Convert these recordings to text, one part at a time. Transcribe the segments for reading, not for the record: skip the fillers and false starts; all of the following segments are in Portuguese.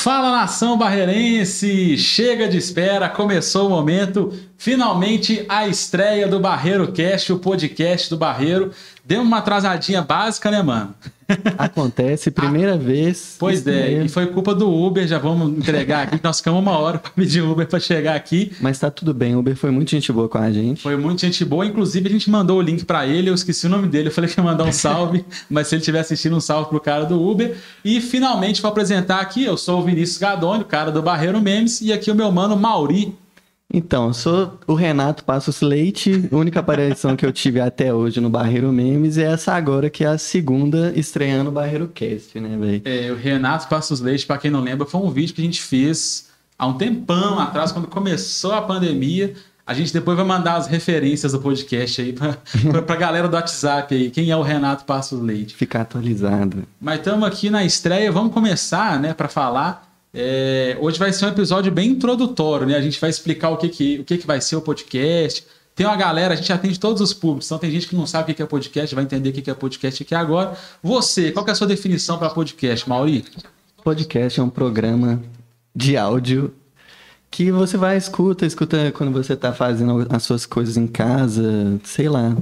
Fala, nação barreirense! Chega de espera, começou o momento. Finalmente a estreia do Barreiro Cast, o podcast do Barreiro. Deu uma atrasadinha básica, né, mano? Acontece, primeira vez. Pois é, e foi culpa do Uber, já vamos entregar aqui, nós ficamos 1 hora para pedir Uber para chegar aqui. Mas tá tudo bem, o Uber foi muito gente boa com a gente. Foi muito gente boa, inclusive a gente mandou o link para ele, eu esqueci o nome dele, eu falei que ia mandar um salve, mas se ele estiver assistindo, um salve pro cara do Uber. E finalmente vou apresentar aqui, eu sou o Vinícius Gadoni, o cara do Barreiro Memes, e aqui o meu mano Mauri. Então, eu sou o Renato Passos Leite, a única aparição que eu tive até hoje no Barreiro Memes é essa agora, que é a segunda estreando o Barreiro Cast, né, velho? É, o Renato Passos Leite, pra quem não lembra, foi um vídeo que a gente fez há um tempão atrás, quando começou a pandemia. A gente depois vai mandar as referências do podcast aí pra galera do WhatsApp aí, quem é o Renato Passos Leite. Ficar atualizado. Mas estamos aqui na estreia, vamos começar, né, pra falar. Hoje vai ser um episódio bem introdutório, né? A gente vai explicar o que vai ser o podcast. Tem uma galera, a gente atende todos os públicos, então tem gente que não sabe o que é podcast, vai entender o que é podcast aqui agora. Você, qual que é a sua definição para podcast, Mauri? Podcast é um programa de áudio que você vai escuta quando você tá fazendo as suas coisas em casa, sei lá.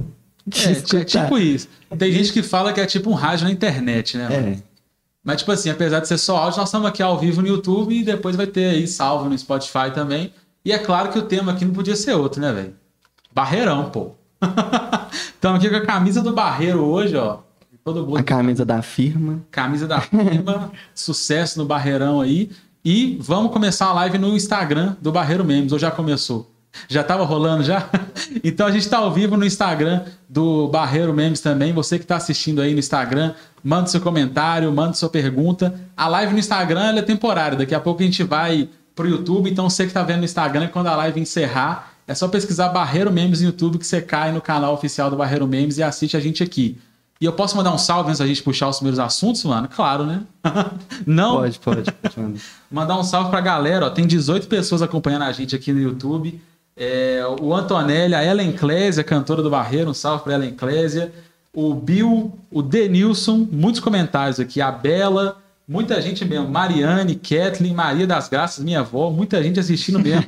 É tipo isso. Tem gente que fala que é tipo um rádio na internet, né? É. Mas, tipo assim, apesar de ser só áudio, nós estamos aqui ao vivo no YouTube e depois vai ter aí salvo no Spotify também. E é claro que o tema aqui não podia ser outro, né, velho? Barreirão, pô. Estamos aqui com a camisa do Barreiro hoje, ó. Todo mundo... A camisa da firma. Camisa da firma. Sucesso no Barreirão aí. E vamos começar a live no Instagram do Barreiro Memes. Ou já começou? Já estava rolando já? Então a gente está ao vivo no Instagram do Barreiro Memes também. Você que está assistindo aí no Instagram, manda seu comentário, manda sua pergunta. A live no Instagram ela é temporária. Daqui a pouco a gente vai pro YouTube. Então você que está vendo no Instagram, quando a live encerrar, é só pesquisar Barreiro Memes no YouTube que você cai no canal oficial do Barreiro Memes e assiste a gente aqui. E eu posso mandar um salve antes da gente puxar os primeiros assuntos, mano? Claro, né? Não? Pode. Mandar um salve pra galera, ó. Tem 18 pessoas acompanhando a gente aqui no YouTube. O Antonelli, a Ellen Clésia, cantora do Barreiro, um salve para Ellen Clésia, o Bill, o Denilson, muitos comentários aqui, a Bela, muita gente mesmo, Mariane, Kathleen, Maria das Graças, minha avó, muita gente assistindo mesmo.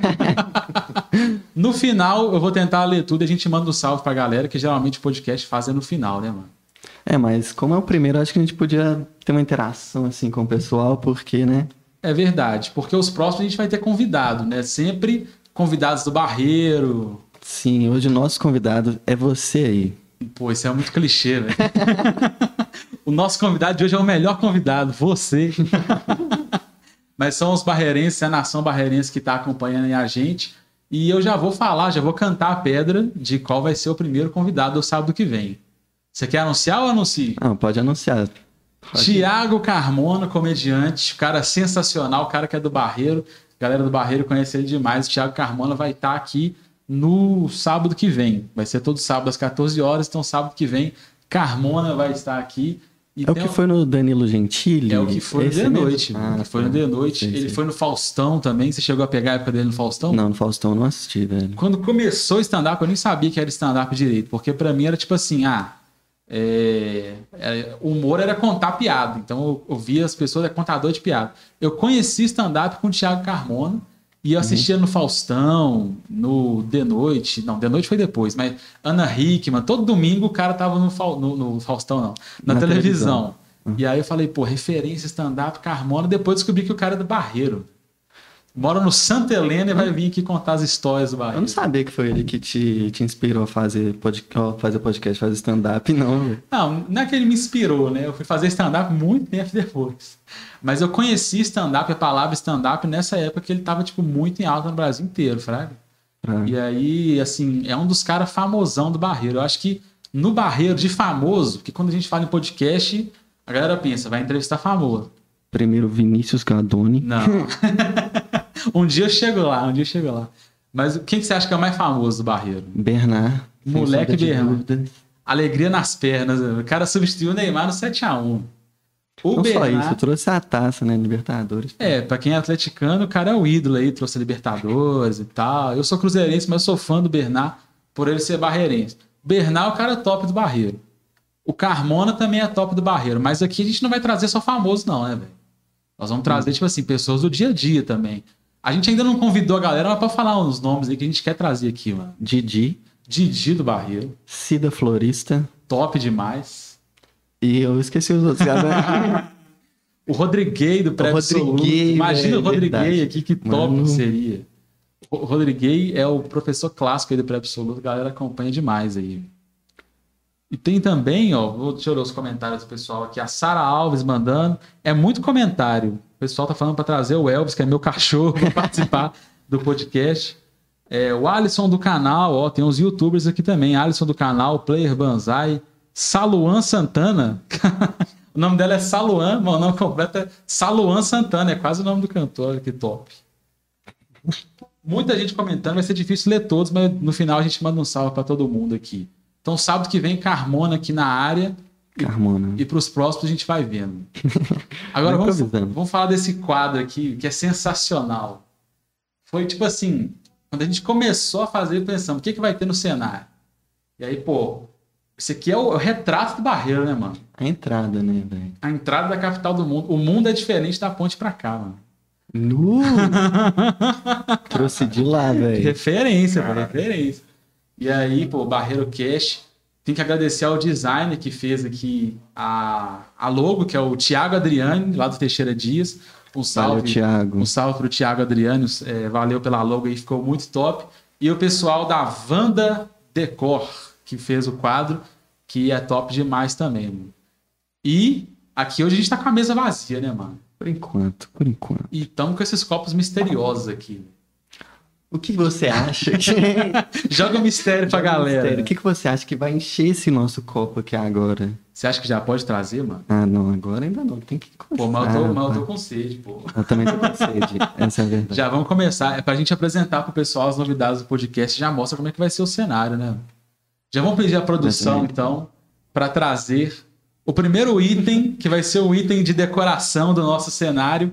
No final, eu vou tentar ler tudo e a gente manda um salve pra galera, que geralmente o podcast faz no final, né, mano? Mas como é o primeiro, acho que a gente podia ter uma interação assim com o pessoal, porque, né? É verdade, porque os próximos a gente vai ter convidado, né? Sempre convidados do Barreiro. Sim, hoje o nosso convidado é você aí. Pô, isso é muito clichê, velho. O nosso convidado de hoje é o melhor convidado, você. Mas são os barreirenses, a nação barreirense que está acompanhando aí a gente. E eu já vou cantar a pedra de qual vai ser o primeiro convidado do sábado que vem. Você quer anunciar ou anuncie? Não, pode anunciar. Thiago Carmona, comediante, cara sensacional, cara que é do Barreiro. A galera do Barreiro conhece ele demais. O Thiago Carmona vai estar aqui no sábado que vem. Vai ser todo sábado às 14 horas. Então, sábado que vem, Carmona vai estar aqui. E o que foi no Danilo Gentili? É o que foi no The Noite. Foi no The Noite. Sim. Ele foi no Faustão também. Você chegou a pegar a época dele no Faustão? Não, no Faustão eu não assisti, velho. Quando começou o stand-up, eu nem sabia que era stand-up direito. Porque pra mim era tipo assim, o humor era contar piada. Então eu via as pessoas, contador de piada. Eu conheci stand-up com o Thiago Carmona e eu assistia no Faustão, no The Noite. Não, The Noite foi depois, mas Ana Hickman. Todo domingo o cara tava no Faustão, não. Na televisão. E aí eu falei, pô, referência stand-up Carmona. Depois descobri que o cara é do Barreiro. Mora no Santa Helena e vai vir aqui contar as histórias do Barreiro. Eu não sabia que foi ele que te inspirou a fazer podcast, fazer stand-up, não. Não é que ele me inspirou, né? Eu fui fazer stand-up muito tempo depois. Mas eu conheci stand-up, a palavra stand-up, nessa época que ele tava, tipo, muito em alta no Brasil inteiro, fraga. E aí, assim, é um dos caras famosão do Barreiro. Eu acho que no Barreiro, de famoso, porque quando a gente fala em podcast, a galera pensa, vai entrevistar famoso. Primeiro Vinícius Gadoni. Não. Um dia eu chego lá. Mas quem que você acha que é o mais famoso do Barreiro? Bernard. Moleque Bernard. Alegria nas pernas. O cara substituiu o Neymar no 7-1. Não só isso, trouxe a taça, né? Libertadores. Pra quem é atleticano, o cara é o ídolo aí, trouxe a Libertadores e tal. Eu sou cruzeirense, mas eu sou fã do Bernard por ele ser barreirense. O Bernard é o cara top do Barreiro. O Carmona também é top do Barreiro. Mas aqui a gente não vai trazer só famoso, não, né, velho? Nós vamos trazer, tipo assim, pessoas do dia a dia também. A gente ainda não convidou a galera, mas pra falar uns nomes aí que a gente quer trazer aqui, mano. Didi do Barreiro. Cida Florista. Top demais. E eu esqueci os outros, cara. O Rodriguei do Pré Absoluto. Imagina o Rodriguei aqui, que top seria. O Rodriguei é o professor clássico aí do Pré Absoluto, a galera acompanha demais aí. E tem também, ó, deixa eu ler os comentários do pessoal aqui, a Sara Alves mandando, é muito comentário. O pessoal tá falando para trazer o Elvis, que é meu cachorro, para participar do podcast. O Alisson do canal, ó, tem uns youtubers aqui também, Alisson do canal, Player Banzai, Saluan Santana, o nome dela é Saluan, mas o nome completo é Saluan Santana, é quase o nome do cantor, que top. Muita gente comentando, vai ser difícil ler todos, mas no final a gente manda um salve para todo mundo aqui. Então, sábado que vem, Carmona aqui na área. Carmona. E para os próximos a gente vai vendo. Agora vamos falar desse quadro aqui, que é sensacional. Foi tipo assim, quando a gente começou a fazer, pensamos, o que vai ter no cenário? E aí, pô, esse aqui é o retrato do Barreiro, né, mano? A entrada, né, velho? A entrada da capital do mundo. O mundo é diferente da ponte para cá, mano. Trouxe de lá, velho. Referência, pô, referência. E aí, pô, Barreiro Cash, tem que agradecer ao designer que fez aqui a logo, que é o Thiago Adriani, lá do Teixeira Dias. Um salve, valeu, Thiago. Um salve pro Thiago Adriani, valeu pela logo aí, ficou muito top. E o pessoal da Wanda Decor, que fez o quadro, que é top demais também, mano. E aqui hoje a gente tá com a mesa vazia, né, mano? Por enquanto. E estamos com esses copos misteriosos aqui. O que você acha? Joga um mistério pra galera. Mistério. O que você acha que vai encher esse nosso copo aqui agora? Você acha que já pode trazer, mano? Ah, não, agora ainda não. Tem que começar. Pô, mas eu tô com sede, pô. Eu também tô com sede, essa é a verdade. Já vamos começar. É pra gente apresentar pro pessoal as novidades do podcast. Já mostra como é que vai ser o cenário, né? Já vamos pedir a produção, então, pra trazer o primeiro item, que vai ser o item de decoração do nosso cenário.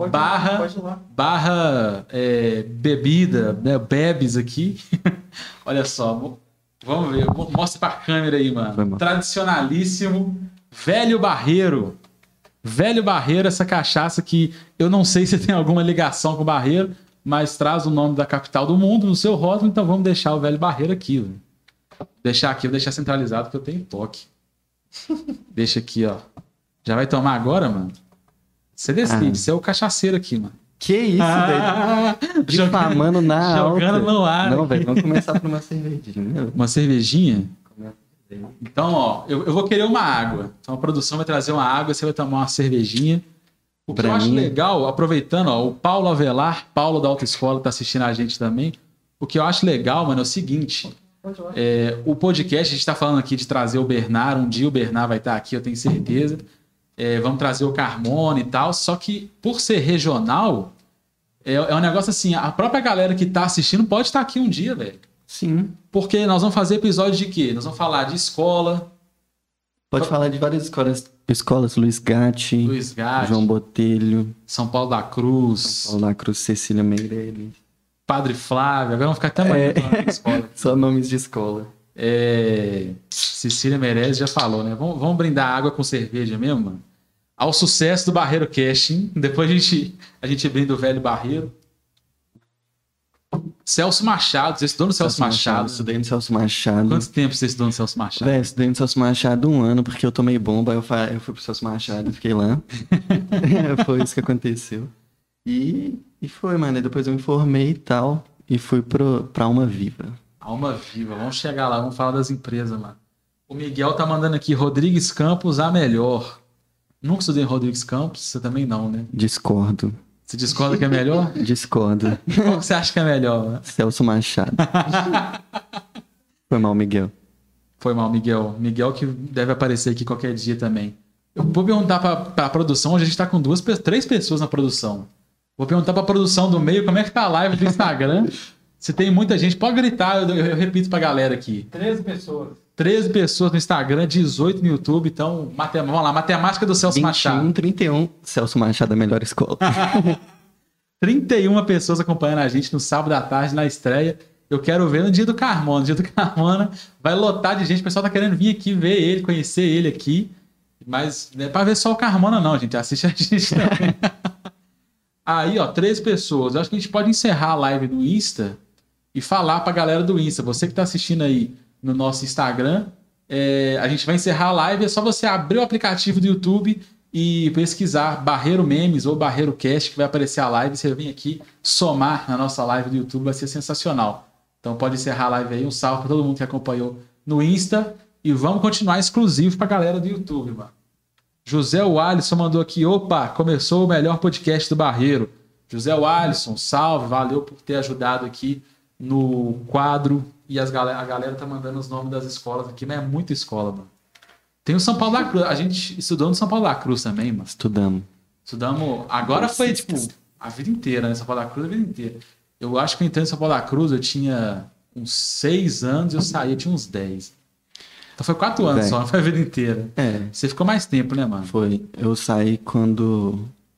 Barra bebida, né? Bebes aqui. Olha só, vamos ver. Mostra pra câmera aí, mano. Tradicionalíssimo Velho Barreiro. Velho Barreiro, essa cachaça que eu não sei se tem alguma ligação com o Barreiro, mas traz o nome da capital do mundo no seu rótulo, então vamos deixar o Velho Barreiro aqui. Véio. Vou deixar centralizado porque eu tenho toque. Deixa aqui, ó. Já vai tomar agora, mano? Você decide, você é o cachaceiro aqui, mano. Que isso, velho? Difamando na jogando alta. No ar. Não, velho, vamos começar por uma cervejinha. Uma cervejinha? Então, ó, eu vou querer uma água. Então a produção vai trazer uma água, você vai tomar uma cervejinha. O que eu acho legal, aproveitando, ó, o Paulo Avelar, Paulo da Autoescola, tá assistindo a gente também. O que eu acho legal, mano, é o seguinte. O podcast, a gente tá falando aqui de trazer o Bernard. Um dia o Bernard vai estar aqui, eu tenho certeza. Vamos trazer o Carmona e tal, só que por ser regional, é um negócio assim, a própria galera que tá assistindo pode estar aqui um dia, velho. Sim. Porque nós vamos fazer episódio de quê? Nós vamos falar de escola. Pode falar de várias escolas, Luiz Gatti, João Botelho, São Paulo da Cruz, Cecília Meirelles, Padre Flávio, agora vamos ficar até amanhã falando de escola. Só nomes de escola. Cecília Meirelles já falou, né? Vamos brindar água com cerveja mesmo, mano? Ao sucesso do Barreiro Casting. Depois a gente brinda o Velho Barreiro. Celso Machado. Você estudou no Celso Machado? Estudei no Celso Machado. Quanto tempo você estudou no Celso Machado? Véi, estudei no Celso Machado 1 ano, porque eu tomei bomba. Eu fui pro Celso Machado e fiquei lá. Foi isso que aconteceu. E foi, mano. E depois eu me formei e tal. E fui pra Alma Viva. Alma Viva. Vamos chegar lá. Vamos falar das empresas, mano. O Miguel tá mandando aqui. Rodrigues Campos, a melhor. Nunca estudei em Rodrigues Campos. Você também não, né? Discordo. Você discorda que é melhor? Discordo. Qual que você acha que é melhor? Né? Celso Machado. Foi mal, Miguel. Foi mal, Miguel. Miguel que deve aparecer aqui qualquer dia também. Eu vou perguntar pra produção. Hoje a gente tá com 3 pessoas na produção. Vou perguntar pra produção do meio como é que tá a live do Instagram. Se tem muita gente, pode gritar. Eu repito pra galera aqui. 13 pessoas. 13 pessoas no Instagram, 18 no YouTube. Então, vamos lá, matemática do Celso 21, Machado. 31, Celso Machado é a melhor escola. 31 pessoas acompanhando a gente no sábado à tarde, na estreia. Eu quero ver no dia do Carmona. No dia do Carmona vai lotar de gente. O pessoal tá querendo vir aqui ver ele, conhecer ele aqui. Mas não é pra ver só o Carmona não, gente. Assiste a gente também. Aí, ó, 3 pessoas. Eu acho que a gente pode encerrar a live no Insta e falar pra galera do Insta. Você que tá assistindo aí no nosso Instagram, a gente vai encerrar a live. É só você abrir o aplicativo do YouTube e pesquisar Barreiro Memes ou Barreiro Cast, que vai aparecer a live. Você vem aqui somar na nossa live do YouTube, vai ser sensacional. Então pode encerrar a live aí. Um salve pra todo mundo que acompanhou no Insta. E vamos continuar exclusivo pra galera do YouTube, mano. José Alisson mandou aqui, opa, começou o melhor podcast do Barreiro. José Alisson, salve, valeu por ter ajudado aqui no quadro. E a galera tá mandando os nomes das escolas aqui, mas é muita escola, mano. Tem o São Paulo da Cruz, a gente estudou no São Paulo da Cruz também, mano. Estudamos, agora foi tipo, a vida inteira, né? São Paulo da Cruz a vida inteira. Eu acho que eu entrei no São Paulo da Cruz, eu tinha uns 6 anos e eu saí, eu tinha uns 10. Então foi 4 anos só, não foi a vida inteira. Você ficou mais tempo, né, mano? Foi. Eu saí quando...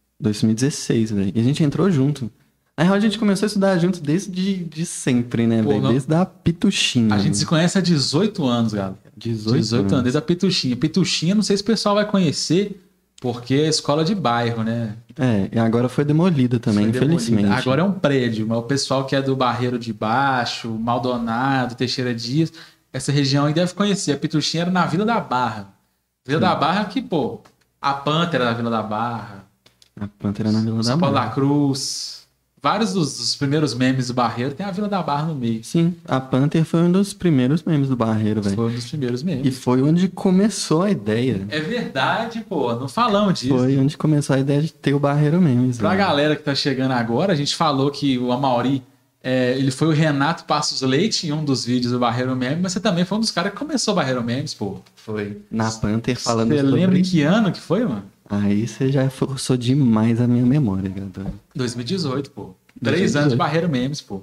2016, velho. E a gente entrou junto. Na real, a gente começou a estudar junto desde sempre, né, velho? Desde a pituchinha. A gente se conhece há 18 anos, galera. 18 anos, desde a pituchinha. Pituchinha, não sei se o pessoal vai conhecer, porque é escola de bairro, né? E agora foi demolida também, infelizmente. Agora é um prédio, mas o pessoal que é do Barreiro de Baixo, Maldonado, Teixeira Dias, essa região aí deve conhecer. A Pituchinha era na Vila da Barra. Vila da Barra que, pô, a Pantera na Vila da Barra. A Pantera na Vila da Barra. São Paulo da Cruz. Vários dos primeiros memes do Barreiro tem a Vila da Barra no meio. Sim, a Panther foi um dos primeiros memes do Barreiro, velho. Foi um dos primeiros memes. E foi onde começou a ideia. É verdade, pô. Não falamos disso. Foi onde começou a ideia de ter o Barreiro Memes. Pra galera que tá chegando agora, a gente falou que o Amaury, ele foi o Renato Passos Leite em um dos vídeos do Barreiro Memes, mas você também foi um dos caras que começou o Barreiro Memes, pô. Foi. Na Panther falando sobre... Você lembra que ano que foi, mano? Aí você já forçou demais a minha memória, galera. 2018, pô. 3 anos de Barreiro Memes, pô.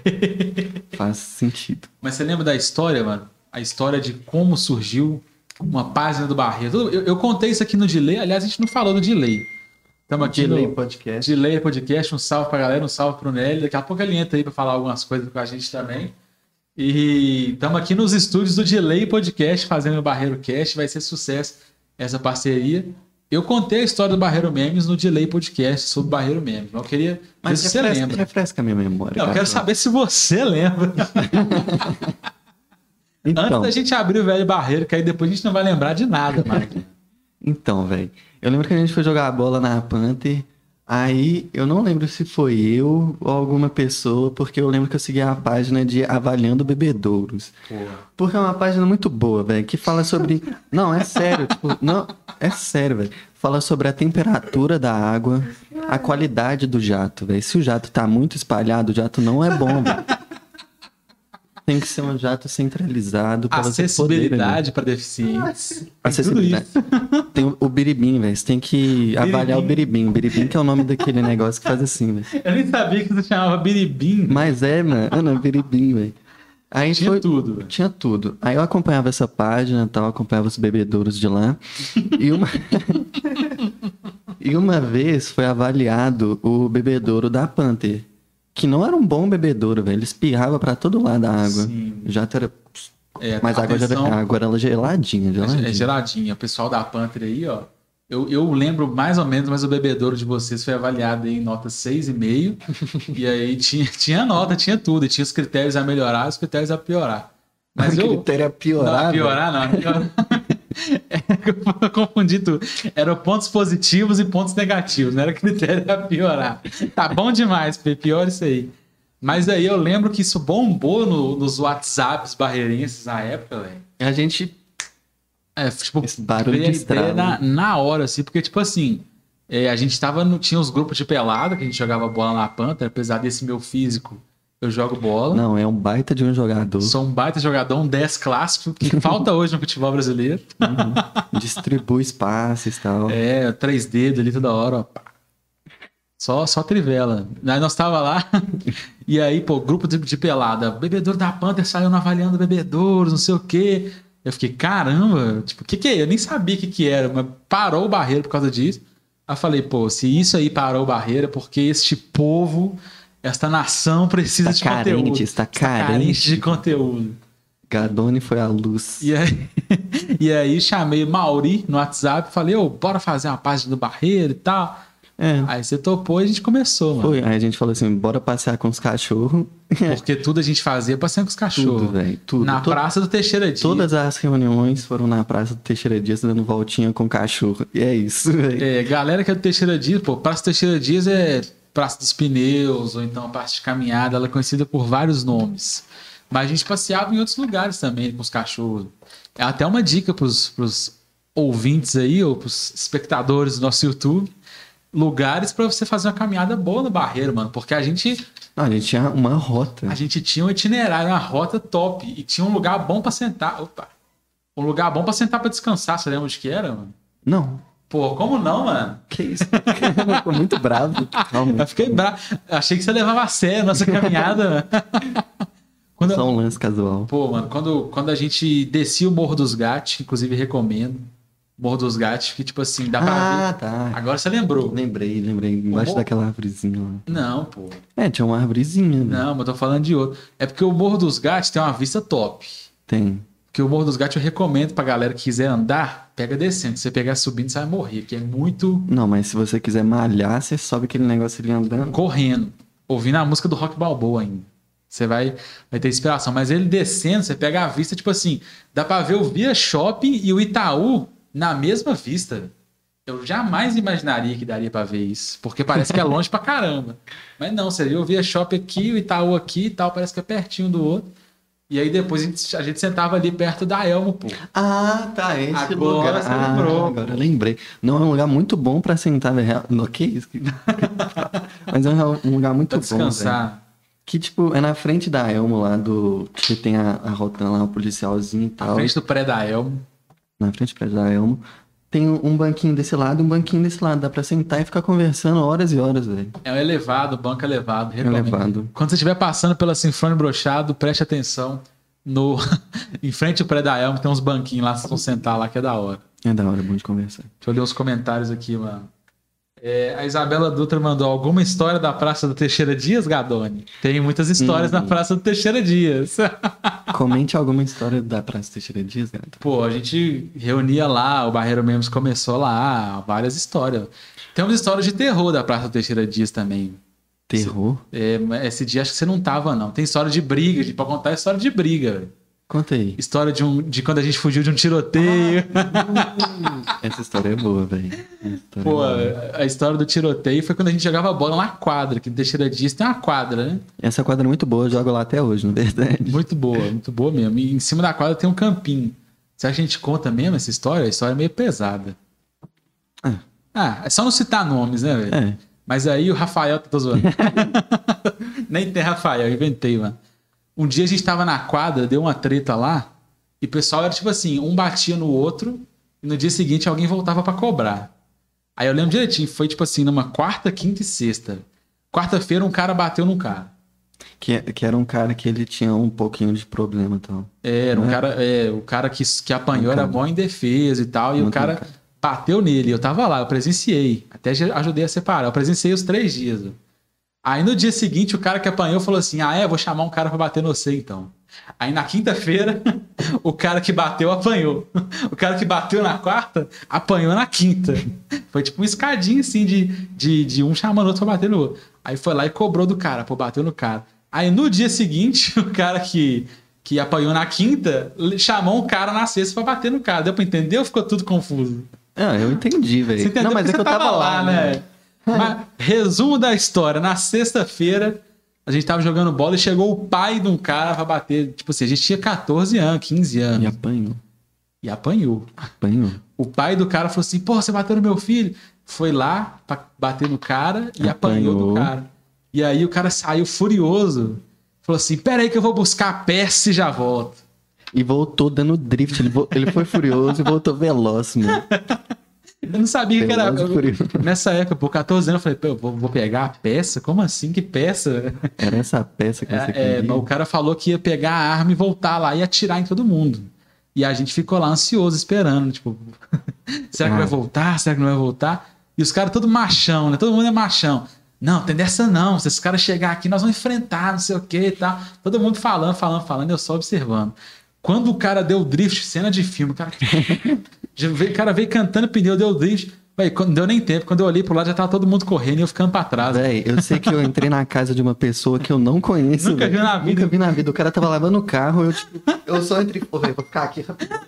Faz sentido. Mas você lembra da história, mano? A história de como surgiu uma página do Barreiro. Eu contei isso aqui no Delay. Aliás, a gente não falou do Delay. Estamos aqui Delay no Podcast. Delay Podcast. Um salve pra galera, um salve pro Nelly. Daqui a pouco ele entra aí pra falar algumas coisas com a gente também. E estamos aqui nos estúdios do Delay Podcast, fazendo o Barreiro Cast. Vai ser sucesso essa parceria. Eu contei a história do Barreiro Memes no Delay Podcast sobre o Barreiro Memes. Eu queria ver se você lembra. Refresca a minha memória. Não, eu quero saber se você lembra. Então, antes da gente abrir o velho Barreiro, que aí depois a gente não vai lembrar de nada, mais. Então, velho. Eu lembro que a gente foi jogar a bola na Panther. Aí eu não lembro se foi eu ou alguma pessoa, porque eu lembro que eu segui a página de Avaliando Bebedouros. Porque é uma página muito boa, velho, que fala sobre... Não, é sério, tipo... Não, é sério, velho. Fala sobre a temperatura da água, a qualidade do jato, velho. Se o jato tá muito espalhado, o jato não é bom, velho. Tem que ser um jato centralizado para você poder... Acessibilidade para deficientes. Acessibilidade. Tem o biribim, velho. Você tem que avaliar o biribim. O biribim que é o nome daquele negócio que faz assim, velho. Eu nem sabia que você chamava biribim. Mas mano, biribim, velho. Aí tinha tudo, velho. Tinha tudo. Aí eu acompanhava essa página e tal, acompanhava os bebedouros de lá. E uma vez foi avaliado o bebedouro da Panther. Que não era um bom bebedouro, velho. Ele espirrava pra todo lado da água. Sim. O jato era... Mas a água era geladinha. É geladinha. O pessoal da Panther aí, ó. Eu lembro mais ou menos, mas o bebedouro de vocês foi avaliado em nota 6,5. E aí tinha nota, tinha tudo. E tinha os critérios a melhorar e os critérios a piorar. Mas o critério a piorar? Não, a piorar não. A piorar. Eu confundi tudo. Eram pontos positivos e pontos negativos. Não era critério a piorar. Tá bom demais, pior isso aí. Mas aí eu lembro que isso bombou nos WhatsApps barreirenses na época, velho. A gente... tipo, veio a ideia na hora, assim. Porque, tipo assim, a gente tinha os grupos de pelada, que a gente jogava bola na Panther. Apesar desse meu físico, eu jogo bola. Não, é um baita de um jogador. Sou um baita jogador, um 10 clássico, que falta hoje no futebol brasileiro. Distribui espaços e tal. 3 dedos ali toda hora, ó. Só trivela. Aí nós tava lá, e aí, pô, grupo de pelada. Bebedouro da Panther saiu avaliando bebedouros, não sei o quê. Eu fiquei, caramba, tipo, o que é? Eu nem sabia o que era, mas parou o Barreiro por causa disso. Aí eu falei, pô, se isso aí parou o Barreiro é porque este povo... Esta nação precisa de conteúdo. Está carente de conteúdo. Gadoni foi a luz. E aí chamei o Mauri no WhatsApp e falei, bora fazer uma página do Barreiro e tal. É. Aí você topou e a gente começou, mano. Foi. Aí a gente falou assim, bora passear com os cachorros. Porque tudo a gente fazia passeando com os cachorros. Tudo, velho. Tudo. Na Praça do Teixeira Dias. Todas as reuniões foram na Praça do Teixeira Dias, dando voltinha com o cachorro. E é isso, velho. É, galera que é do Teixeira Dias, pô, Praça do Teixeira Dias é Praça dos Pneus, ou então a parte de caminhada, ela é conhecida por vários nomes. Mas a gente passeava em outros lugares também com os cachorros. É até uma dica pros ouvintes aí, ou pros espectadores do nosso YouTube, lugares para você fazer uma caminhada boa no Barreiro, mano. Porque a gente tinha uma rota. A gente tinha um itinerário, uma rota top. E tinha um lugar bom pra sentar. Opa! Um lugar bom pra sentar pra descansar. Você lembra onde que era, mano? Não. Pô, como não, mano? Que isso? Ficou muito bravo. Realmente. Eu fiquei bravo. Achei que você levava a sério a nossa caminhada, mano. Só um lance casual. Pô, mano, quando a gente descia o Morro dos Gatos, inclusive recomendo. Morro dos Gatos, que tipo assim, dá pra ver. Tá. Agora você lembrou. Lembrei. Embaixo daquela árvorezinha lá. Não, pô. É, tinha uma árvorezinha. Né? Não, mas eu tô falando de outro. É porque o Morro dos Gatos tem uma vista top. Tem. Porque o Morro dos Gatos eu recomendo pra galera que quiser andar, pega descendo. Se você pegar subindo, você vai morrer, porque é muito Não, mas se você quiser malhar, você sobe aquele negócio ali andando. correndo. Ouvindo a música do Rock Balboa ainda. Você vai ter inspiração. Mas ele descendo, você pega a vista, tipo assim, dá pra ver o Via Shopping e o Itaú na mesma vista. Eu jamais imaginaria que daria pra ver isso. Porque parece que é longe pra caramba. Mas não, você viu o Via Shopping aqui, o Itaú aqui e tal, parece que é pertinho do outro. E aí depois a gente sentava ali perto da Elmo, pô. Ah, tá, esse Agora lugar. você lembrou. Agora eu lembrei. Não, é um lugar muito bom pra sentar, velho. Que isso? Mas é um lugar muito Pra bom, descansar. velho. Que, tipo, é na frente da Elmo lá, que tem a rotão lá, o policialzinho e tal. Na frente do pré da Elmo. Na frente do prédio da Elmo. Tem um banquinho desse lado e um banquinho desse lado. Dá pra sentar e ficar conversando horas e horas, velho. É um elevado, banco elevado. Recomendo. Elevado. Quando você estiver passando pela Sinfrone Brochado, preste atenção. Em frente ao pré da Elmo tem uns banquinhos lá, vocês vão sentar lá, que é da hora. É da hora, é bom de conversar. Deixa eu ler os comentários aqui, mano. A Isabela Dutra mandou alguma história da Praça do Teixeira Dias, Gadoni? Tem muitas histórias na Praça do Teixeira Dias. Comente alguma história da Praça Teixeira Dias, cara. Pô, a gente reunia lá, o Barreiro Memes começou lá, várias histórias. Tem umas histórias de terror da Praça do Teixeira Dias também. Terror? Esse dia acho que você não tava, não. Tem história de briga, pra contar história de briga, velho. Conta aí. História de quando a gente fugiu de um tiroteio. Essa história é boa, velho. Pô, a história do tiroteio foi quando a gente jogava bola na quadra, que no Teixeira Dias tem uma quadra, né? Essa quadra é muito boa, eu jogo lá até hoje, na verdade. Muito boa mesmo. E em cima da quadra tem um campinho. Você acha que a gente conta mesmo essa história? A história é meio pesada. É só não citar nomes, né, velho? É. Mas aí o Rafael, tô zoando. Nem tem Rafael, inventei, mano. Um dia a gente tava na quadra, deu uma treta lá, e o pessoal era tipo assim, um batia no outro, e no dia seguinte alguém voltava pra cobrar. Aí eu lembro direitinho, foi tipo assim, numa quarta, quinta e sexta. Quarta-feira um cara bateu num cara. Que era um cara que ele tinha um pouquinho de problema, então. Era um cara, o cara que apanhou era bom em defesa e tal, e o cara bateu nele. Eu tava lá, eu presenciei, até ajudei a separar. Eu presenciei os 3 dias. Aí no dia seguinte, o cara que apanhou falou assim: vou chamar um cara pra bater no você então. Aí na quinta-feira, o cara que bateu apanhou. O cara que bateu na quarta, apanhou na quinta. Foi tipo uma escadinha assim de um chamando o outro pra bater no outro. Aí foi lá e cobrou do cara, pô, bateu no cara. Aí no dia seguinte, o cara que apanhou na quinta, chamou um cara na sexta pra bater no cara. Deu pra entender ou ficou tudo confuso? Eu entendi, velho. Você entendeu? Não, mas é que eu tava lá, né? Mas, resumo da história. Na sexta-feira, a gente tava jogando bola e chegou o pai de um cara pra bater. Tipo assim, a gente tinha 14 anos, 15 anos. E apanhou. Apanhou. O pai do cara falou assim: pô, você bateu no meu filho? Foi lá pra bater no cara e apanhou do cara. E aí o cara saiu furioso. Falou assim: pera aí que eu vou buscar a peça e já volto. E voltou dando drift. Ele foi furioso e voltou veloz, mano. Eu não sabia que era. Nessa época, por 14 anos, eu falei: pô, eu vou pegar a peça? Como assim? Que peça? Era essa peça que você queria? Mas o cara falou que ia pegar a arma e voltar lá e atirar em todo mundo. E a gente ficou lá ansioso, esperando. Tipo, será que vai voltar? Será que não vai voltar? E os caras todo machão, né? Todo mundo é machão. Não, tem dessa não. Se esses caras chegar aqui, nós vamos enfrentar, não sei o que e tal. Todo mundo falando, e eu só observando. Quando o cara deu drift, cena de filme, o cara veio cantando pneu, deu drift. Véi, não deu nem tempo. Quando eu olhei pro lado, já tava todo mundo correndo e eu ficando pra trás. Véi, eu sei que eu entrei na casa de uma pessoa que eu não conheço. Nunca vi na vida. Nunca vi na vida. O cara tava lavando o carro, eu só entrei, pô, velho, vou ficar aqui rapidinho.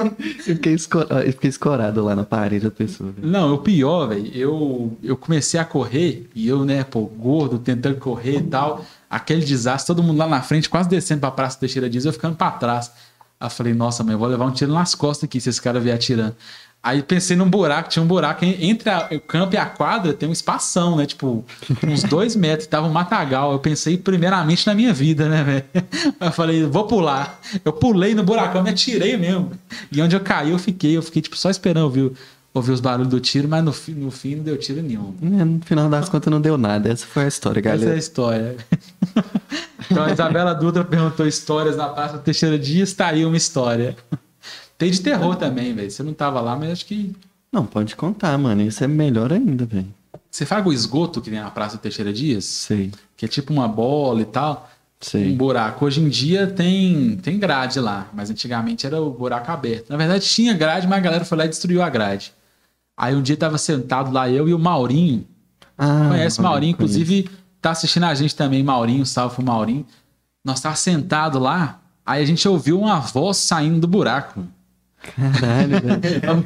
Eu fiquei escorado lá na parede da pessoa. Véio. Não, o pior, velho, eu comecei a correr e eu, né, pô, gordo, tentando correr e tal. Aquele desastre, todo mundo lá na frente, quase descendo pra Praça Teixeira Dias, eu ficando pra trás. Aí eu falei, nossa, mãe, eu vou levar um tiro nas costas aqui se esse cara vier atirando. Aí pensei num buraco, tinha um buraco entre o campo e a quadra, tem um espação, né? Tipo, uns 2 metros, tava um matagal. Eu pensei primeiramente na minha vida, né, velho? Eu falei, vou pular. Eu pulei no buracão, me atirei mesmo. E onde eu caí, eu fiquei tipo, só esperando ouvir os barulhos do tiro, mas no fim não deu tiro nenhum. No final das contas não deu nada. Essa foi a história, galera. Essa é a história. Então a Isabela Dutra perguntou histórias na Praça Teixeira Dias, tá aí uma história. Tem de terror também, velho. Você não tava lá, mas acho que... Não, pode contar, mano. Isso é melhor ainda, velho. Você fala o esgoto que tem na Praça Teixeira Dias? Sei. Que é tipo uma bola e tal. Sei. Um buraco. Hoje em dia tem grade lá, mas antigamente era o buraco aberto. Na verdade tinha grade, mas a galera foi lá e destruiu a grade. Aí um dia tava sentado lá eu e o Maurinho. Conhece o Maurinho, inclusive tá assistindo a gente também, Maurinho, salve pro Maurinho. Nós tava sentado lá, aí a gente ouviu uma voz saindo do buraco. Caralho, velho.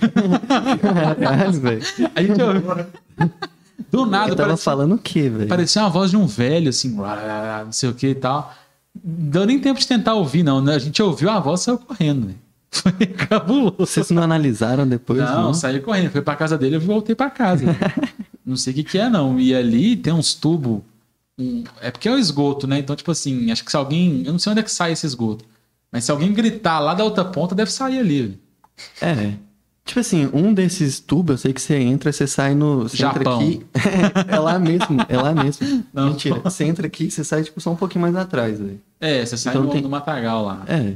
Caralho, velho. A gente ouviu. Do nada, eu tava falando o quê, velho? Parecia uma voz de um velho, assim, não sei o que e tal. Não deu nem tempo de tentar ouvir, não, né? A gente ouviu a voz e saiu correndo, velho. Foi cabuloso. Vocês não analisaram depois, não? Saí correndo. Fui pra casa dele e voltei pra casa. Não sei o que é, não. E ali tem uns tubos. É porque é o esgoto, né? Então, tipo assim, acho que se alguém... Eu não sei onde é que sai esse esgoto. Mas se alguém gritar lá da outra ponta, deve sair ali, velho. É. Tipo assim, um desses tubos, eu sei que você entra, você sai no... Você Japão. Entra aqui, é lá mesmo, é lá mesmo. Não. Mentira, você entra aqui e você sai, tipo, só um pouquinho mais atrás, velho. É, você sai Então no matagal lá. É.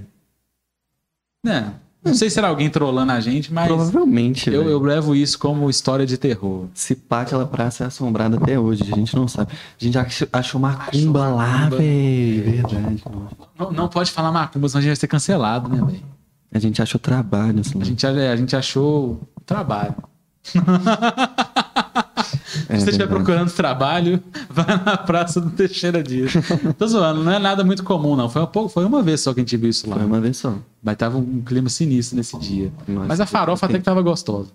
Não sei se era alguém trolando a gente, mas... Provavelmente, velho. Eu levo isso como história de terror. Se pá, aquela praça é assombrada até hoje, a gente não sabe. A gente achou macumba lá, velho. Verdade. Não pode falar macumba, senão a gente vai ser cancelado, né, velho? A gente achou trabalho, assim. A gente achou trabalho. Se você estiver verdade. procurando trabalho, vai na Praça do Teixeira Dias. Tô zoando, não é nada muito comum, não. Foi uma vez só que a gente viu isso lá. Foi uma vez só. Mas tava um clima sinistro nesse dia. Nossa, mas a farofa até que tava gostosa.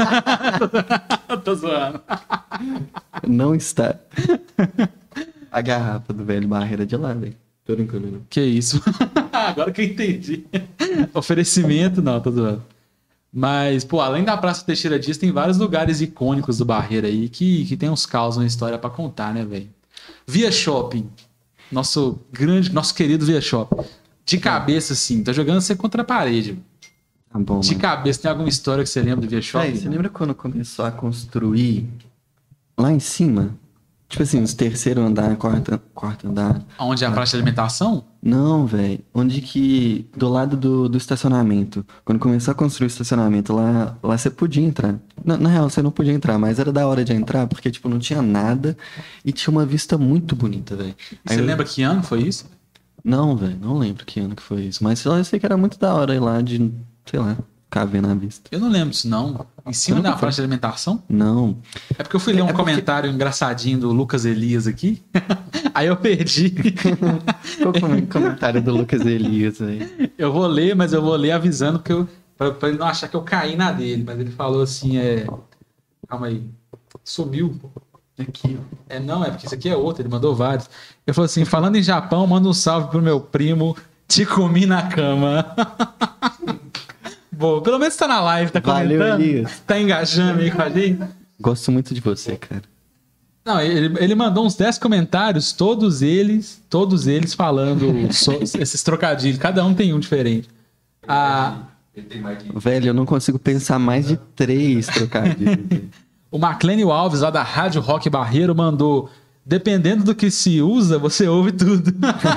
Tô zoando. Não está. A garrafa do velho Barreira de lá, velho. Tô brincando, não. Que isso? Agora que eu entendi. Oferecimento, não, tô zoando. Mas, pô, além da Praça Teixeira Dias, tem vários lugares icônicos do Barreiro aí que tem uns causos, uma história pra contar, né, velho? Via Shopping. Nosso querido Via Shopping. De cabeça, assim, tá jogando você contra a parede. Tá bom, De mano. cabeça, tem alguma história que você lembra do Via Shopping? Véi, você lembra quando começou a construir lá em cima? Tipo assim, os terceiro andar, quarto andar. Onde é a praça de alimentação? Não, velho. Onde que... Do lado do estacionamento. Quando começou a construir o estacionamento, lá você podia entrar. Na real, você não podia entrar, mas era da hora de entrar, porque, tipo, não tinha nada e tinha uma vista muito bonita, velho. Você lembra que ano foi isso? Não, velho. Não lembro que ano que foi isso. Mas eu sei que era muito da hora ir lá de, sei lá, ficar vendo a vista. Eu não lembro disso, não. Em cima da praça de alimentação? Não. É porque eu fui ler um comentário engraçadinho do Lucas Elias aqui. Aí eu perdi. Qual foi o comentário do Lucas Elias, velho? Eu vou ler, mas eu vou ler avisando que pra ele não achar que eu caí na dele. Mas ele falou assim, calma aí. Sumiu. Aqui, ó. Não, é porque isso aqui é outro, ele mandou vários. Ele falou assim, falando em Japão, manda um salve pro meu primo, te comi na cama. Bom, pelo menos tá na live, tá comentando. Valeu, Elias. Tá engajando aí com a gente. Gosto muito de você, cara. Não, ele mandou uns 10 comentários, todos eles falando esses trocadilhos. Cada um tem um diferente. Velho, eu não consigo pensar mais de 3 trocadilhos. O Maclênio Alves, lá da Rádio Rock Barreiro, mandou: dependendo do que se usa, você ouve tudo.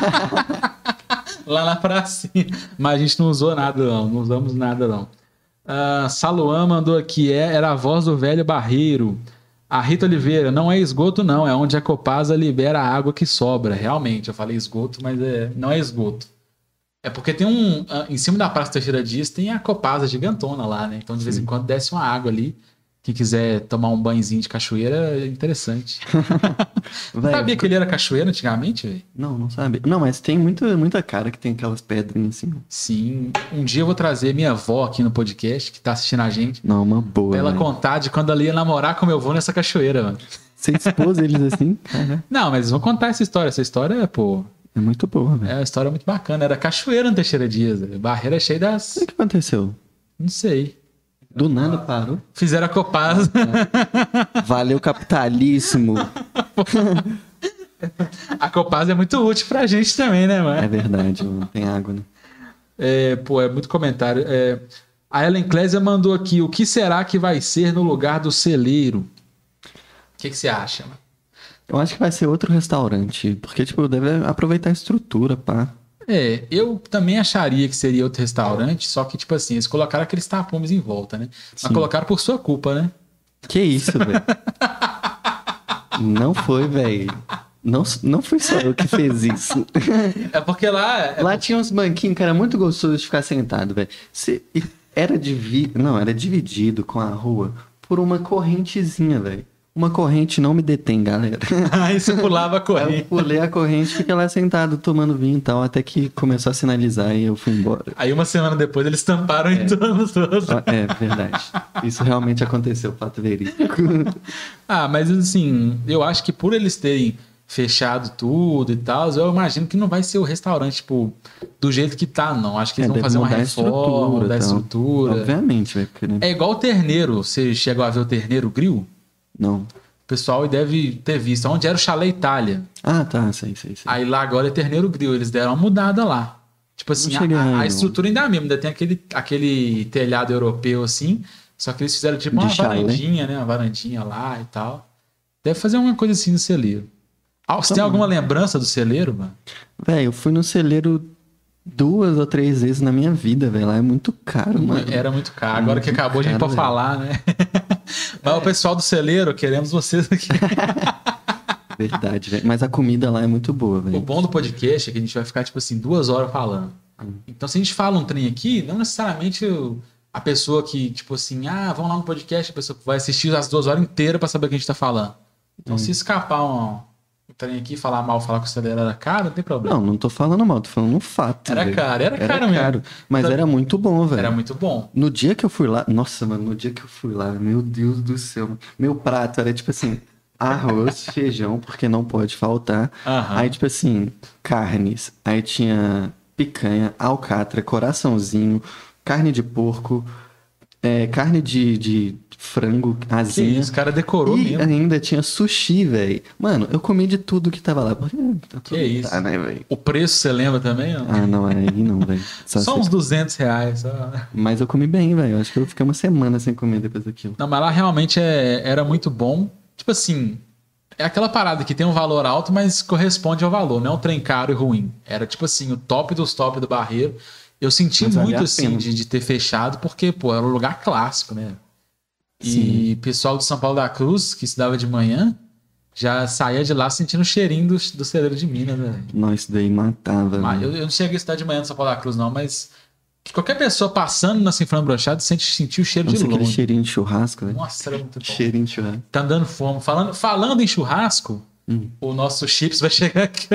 Lá na pracinha. Mas a gente não usou nada, não usamos nada, não. Saluan mandou aqui, era a voz do velho Barreiro. A Rita Oliveira, não é esgoto, não, é onde a Copasa libera a água que sobra. Realmente, eu falei esgoto, mas não é esgoto. É porque tem em cima da Praça Teixeira Dias tem a Copasa gigantona lá, né? Então de vez em quando desce uma água ali. Quem quiser tomar um banhozinho de cachoeira, é interessante. Véi, Sabia que ele era cachoeiro antigamente, velho? Não sabe. Não, mas tem muita cara que tem aquelas pedrinhas assim. Sim. Um dia eu vou trazer minha avó aqui no podcast, que tá assistindo a gente, Não, uma boa. pra ela véi. contar de quando ela ia namorar com meu avô nessa cachoeira, mano. Você expôs eles assim? Cara, Não, mas eles vão contar essa história. Essa história, pô, é muito boa, velho. é uma história muito bacana. Era cachoeira no Teixeira Dias. Barreira cheia das... O que aconteceu? Não sei. Do nada parou. Fizeram a Copasa. Valeu, capitalismo. A Copasa é muito útil pra gente também, né, É mano? verdade, mano. Tem água, né? Pô, é muito comentário. A Ellen Clésia mandou aqui: o que será que vai ser no lugar do celeiro? O que você acha, mano? Eu acho que vai ser outro restaurante. Porque, tipo, deve aproveitar a estrutura, pá. Eu também acharia que seria outro restaurante, só que, tipo assim, eles colocaram aqueles tapumes em volta, né? Mas Sim. colocaram por sua culpa, né? Que isso, velho? Não foi, velho. Não fui só eu que fez isso. É porque lá. Lá tinha uns banquinhos que era muito gostoso de ficar sentado, velho. Era dividido com a rua por uma correntezinha, velho. Uma corrente não me detém, galera. Aí você pulava a Aí eu corrente. pulei a corrente e fiquei lá sentado tomando vinho e tal, até que começou a sinalizar e eu fui embora. Aí uma semana depois eles tamparam em torno todos. É verdade. Isso realmente aconteceu, fato verídico. Mas assim, eu acho que por eles terem fechado tudo e tal, eu imagino que não vai ser o restaurante, tipo, do jeito que tá, não. Acho que eles vão deve fazer uma mudar a reforma, mudar a e tal. estrutura. Obviamente, velho. Porque... É igual o Terneiro. Você chegou a ver o Terneiro Grill? Não. O pessoal deve ter visto. Onde era o Chalé Itália. Ah, tá, sei. Aí lá agora é Terneiro Grill. Eles deram uma mudada lá. Tipo assim, cheguei aí, a não. estrutura ainda é a mesma. Ainda tem aquele telhado europeu assim. Só que eles fizeram tipo De uma chalé. varandinha, né? Uma varandinha lá e tal. Deve fazer uma coisa assim no celeiro. Você tem alguma lembrança do celeiro, mano? Velho, eu fui no celeiro 2 ou 3 vezes na minha vida, velho. Lá é muito caro, mano. Era muito caro. Agora que Muito acabou, a gente caro, pode velho. falar, né? Mas o pessoal do celeiro, queremos vocês aqui. Verdade, velho. Mas a comida lá é muito boa, O velho. bom do podcast é que a gente vai ficar, tipo assim, 2 horas falando. Então, se a gente fala um trem aqui, não necessariamente a pessoa que, tipo assim, vamos lá no podcast, a pessoa vai assistir as 2 horas inteiras pra saber o que a gente tá falando. Então, se escapar um trem aqui, falar mal, falar que o celeiro era caro, não tem problema. Não tô falando mal, tô falando um fato. Era velho. caro, era caro mesmo. Mas era muito bom, velho. Era muito bom. No dia que eu fui lá, nossa, mano, no dia que eu fui lá, meu Deus do céu, meu prato era tipo assim, arroz, feijão, porque não pode faltar. Aham. Aí, tipo assim, carnes. Aí tinha picanha, alcatra, coraçãozinho, carne de porco, carne de frango, Que asinha. isso, o cara decorou E mesmo. ainda tinha sushi, velho. Mano, eu comi de tudo que tava lá. Porque, Que isso. Tá, né, velho? O preço, você lembra também? Ó? Ah, não, aí não, velho. Só uns R$200. Só. Mas eu comi bem, velho. Acho que eu fiquei uma semana sem comer depois daquilo. Não, mas lá realmente era muito bom. Tipo assim, é aquela parada que tem um valor alto, mas corresponde ao valor, não é um trem caro e ruim. Era tipo assim, o top dos top do Barreiro. Eu senti Mas valia muito a assim pena. de ter fechado, porque, pô, era um lugar clássico, né? E pessoal de São Paulo da Cruz, que estudava de manhã, já saía de lá sentindo o cheirinho do celeiro de Minas, né? Nossa, isso daí matava. Mas velho. eu não cheguei a estudar de manhã no São Paulo da Cruz, não, mas qualquer pessoa passando na Sinfrão Brochado sentiu o cheiro Nossa, de aquele longe. cheirinho de churrasco, velho. Nossa, era muito bom. Cheirinho de churrasco. Tá dando fome. Falando em churrasco, o nosso chips vai chegar aqui.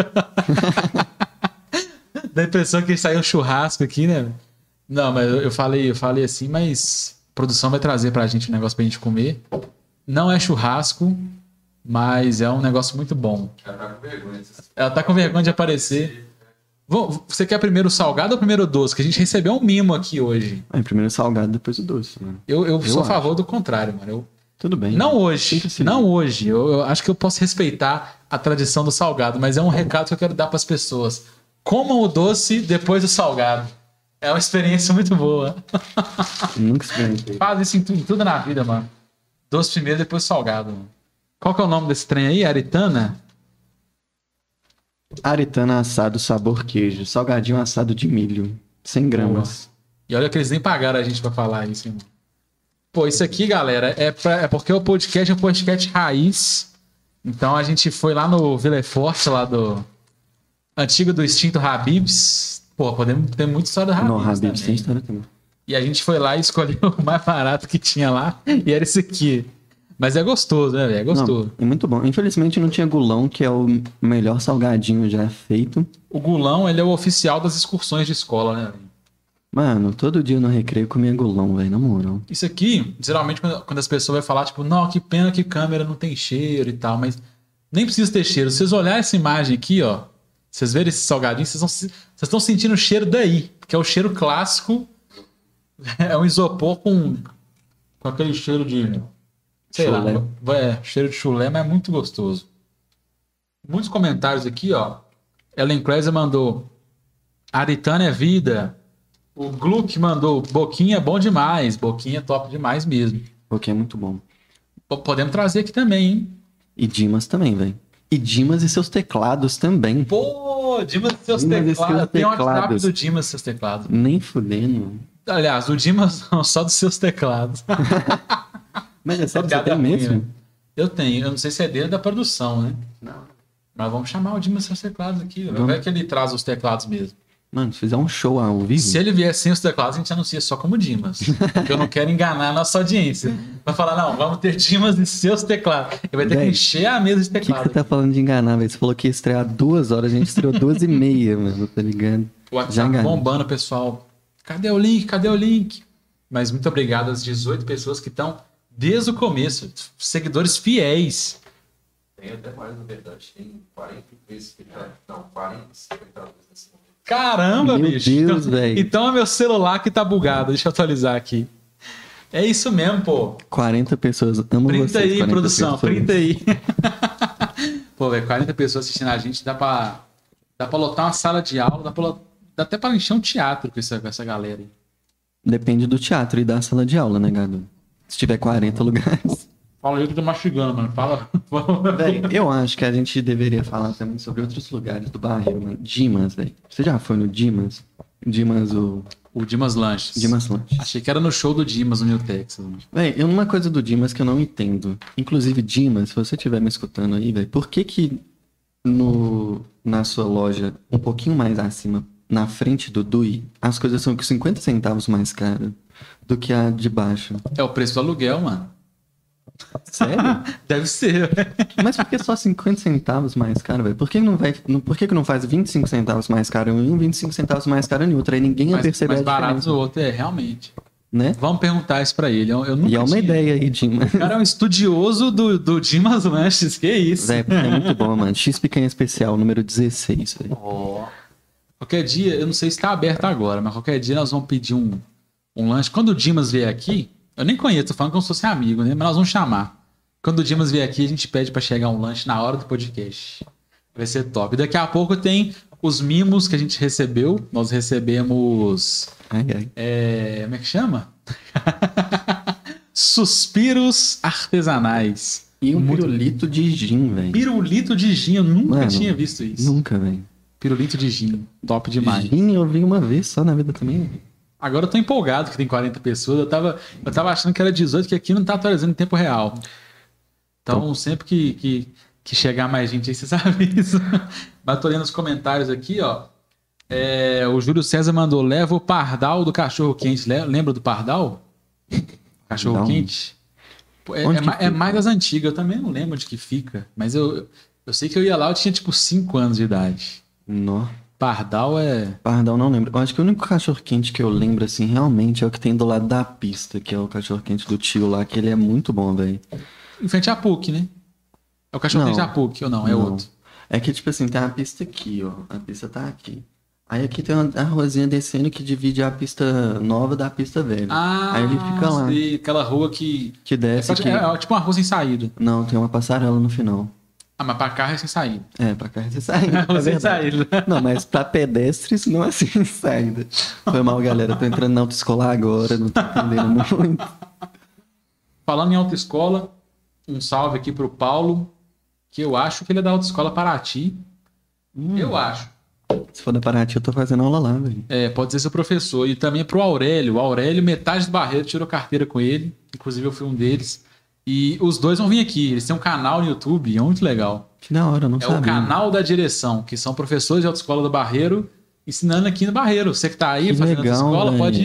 Dá a impressão que saiu um churrasco aqui, né? Não, mas eu falei assim, mas a produção vai trazer pra gente um negócio pra gente comer. Não é churrasco, mas é um negócio muito bom. Ela tá com vergonha. Ela tá com vergonha de aparecer. Você quer primeiro o salgado ou primeiro o doce? Que a gente recebeu um mimo aqui hoje. Aí, primeiro o salgado, depois o doce, mano. Eu sou a acho. favor do contrário, mano. Tudo bem. Não hoje, Sempre se não hoje. Eu acho que eu posso respeitar a tradição do salgado, mas é um recado que eu quero dar para as pessoas. Comam o doce depois do salgado. É uma experiência muito boa. Nunca experimentei. Faz isso em tudo na vida, mano. Doce primeiro, depois salgado. Mano. Qual que é o nome desse trem aí? Aritana? Aritana assado sabor queijo. Salgadinho assado de milho. 100 gramas. E olha que eles nem pagaram a gente para falar isso, irmão. Pô, isso aqui, galera, é porque o podcast é um podcast raiz. Então a gente foi lá no Vila Forte, lá do antigo do extinto Habib's. Pô, podemos ter muita história do Habib's No Habib's tem também. história também. E a gente foi lá e escolheu o mais barato que tinha lá. E era esse aqui. Mas é gostoso, né, velho? É gostoso. Não, é muito bom. Infelizmente não tinha gulão, que é o melhor salgadinho já feito. O gulão, ele é o oficial das excursões de escola, né, velho? Mano, todo dia no recreio eu comia gulão, velho, na moral. Isso aqui, geralmente, quando as pessoas vão falar, tipo, não, que pena que câmera não tem cheiro e tal, mas nem precisa ter cheiro. Se vocês olharem essa imagem aqui, ó, vocês verem esse salgadinho, vocês estão sentindo o cheiro daí, que é o cheiro clássico. É um isopor com aquele cheiro de... Sei chulé. Lá, cheiro de chulé, mas é muito gostoso. Muitos comentários aqui, ó. Ellen Kleiser mandou: Aritana é vida. O Gluck mandou: Boquinha é bom demais. Boquinha é top demais mesmo. Porque é muito bom. Podemos trazer aqui também, hein? E Dimas também, velho. E Dimas e seus teclados também. Pô, Dimas e seus Dimas e teclados. seus Tem um WhatsApp teclados. do Dimas e seus teclados. Nem fudendo. Aliás, o Dimas não, só dos seus teclados. Mas é sério, você Piada tem ruim, mesmo? né? Eu tenho. Eu não sei se é dele ou da produção, né? Não. Mas vamos chamar o Dimas e seus teclados aqui. Vai Vamos. ver que ele traz os teclados mesmo. Mano, se fizer um show ao vivo... Se ele vier sem os teclados, a gente anuncia só como Dimas. Porque eu não quero enganar a nossa audiência. Vai falar, não, vamos ter Dimas e seus teclados. Ele vai ter que Véi, encher a mesa de O que teclado. você tá falando de enganar, velho? Você falou que ia estrear 2 horas, a gente estreou 2h30, mano, tá ligado? O Já WhatsApp enganei. bombando, pessoal. Cadê o link? Cadê o link? Mas muito obrigado às 18 pessoas que estão desde o começo. Seguidores fiéis. Tem até mais, na verdade. Tem 43 espectadores. Não, 40 espectadores nesse momento. Caramba, Meu bicho. Deus, então, velho. então é meu celular que tá bugado. Deixa eu atualizar aqui. É isso mesmo, pô. 40 pessoas, amo Printa vocês, aí, 40 produção, pessoas. printa aí. Pô, velho, 40 pessoas assistindo a gente, dá pra lotar uma sala de aula, dá até pra encher um teatro com essa galera aí. Depende do teatro e da sala de aula, né, Gado? Se tiver 40 lugares. Fala aí que eu tô mastigando, mano. Fala. Véi, eu acho que a gente deveria falar também sobre outros lugares do Barreiro, mano. Dimas, velho. Você já foi no Dimas? Dimas, O Dimas Lanches. Dimas Lanches. Achei que era no show do Dimas, no New Texas. Mano. Véi, uma coisa do Dimas que eu não entendo. Inclusive, Dimas, se você estiver me escutando aí, velho, por que na sua loja, um pouquinho mais acima, na frente do Dui, as coisas são 50 centavos mais caras do que a de baixo? É o preço do aluguel, mano. Sério? Deve ser, velho. Mas por que só 50 centavos mais caro, velho? Por que que não faz 25 centavos mais caro em um e 25 centavos mais caro em outro? Aí ninguém ia perceber Mais a barato diferença, do outro, realmente. né? Vamos perguntar isso pra ele. Eu nunca E é uma tinha- ideia aí, Dimas. O cara é um estudioso do Dimas Lanches, que isso? Véi, porque é muito bom, mano. X Picanha Especial, número 16, velho. Ó. Qualquer dia, eu não sei se tá aberto agora, mas qualquer dia nós vamos pedir um lanche. Quando o Dimas vier aqui, eu nem conheço, tô falando como se fosse amigo, né? Mas nós vamos chamar. Quando o Dimas vier aqui, a gente pede pra chegar um lanche na hora do podcast. Vai ser top. Daqui a pouco tem os mimos que a gente recebeu. Nós recebemos... Ai, ai. como é que chama? Suspiros artesanais. E um pirulito de gin, velho. Pirulito de gin, eu nunca Mano, tinha visto isso. Nunca, velho. Pirulito de gin, top demais. Gin eu vi uma vez só na vida também. Agora eu tô empolgado que tem 40 pessoas. Eu tava achando que era 18, que aqui não tá atualizando em tempo real. Então, sempre que chegar mais gente aí, vocês avisam. Mas tô lendo os comentários aqui, ó. O Júlio César mandou: leva o pardal do cachorro quente. Lembra do pardal? Cachorro Não. quente? Pô, Onde que é fica? mais das antigas. Eu também não lembro de que fica. Mas eu sei que eu ia lá, eu tinha tipo 5 anos de idade. Nó. Pardal é. Pardal, não lembro. Eu acho que o único cachorro-quente que eu lembro, assim, realmente é o que tem do lado da pista, que é o cachorro-quente do tio lá, que ele é muito bom, velho. Em frente à PUC, né? É o cachorro quente Não. da PUC, ou não? É Não. outro. É que, tipo assim, tem a pista aqui, ó. A pista tá aqui. Aí aqui tem a ruazinha descendo que divide a pista nova da pista velha. Ah, Aí ele fica lá. sei, aquela rua que. Que desce aqui. É tipo uma rua sem saída. Não, tem uma passarela no final. Ah, mas pra carro é sem saída. É, pra cá você sai. Rua sem saída. Não, mas pra pedestres não é assim saída. Foi mal, galera. Tô entrando na autoescola agora, não tô entendendo muito. Falando em autoescola, um salve aqui pro Paulo, que eu acho que ele é da autoescola Paraty. Eu acho. Se for da Paraty, eu tô fazendo aula lá, velho. Pode ser seu professor. E também pro Aurélio. O Aurélio, metade do Barreiro, tirou carteira com ele. Inclusive, eu fui um deles. E os dois vão vir aqui. Eles têm um canal no YouTube, é muito legal. Que da hora, eu não É sabia. o canal da direção, que são professores de autoescola do Barreiro, ensinando aqui no Barreiro. Você que tá aí Que fazendo legal, autoescola, velho.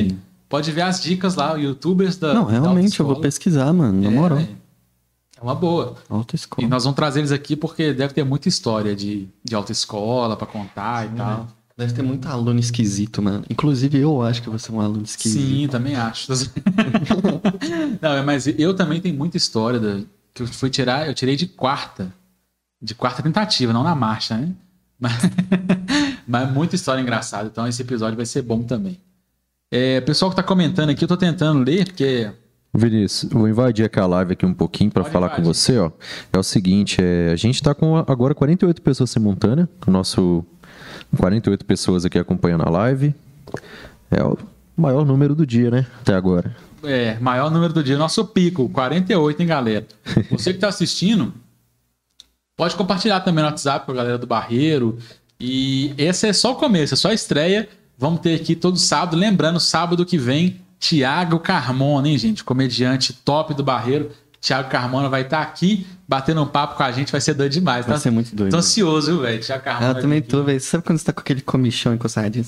pode ver as dicas lá, youtubers da Não, realmente, eu vou autoescola. pesquisar, mano, na moral. É uma boa. E Autoescola. nós vamos trazer eles aqui porque deve ter muita história de autoescola pra contar e tal. Deve ter muito aluno esquisito, mano. Inclusive, eu acho que você é um aluno esquisito. Sim, também acho. Não, mas eu também tenho muita história que eu fui tirar, eu tirei de quarta tentativa, não na marcha, né? Mas muita história engraçada, então esse episódio vai ser bom também. Pessoal que tá comentando aqui, eu tô tentando ler, porque... Vinícius, vou invadir aqui a live aqui um pouquinho para Pode falar invadir. com você, ó. É o seguinte, a gente tá com agora 48 pessoas simultâneas, o nosso 48 pessoas aqui acompanhando a live. É o maior número do dia, né? Até agora. Maior número do dia, nosso pico, 48, hein, galera? Você que tá assistindo, pode compartilhar também no WhatsApp com a galera do Barreiro. E esse é só o começo, é só a estreia. Vamos ter aqui todo sábado. Lembrando, sábado que vem, Thiago Carmona, hein, gente? Comediante top do Barreiro. Thiago Carmona vai estar aqui batendo um papo com a gente. Vai ser doido demais. Vai ser muito doido. Tô ansioso, viu, velho? Thiago Carmona. Eu também vai vir tô, aqui. velho. Sabe quando você tá com aquele comichão encostadinho?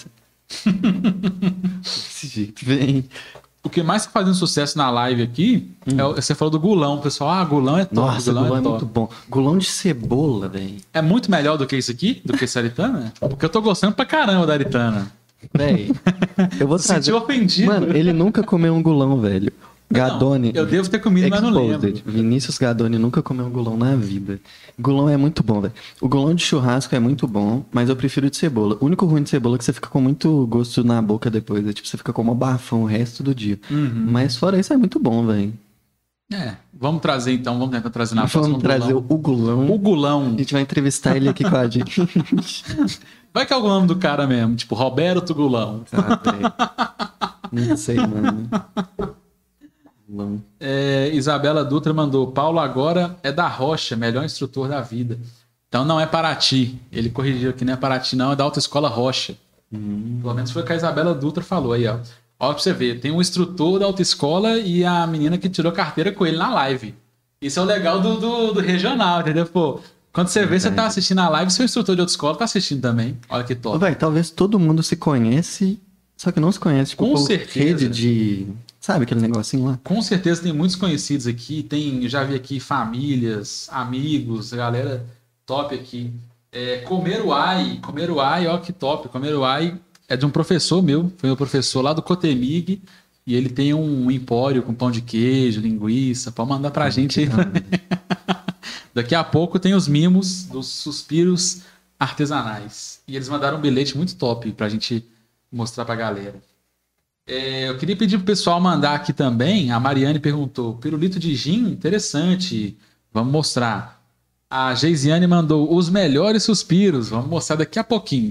Desse jeito, vem. O que mais tá fazendo sucesso na live aqui você falou do gulão. Pessoal, gulão é top. Nossa, gulão é top. muito bom. Gulão de cebola, velho. É muito melhor do que isso aqui? Do que esse Aritana? Porque eu tô gostando pra caramba da Aritana. Véi, eu vou Me trazer... senti ofendido. Mano, ele nunca comeu um gulão, velho. Gadoni. Eu devo ter comido, mas não lembro. Exposed. Vinícius Gadoni nunca comeu um gulão na vida. Gulão é muito bom, velho. O gulão de churrasco é muito bom, mas eu prefiro de cebola. O único ruim de cebola é que você fica com muito gosto na boca depois. É tipo, você fica com uma bafão o resto do dia. Mas fora isso, é muito bom, velho. Vamos trazer então, vamos tentar trazer na próxima. Vamos trazer o gulão. O gulão. A gente vai entrevistar ele aqui com a gente. Vai que é o nome do cara mesmo, tipo Roberto Gulão. Ah, velho. Não sei, mano. Gulão. Isabela Dutra mandou: Paulo agora é da Rocha, melhor instrutor da vida. Então não é Paraty. Ele corrigiu aqui, não é Paraty, não, é da Autoescola Rocha. Pelo menos foi o que a Isabela Dutra falou aí, ó. Olha pra você ver, tem um instrutor da autoescola e a menina que tirou carteira com ele na live. Isso é o legal do regional, entendeu? Pô, quando você vê, você tá assistindo a live, seu instrutor de autoescola tá assistindo também. Olha que top. Véi, talvez todo mundo se conhece, só que não se conhece. Tipo, Com por certeza. rede de... Sabe aquele negocinho lá? Com certeza tem muitos conhecidos aqui, eu já vi aqui famílias, amigos, galera top aqui. Comeruai, ó que top. Comeruai é de um professor meu, foi meu professor lá do Cotemig, e ele tem um empório com pão de queijo, linguiça, pode mandar pra gente aí. Daqui a pouco tem os mimos dos suspiros artesanais. E eles mandaram um bilhete muito top pra gente mostrar pra galera. Eu queria pedir pro pessoal mandar aqui também. A Mariane perguntou: pirulito de gin? Interessante. Vamos mostrar. A Geisiane mandou os melhores suspiros. Vamos mostrar daqui a pouquinho.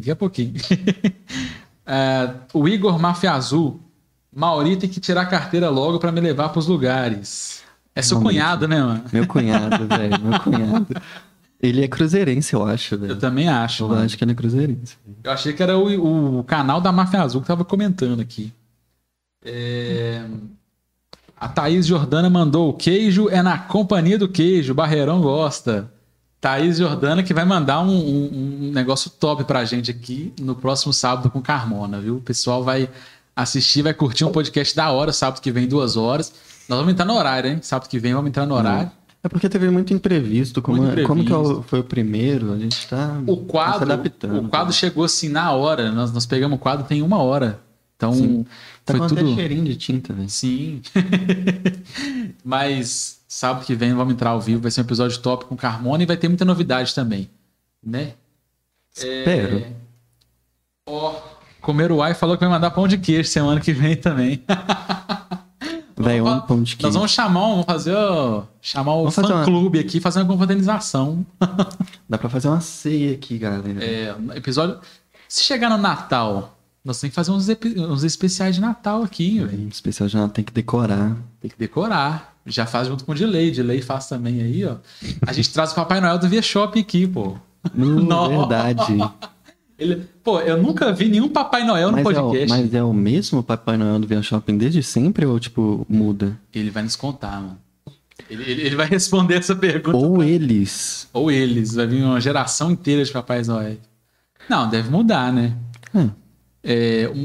O Igor Máfia Azul. Mauri tem que tirar a carteira logo para me levar pros lugares. É seu Realmente. cunhado, né, mano? Meu cunhado, velho. Meu cunhado. Ele é cruzeirense, eu acho, velho. Eu também acho, Eu mano. acho que ele é cruzeirense. Eu achei que era o canal da Máfia Azul que tava comentando aqui. A Thaís Jordana mandou: o queijo é na companhia do queijo, o Barreirão gosta. Thaís Jordana que vai mandar um negócio top pra gente aqui no próximo sábado com Carmona, viu? O pessoal vai assistir, vai curtir um podcast da hora, sábado que vem, 2 horas. Nós vamos entrar no horário, hein? Sábado que vem vamos entrar no horário. É porque teve muito imprevisto. Como que foi o primeiro? A gente tá se adaptando. O quadro chegou assim na hora. Nós pegamos o quadro tem 1 hora. Então, Sim. Tá foi com tudo... até cheirinho de tinta, velho. Sim. Mas sábado que vem vamos entrar ao vivo. Vai ser um episódio top com Carmona e vai ter muita novidade também. Né? Espero. Comeruai falou que vai mandar pão de queijo semana que vem também. Velho, um pão de queijo. Nós vamos chamar o fã-clube aqui, fazer uma confraternização. Dá pra fazer uma ceia aqui, galera. Episódio... Se chegar no Natal, nós temos que fazer uns especiais de Natal aqui, velho. Um especial já tem que decorar. Tem que decorar. Já faz junto com o Delay. Delay faz também aí, ó. A gente traz o Papai Noel do Via Shopping aqui, pô. Verdade. Eu nunca vi nenhum Papai Noel no podcast. Mas é o mesmo Papai Noel do Via Shopping desde sempre ou, tipo, muda? Ele vai nos contar, mano. Ele vai responder essa pergunta. Ou eles. Vai vir uma geração inteira de Papai Noel. Não, deve mudar, né?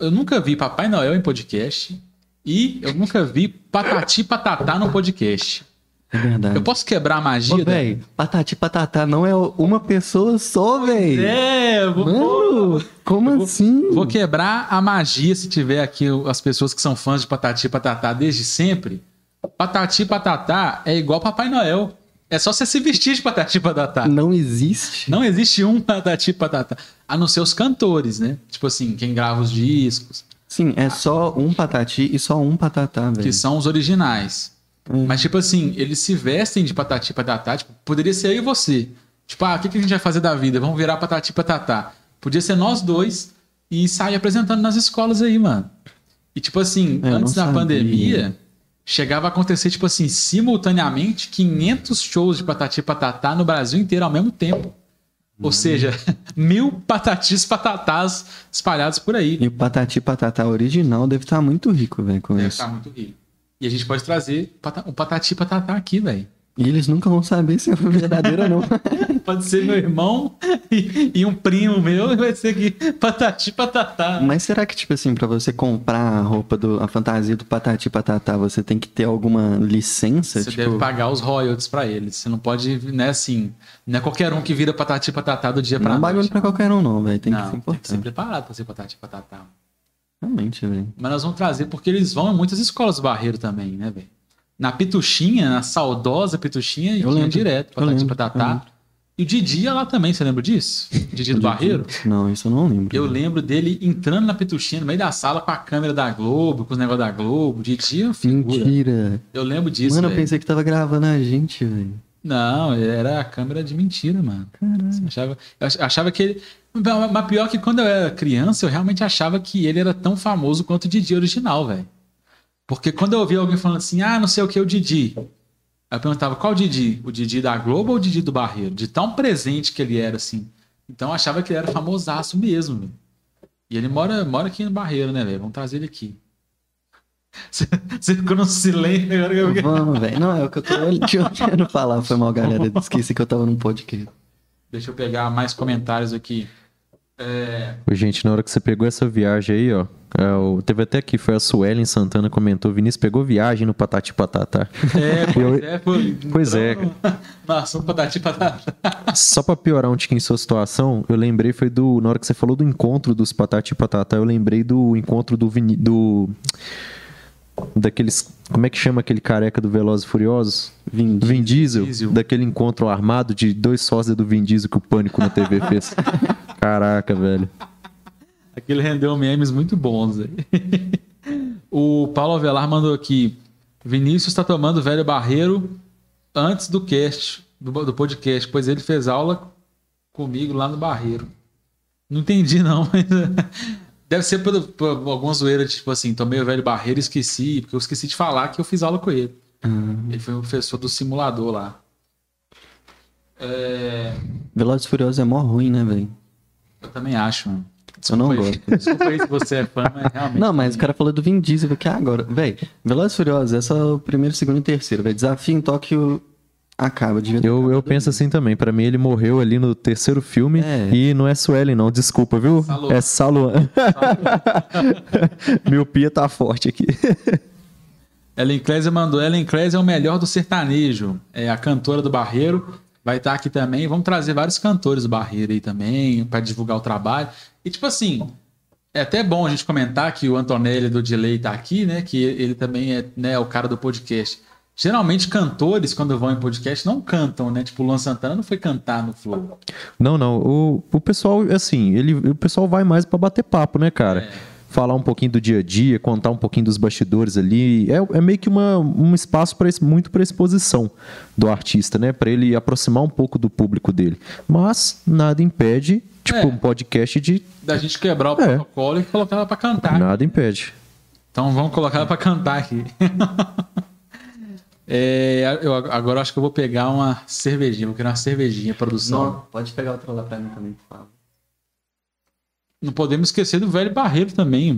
eu nunca vi Papai Noel em podcast e eu nunca vi Patati e Patatá no podcast. É verdade. Eu posso quebrar a magia? Ô, véi, Patati e Patatá não é uma pessoa só, véi. Eu vou... Mano, como assim? Vou quebrar a magia se tiver aqui as pessoas que são fãs de Patati e Patatá desde sempre. Patati e Patatá é igual Papai Noel. É só você se vestir de Patati e Patatá. Não existe. Não existe um Patati e Patatá. A não ser os cantores, né? Tipo assim, quem grava os discos, Sim, é só um Patati e só um Patatá, velho. que são os originais. Hum. Mas, tipo assim, eles se vestem de Patati e Patatá. Tipo, poderia ser eu e você. Tipo, o que a gente vai fazer da vida? Vamos virar Patati e Patatá. Podia ser nós dois e sair apresentando nas escolas aí, mano. E, tipo assim, Eu antes não da sabia. pandemia, chegava a acontecer, tipo assim, simultaneamente, 500 shows de Patati e Patatá no Brasil inteiro ao mesmo tempo. Ou seja, 1000 Patatis e Patatás espalhados por aí. E o Patati e Patatá original deve estar muito rico, velho, com Deve isso. estar muito rico. E a gente pode trazer o Patati e Patatá aqui, velho. E eles nunca vão saber se é verdadeiro ou não. Pode ser meu irmão e um primo meu, e vai ser aqui Patati e Patatá. Mas será que, tipo assim, pra você comprar a roupa, a fantasia do Patati e Patatá, você tem que ter alguma licença? Você tipo... deve pagar os royalties pra eles. Você não pode, né, assim... Não é qualquer um que vira Patati e Patatá do dia Não é pra um bagulho noite. pra qualquer um, não, velho. Tem que Não, ser tem que ser importante. preparado pra ser Patati e Patatá. Realmente, velho. Mas nós vamos trazer porque eles vão em muitas escolas do Barreiro também, né, velho? Na Pituxinha, na saudosa Pituxinha, e Eu tinha lembro, direto, eu Patati e lembro, eu Patatá. lembro. E o Didi ia lá também, você lembra disso? Didi do Barreiro? Não, isso eu não lembro. Eu velho. lembro dele entrando na Pituxinha, no meio da sala, com a câmera da Globo, com os negócios da Globo. Didi é uma figura. Mentira. Eu lembro disso, Mano, eu velho. pensei que tava gravando a gente, velho. Não, era a câmera de mentira, mano. Eu achava que ele... Mas pior que quando eu era criança, eu realmente achava que ele era tão famoso quanto o Didi original, velho. Porque quando eu ouvia alguém falando assim, não sei o que, o Didi. Aí eu perguntava, qual Didi? O Didi da Globo ou o Didi do Barreiro? De tão presente que ele era, assim. Então eu achava que ele era famosaço mesmo, velho. E ele mora aqui no Barreiro, né, velho? Vamos trazer ele aqui. Você ficou no silêncio agora que eu... Vamos, velho. Não, é o que eu tô olhando falar. Foi mal, galera. Esqueci que eu tava num podcast. Deixa eu pegar mais comentários aqui. Ô, gente, na hora que você pegou essa viagem aí, ó. Teve até aqui, foi a Suelen Santana comentou: Vinícius pegou viagem no Patati e Patatá. Pois é. Nossa, um Patati e Patatá. Só pra piorar um tiquinho sua situação, eu lembrei foi na hora que você falou do encontro dos Patati e Patatá, eu lembrei do encontro daqueles, como é que chama aquele careca do Velozes e Furiosos? Vin Diesel. Daquele encontro armado de 2 sócios do Vin Diesel que o Pânico na TV fez. Caraca, velho. Aquele rendeu memes muito bons. Aí. O Paulo Avelar mandou aqui: Vinícius está tomando velho Barreiro antes do cast, do podcast, pois ele fez aula comigo lá no Barreiro. Não entendi, não, mas deve ser por alguma zoeira, tipo assim, tomei o velho Barreiro e esqueci, porque eu esqueci de falar que eu fiz aula com ele. Ele foi um professor do simulador lá. Velozes e Furiosos é mó ruim, né, velho? Eu também acho, mano. Eu não Desculpa aí. gosto. Desculpa aí se você é fã, mas realmente. Não, mas o cara falou do Vin Diesel, porque agora, velho, Velozes e Furiosos é só o primeiro, segundo e terceiro, velho. Desafio em Tóquio acaba. Eu penso assim também. Pra mim, ele morreu ali no 3º filme. E não é Suelen, não. Desculpa, viu? Salô. É Saluan. Miopia tá forte aqui. Ellen Clésia mandou. Ellen Clésia é o melhor do sertanejo. É a cantora do Barreiro. Vai estar aqui também. Vamos trazer vários cantores do Barreiro aí também, para divulgar o trabalho. E tipo assim, é até bom a gente comentar que o Antonelli do Delay tá aqui, né? Que ele também é, né, o cara do podcast. Geralmente cantores, quando vão em podcast, não cantam, né? Tipo, o Luan Santana não foi cantar no Flow. Não. O pessoal, assim, o pessoal vai mais pra bater papo, né, cara? Falar um pouquinho do dia a dia, contar um pouquinho dos bastidores ali. É meio que um espaço muito para exposição do artista, né? Para ele aproximar um pouco do público dele. Mas nada impede, tipo, um podcast da gente quebrar o protocolo e colocar ela para cantar. Nada impede. Então vamos colocar ela para cantar aqui. Agora eu acho que eu vou pegar uma cervejinha. Vou querer uma cervejinha, produção. Não, pode pegar outra lá pra mim também, por favor. Não podemos esquecer do velho Barreiro também.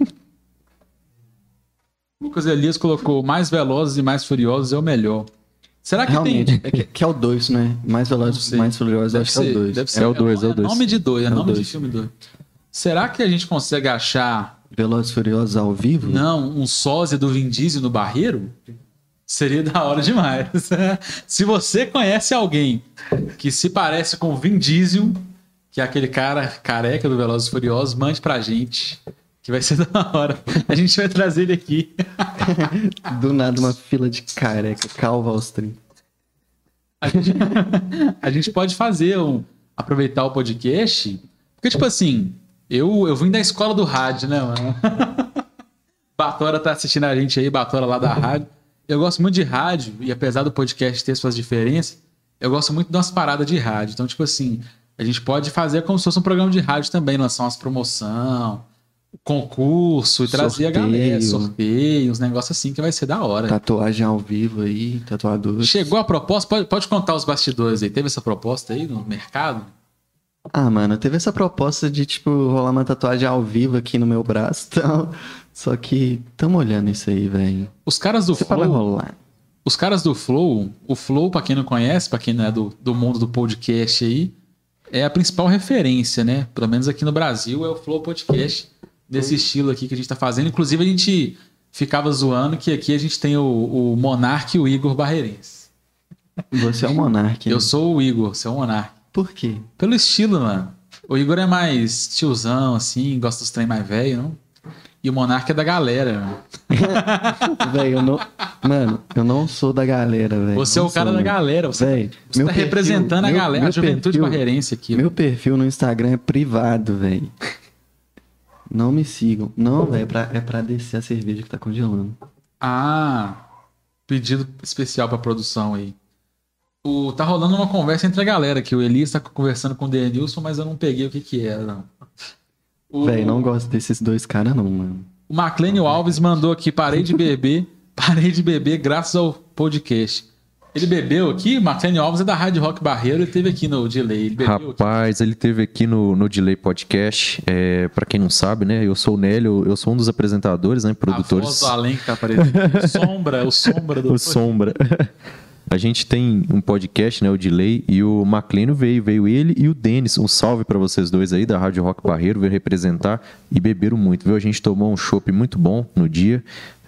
Lucas Elias colocou: mais velozes e mais furiosos é o melhor. Será que realmente, tem... que é o 2, né? Mais velozes e mais furiosos, acho que é o 2. Deve ser. É o 2, é o 2. Nome de 2, é nome dois. de filme 2. Será que a gente consegue achar Velozes e Furiosos ao vivo? Não, um sósia do Vin Diesel no Barreiro? Seria da hora demais. Se você conhece alguém que se parece com o Vin Diesel, que é aquele cara careca do Velozes e Furiosos, mande pra gente, que vai ser da hora. A gente vai trazer ele aqui. Do nada uma fila de careca, calva aos 30. A gente pode fazer aproveitar o podcast, porque tipo assim, eu vim da escola do rádio, né, mano? Batora tá assistindo a gente aí, Batora lá da rádio. Eu gosto muito de rádio, e apesar do podcast ter suas diferenças, eu gosto muito de umas paradas de rádio. Então, tipo assim, a gente pode fazer como se fosse um programa de rádio também, lançar umas promoção, concurso, e trazer a galera, sorteio, uns negócios assim que vai ser da hora. Tatuagem ao vivo aí, tatuador. Chegou a proposta? Pode contar os bastidores aí. Teve essa proposta aí no mercado? Ah, mano, teve essa proposta de, tipo, rolar uma tatuagem ao vivo aqui no meu braço e tal. Só que tamo olhando isso aí, velho. Os caras do Vai Flow... rolar. Os caras do Flow... O Flow, pra quem não conhece, pra quem não é do mundo do podcast aí, é a principal referência, né? Pelo menos aqui no Brasil é o Flow Podcast, desse estilo aqui que a gente tá fazendo. Inclusive, a gente ficava zoando que aqui a gente tem o Monark e o Igor Barreirense. Você é o Monark. Eu sou o Igor, você é o Monark. Por quê? Pelo estilo, mano. O Igor é mais tiozão, assim, gosta dos trem mais velho, não? E o Monark é da galera, mano. Velho, eu não... Mano, eu não sou da galera, velho. Você é o cara da galera. Você tá representando a galera, a juventude barreirense aqui. Meu perfil no Instagram é privado, velho. Não me sigam. Não, velho, é pra descer a cerveja que tá congelando. Ah, pedido especial pra produção aí. Tá rolando uma conversa entre a galera aqui. O Elias tá conversando com o Denilson, mas eu não peguei o que era, não. Véi, não gosto desses dois caras não, mano. O Maclênio Alves mandou aqui, parei de beber graças ao podcast. Ele bebeu aqui? O Maclênio Alves é da Rádio Rock Barreiro, ele teve aqui no Delay. Ele bebeu Rapaz, ele teve aqui no Delay Podcast. Pra quem não sabe, né? Eu sou o Nélio, eu sou um dos apresentadores, né? Produtores. A voz do além que tá aparecendo. O Sombra do... O Sombra. A gente tem um podcast, né, o Delay, e o Maclênio veio ele e o Denis. Um salve pra vocês dois aí da Rádio Rock Barreiro, veio representar e beberam muito, viu? A gente tomou um chopp muito bom no dia.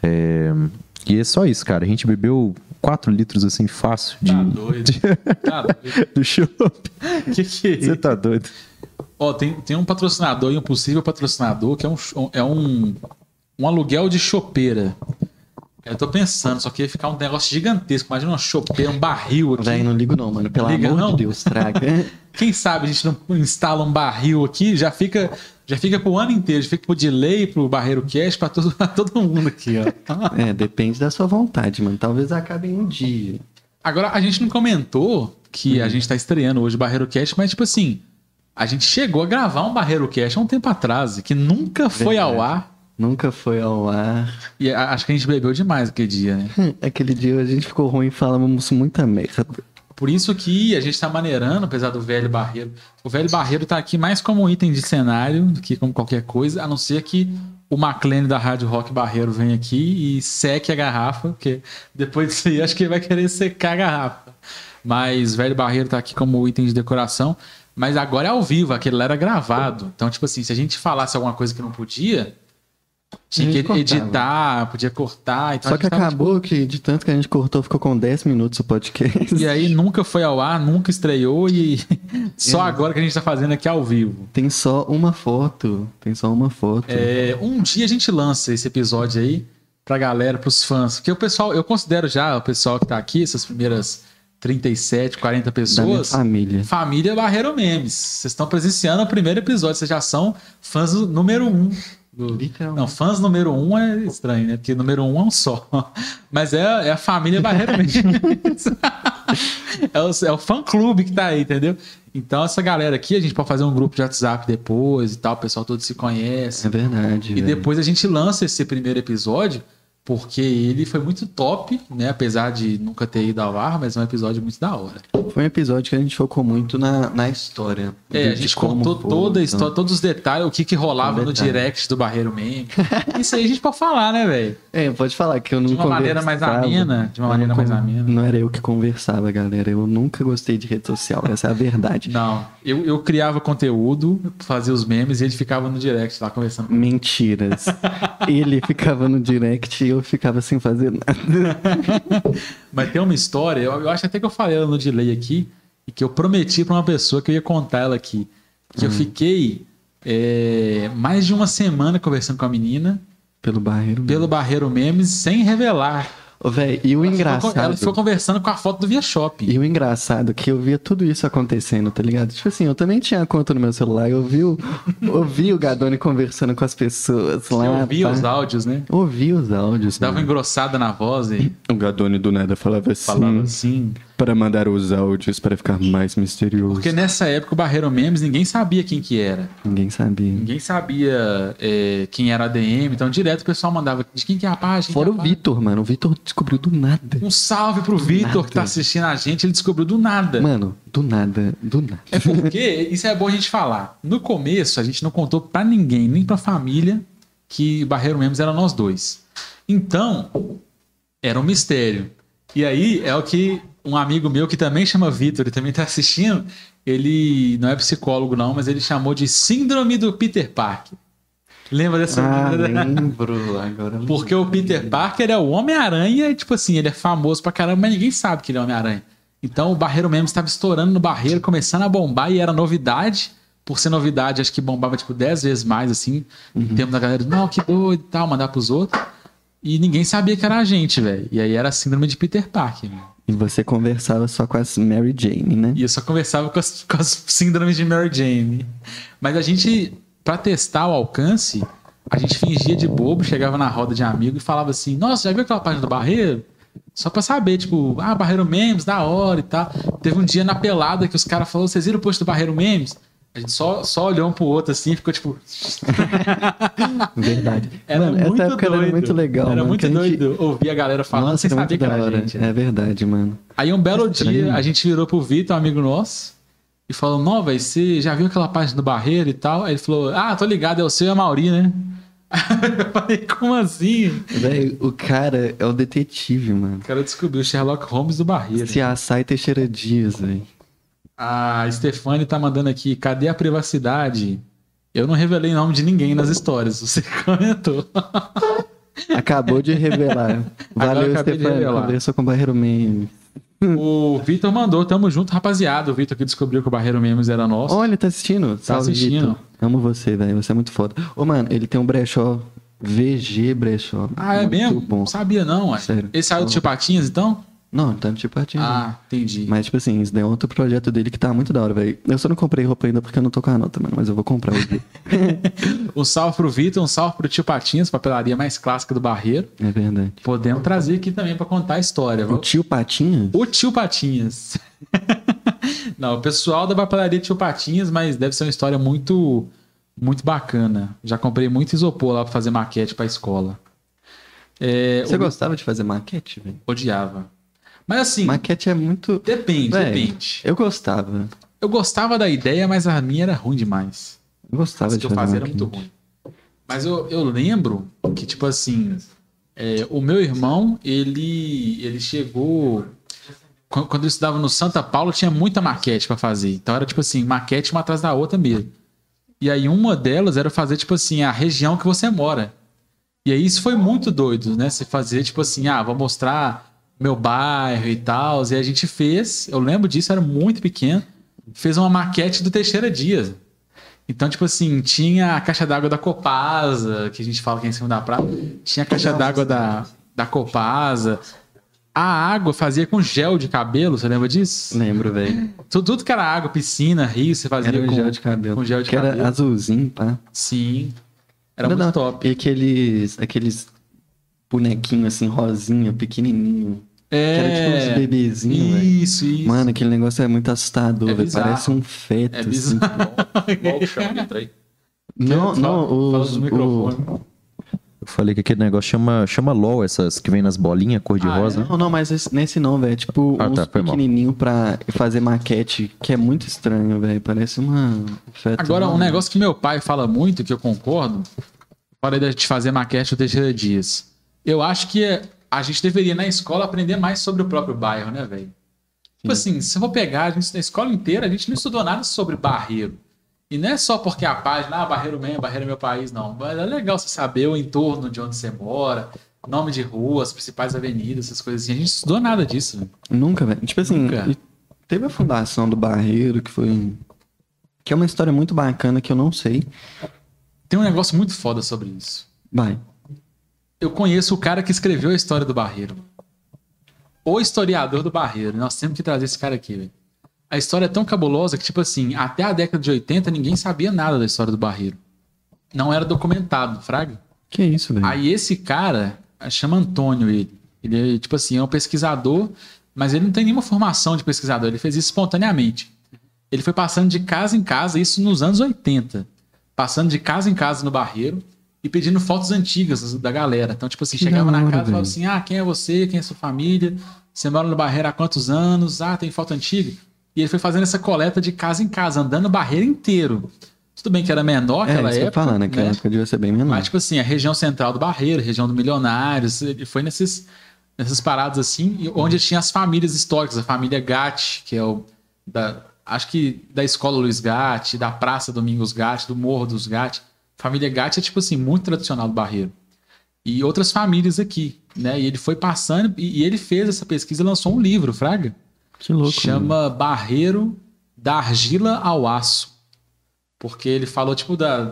E é só isso, cara. A gente bebeu 4 litros assim, fácil. Tá doido. Tá doido. Do chopp. Que é isso? Você tá doido. Ó, tem um patrocinador e um possível patrocinador que é um aluguel de chopeira. Eu tô pensando, só que ia ficar um negócio gigantesco. Imagina uma chopeira, um barril aqui. Véi, não ligo não, mano. Pelo amor de Deus, traga. Quem sabe a gente não instala um barril aqui, já fica pro ano inteiro, já fica pro Delay, pro Barreiro Cast, pra todo mundo aqui, ó. Depende da sua vontade, mano. Talvez acabe em um dia. Agora, a gente não comentou que a gente tá estreando hoje o Barreiro Cast, mas tipo assim, a gente chegou a gravar um Barreiro Cast há um tempo atrás, que nunca foi ao ar. Nunca foi ao ar. E acho que a gente bebeu demais aquele dia, né? Aquele dia a gente ficou ruim e falamos muita merda. Por isso que a gente tá maneirando, apesar do Velho Barreiro. O Velho Barreiro tá aqui mais como um item de cenário do que como qualquer coisa, a não ser que o McLean da Rádio Rock Barreiro venha aqui e seque a garrafa, porque depois disso aí acho que ele vai querer secar a garrafa. Mas Velho Barreiro tá aqui como item de decoração. Mas agora é ao vivo, aquele lá era gravado. Então, tipo assim, se a gente falasse alguma coisa que não podia... Tinha que editar, podia cortar. Então só que acabou que de tanto que a gente cortou, ficou com 10 minutos o podcast. E aí nunca foi ao ar, nunca estreou e só agora que a gente tá fazendo aqui ao vivo. Tem só uma foto. Um dia a gente lança esse episódio aí pra galera, pros fãs. Porque o pessoal, eu considero já o pessoal que tá aqui, essas primeiras 37, 40 pessoas. Da minha família. Família Barreiro Memes. Vocês estão presenciando o primeiro episódio, vocês já são fãs do número 1. Não, fãs número 1 é estranho, né? Porque número 1 é um só. Mas é a família Barreiro Memes. É o fã-clube que tá aí, entendeu? Então essa galera aqui, a gente pode fazer um grupo de WhatsApp depois e tal, o pessoal todo se conhece. É verdade. E depois a gente lança esse primeiro episódio porque ele foi muito top, né? Apesar de nunca ter ido ao ar, mas é um episódio muito da hora. Foi um episódio que a gente focou muito na história. A gente contou toda a história, todos os detalhes, o que rolava no direct do Barreiro Meme. Isso aí a gente pode falar, né, velho? Pode falar que eu não conversava. De uma maneira mais amena. Não era eu que conversava, galera. Eu nunca gostei de rede social, essa é a verdade. Não, eu criava conteúdo, fazia os memes e ele ficava no direct lá conversando. Mentiras. Ele ficava no direct e eu ficava sem fazer nada. Mas tem uma história, eu acho até que eu falei ela no delay aqui, e que eu prometi pra uma pessoa que eu ia contar ela aqui. Que eu fiquei mais de uma semana conversando com a menina. Pelo Barreiro Memes, sem revelar. Ô, véi, e o engraçado... Ela ficou conversando com a foto do Via Shop. E o engraçado é que eu via tudo isso acontecendo, tá ligado? Tipo assim, eu também tinha conta no meu celular, eu ouvi o Gadone conversando com as pessoas lá. Eu ouvia os áudios, né? Ouvi os áudios. Dava uma engrossada na voz e... O Gadone do nada falava assim. Para mandar os áudios para ficar mais misterioso. Porque nessa época o Barreiro Memes, ninguém sabia quem que era. Ninguém sabia quem era a DM, então direto o pessoal mandava de quem que é a página. Fora o Vitor, mano. O Vitor descobriu do nada. Um salve pro Vitor que tá assistindo a gente, ele descobriu do nada. Mano, do nada. É porque, isso é bom a gente falar. No começo, a gente não contou pra ninguém, nem pra família, que Barreiro Memes era nós dois. Então, era um mistério. E aí, é o que um amigo meu, que também chama Vitor, ele também tá assistindo, ele não é psicólogo não, mas ele chamou de Síndrome do Peter Parker. Lembra dessa? Lembro agora. Porque o Peter Parker é o Homem-Aranha, tipo assim, ele é famoso pra caramba, mas ninguém sabe que ele é Homem-Aranha. Então o Barreiro Memes estava estourando no Barreiro, começando a bombar, e era novidade. Por ser novidade, acho que bombava tipo 10 vezes mais, assim, em termos da galera, não, que doido e tal, mandar pros outros. E ninguém sabia que era a gente, velho. E aí era a síndrome de Peter Parker, velho. E você conversava só com as Mary Jane, né? E eu só conversava com as síndromes de Mary Jane. Mas a gente, pra testar o alcance, a gente fingia de bobo, chegava na roda de amigo e falava assim, nossa, já viu aquela página do Barreiro? Só pra saber, tipo, Barreiro Memes, da hora e tal. Teve um dia na pelada que os caras falaram, vocês viram o post do Barreiro Memes? A gente só olhou um pro outro assim e ficou tipo... Verdade. Era mano, muito essa época doido. Era muito legal. Era muito doido ouvir a galera falando sem Nossa, saber que era a gente. É verdade, mano. Aí um belo dia a gente virou pro Vitor, um amigo nosso, e falou, não, velho, você já viu aquela página do Barreiro e tal? Aí ele falou, tô ligado, é o seu e a Mauri, né? Eu falei, como assim? Velho, o cara é o detetive, mano. O cara descobriu o Sherlock Holmes do Barreiro. Se assai Teixeira Dias, velho. A Stefane tá mandando aqui, cadê a privacidade? Eu não revelei nome de ninguém nas histórias, você comentou. Acabou de revelar. Valeu, Stefane, conversou com o Barreiro Memes. O Vitor mandou, tamo junto, rapaziada. O Vitor que descobriu que o Barreiro Memes era nosso. Olha, tá assistindo? Tá assistindo. Vitor. Amo você, velho, você é muito foda. Ô, mano, ele tem um brechó, VG Brechó. É mesmo? Bom. Não sabia não, ué. Sério. Ele saiu do Tio Patinhas, então? Não, tá no Tio Patinhas. Entendi. Mas, tipo assim, isso daí é outro projeto dele que tá muito da hora, velho. Eu só não comprei roupa ainda porque eu não tô com a nota, mano. Mas eu vou comprar hoje. Um salve pro Vitor, um salve pro Tio Patinhas, papelaria mais clássica do Barreiro. É verdade. Podemos trazer aqui também pra contar a história. O Tio Patinhas? O Tio Patinhas. Não, o pessoal da papelaria Tio Patinhas, mas deve ser uma história muito, muito bacana. Já comprei muito isopor lá pra fazer maquete pra escola. Você gostava de fazer maquete, velho? Odiava. Mas assim... Maquete é muito... Depende. Eu gostava. Eu gostava da ideia, mas a minha era ruim demais. Eu gostava de fazer maquete. Era muito ruim. Mas eu lembro que, tipo assim... o meu irmão, ele chegou... Quando eu estudava no Santa Paula, tinha muita maquete pra fazer. Então era, tipo assim, maquete uma atrás da outra mesmo. E aí uma delas era fazer, tipo assim, a região que você mora. E aí isso foi muito doido, né? Você fazer, tipo assim, vou mostrar... meu bairro e tal, e a gente fez, eu lembro disso, era muito pequeno, fez uma maquete do Teixeira Dias. Então, tipo assim, tinha a caixa d'água da Copasa, que a gente fala que é em cima da praia, tinha a caixa d'água da Copasa, a água fazia com gel de cabelo, você lembra disso? Lembro, velho. Tudo que era água, piscina, rio, você fazia com gel de cabelo. Com gel de cabelo. Era azulzinho, pá. Sim, era muito top. E aqueles bonequinhos assim, rosinha, pequenininho. Que era tipo uns bebezinhos, velho. Isso. Mano, aquele negócio é muito assustador, velho. Parece um feto. É bizarro. Qual que chama? Entra aí. Não, Fala do microfone. falei que aquele negócio chama LOL, essas que vem nas bolinhas cor-de-rosa. Não, mas nesse não, velho. É tipo uns foi mal. pequenininho pra fazer maquete, que é muito estranho, velho. Parece uma... Agora, um negócio que meu pai fala muito, que eu concordo, falei de fazer maquete o Teixeira Dias. Eu acho que a gente deveria, na escola, aprender mais sobre o próprio bairro, né, velho? Tipo assim, se eu vou pegar, a gente, na escola inteira, a gente não estudou nada sobre Barreiro. E não é só porque a página, Barreiro mesmo, Barreiro é meu país, não. Mas é legal você saber o entorno de onde você mora, nome de ruas, principais avenidas, essas coisas assim. A gente não estudou nada disso, velho. Nunca, velho. Tipo assim, Nunca. teve a fundação do Barreiro, que é uma história muito bacana que eu não sei. Tem um negócio muito foda sobre isso. Vai. Eu conheço o cara que escreveu a história do Barreiro. O historiador do Barreiro. Nós temos que trazer esse cara aqui, velho. A história é tão cabulosa que, tipo assim, até a década de 80 ninguém sabia nada da história do Barreiro. Não era documentado, fraga. Que isso, velho? Aí esse cara, chama Antônio ele. Ele é, tipo assim, é um pesquisador, mas ele não tem nenhuma formação de pesquisador. Ele fez isso espontaneamente. Ele foi passando de casa em casa, isso nos anos 80. Passando de casa em casa no Barreiro e pedindo fotos antigas da galera. Então, tipo assim, Que chegava da na hora, casa e falava velho. assim, quem é você? Quem é sua família? Você mora no Barreiro há quantos anos? Tem foto antiga? E ele foi fazendo essa coleta de casa em casa, andando o Barreiro inteiro. Tudo bem que era menor naquela isso que eu época. ia falar, naquela época devia ser bem menor. Mas, tipo assim, a região central do Barreiro, região do Milionários, ele foi nessas paradas assim, onde tinha as famílias históricas, a família Gatti, que é acho que da escola Luiz Gatti, da Praça Domingos Gatti, do Morro dos Gatti. Família Gatti é, tipo assim, muito tradicional do Barreiro. E outras famílias aqui, né? E ele foi passando, e ele fez essa pesquisa e lançou um livro, fraga. Que louco. Chama Barreiro da Argila ao Aço. Porque ele falou, tipo,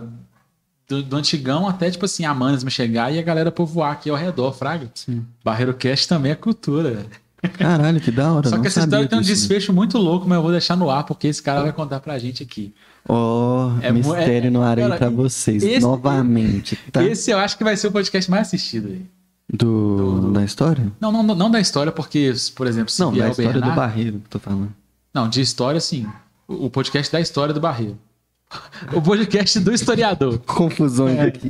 do antigão até, tipo assim, a Manesma chegar e a galera povoar aqui ao redor, fraga. Sim. Barreiro Cast também é cultura. Caralho, que da hora. Só não que essa sabia história tem um disso. desfecho muito louco, mas eu vou deixar no ar, porque esse cara vai contar pra gente aqui. Mistério no ar aí cara, pra vocês, esse- novamente, tá? Esse eu acho que vai ser o podcast mais assistido aí. Da história? Não da história, porque, por exemplo, se Não, vier da o história Bernard... do Barreiro que eu tô falando. Não, de história, sim. O podcast da história do Barreiro. O podcast do historiador. Confusões aqui.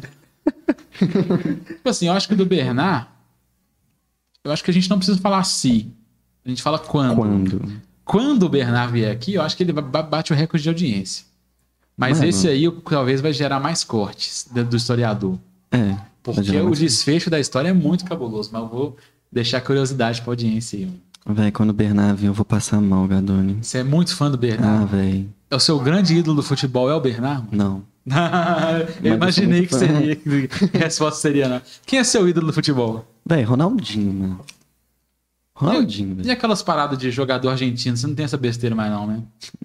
Tipo assim, eu acho que o do Bernard, eu acho que a gente não precisa falar se. A gente fala quando. Quando o Bernard vier aqui, eu acho que ele bate o recorde de audiência. Mas Mano. esse aí talvez vai gerar mais cortes do historiador. Vai Porque gerar o mais- desfecho da história é muito cabuloso, mas eu vou deixar curiosidade pra audiência aí. Véi, quando o Bernard vir, eu vou passar mal, Gadoni. Você é muito fã do Bernard? Véi. É o seu grande ídolo do futebol, é o Bernard? Não. Eu imaginei eu que sou muito seria. Que a resposta seria não. Quem é seu ídolo do futebol? Véi, Ronaldinho, mano. Ronaldinho, E velho. aquelas paradas de jogador argentino? Você não tem essa besteira mais não, né?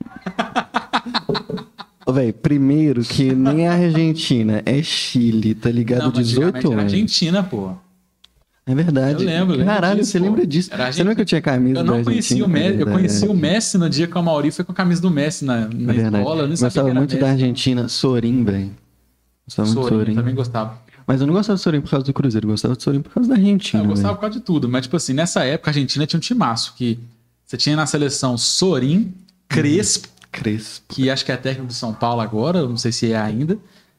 Véi, primeiro que nem é Argentina, é Chile, tá ligado? Não, mas 18 antigamente era anos. Argentina, pô. É verdade. Eu lembro Caralho, disso, você pô. lembra disso? Era Você lembra que eu tinha camisa Eu da não conhecia Argentina? o Messi. É Eu verdade. conheci o Messi no dia que o Mauri foi com a camisa do Messi na É verdade. escola. Eu nem sabia Gostava que era muito Messi. da Argentina, Sorin, velho. Gostava muito do Sorin, Sorin. eu também gostava. Mas eu não gostava do Sorin por causa do Cruzeiro, eu gostava do Sorin por causa da Argentina. Eu gostava velho. por causa de tudo. Mas, tipo assim, nessa época a Argentina tinha um timaço. Que você tinha na seleção Sorin, Crespo, Crespo. que acho que é técnico do São Paulo agora, eu não sei se é ainda.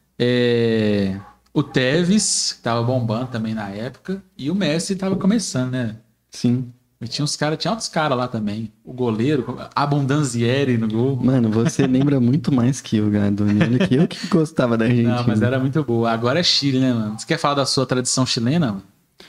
O Tevez, que tava bombando também na época, e o Messi tava começando, né? Sim. E tinha outros caras lá também. O goleiro, Abondanzieri no gol. Mano, você lembra muito mais que eu, Gadoni. Olha que eu que gostava da Argentina. Não, mas era muito boa. Agora é Chile, né, mano? Você quer falar da sua tradição chilena, mano?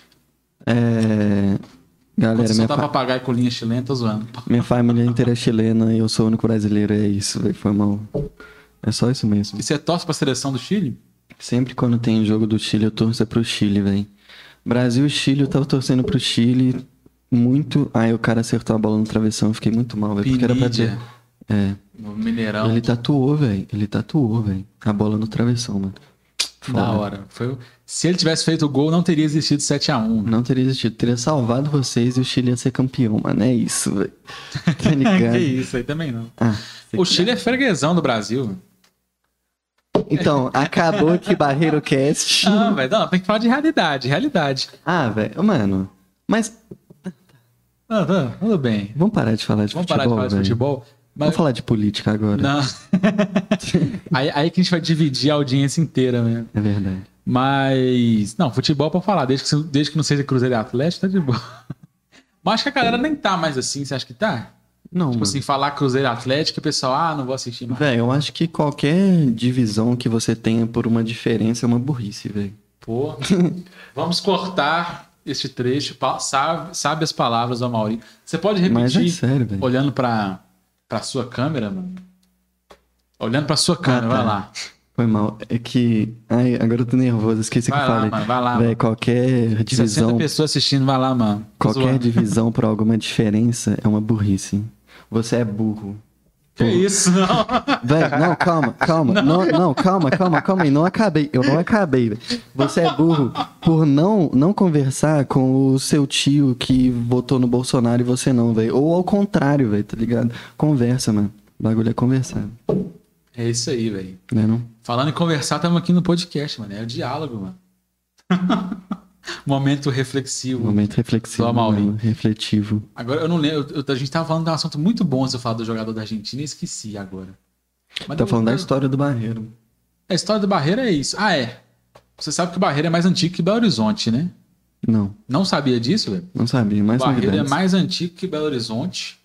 Galera, Quando você minha, soltar papagaio com linha chilena, tô zoando. minha família inteira é chilena e eu sou o único brasileiro, é isso, velho. Foi mal. É só isso mesmo. E você torce pra seleção do Chile? Sempre quando tem jogo do Chile, eu torço pro Chile, velho. Brasil e Chile, eu tava torcendo pro Chile muito. Aí o cara acertou a bola no travessão, eu fiquei muito mal, velho. Porque era pra Pinidia, ter. no Mineirão. Ele tatuou, velho. A bola no travessão, mano. Da hora. Se ele tivesse feito o gol, não teria existido 7-1. Não teria existido. Teria salvado vocês e o Chile ia ser campeão, mano. É isso, velho. Tá ligado? Que isso aí também não. Ah, O Chile é freguesão do Brasil. então, acabou aqui Barreiro Cast. Não, velho, não, tem que falar de realidade. Velho, mano. Mas Tá, tudo bem. vamos parar de falar de Vamos futebol, parar de falar de velho. futebol. Mas... Vamos falar de política agora. Não. aí que a gente vai dividir a audiência inteira mesmo. É verdade. Mas, não, futebol pra falar, desde que não seja Cruzeiro e Atlético, tá de boa. Mas acho que a galera nem tá mais assim, você acha que tá? Não, Tipo mano. assim, falar Cruzeiro e Atlético, o pessoal, não vou assistir mais. Velho, eu acho que qualquer divisão que você tenha por uma diferença é uma burrice, velho. Pô, vamos cortar este trecho, sabe as palavras do Amaury. Você pode Mas é repetir, sério, velho. olhando pra sua câmera, mano? Olhando pra sua câmera, tá. vai lá. Foi mal. É que. Ai, agora eu tô nervoso, esqueci Vai que eu lá, falei. mano, vai lá, Véi, mano. qualquer 60 divisão. pessoas assistindo, vai lá, mano. Tô Qualquer zoando. divisão por alguma diferença é uma burrice. Você é burro. Que isso, não. Véi, não, calma. Calma aí. Eu não acabei, velho. Você é burro por não conversar com o seu tio que votou no Bolsonaro e você não, velho. Ou ao contrário, velho, tá ligado? Conversa, mano. O bagulho é conversar. É isso aí, velho. Né, não? Falando em conversar, estamos aqui no podcast, mano. É o diálogo, mano. Momento reflexivo. Momento reflexivo. Do Amaury. Mano, refletivo. Agora, eu não lembro. A gente tava falando de um assunto muito bom se eu falar do jogador da Argentina e esqueci agora. Mas Tá falando da história do Barreiro. A história do Barreiro é isso. Ah, é. Você sabe que o Barreiro é mais antigo que Belo Horizonte, né? Não, Não sabia disso, velho? não sabia. Mais O Barreiro novidades. é mais antigo que Belo Horizonte.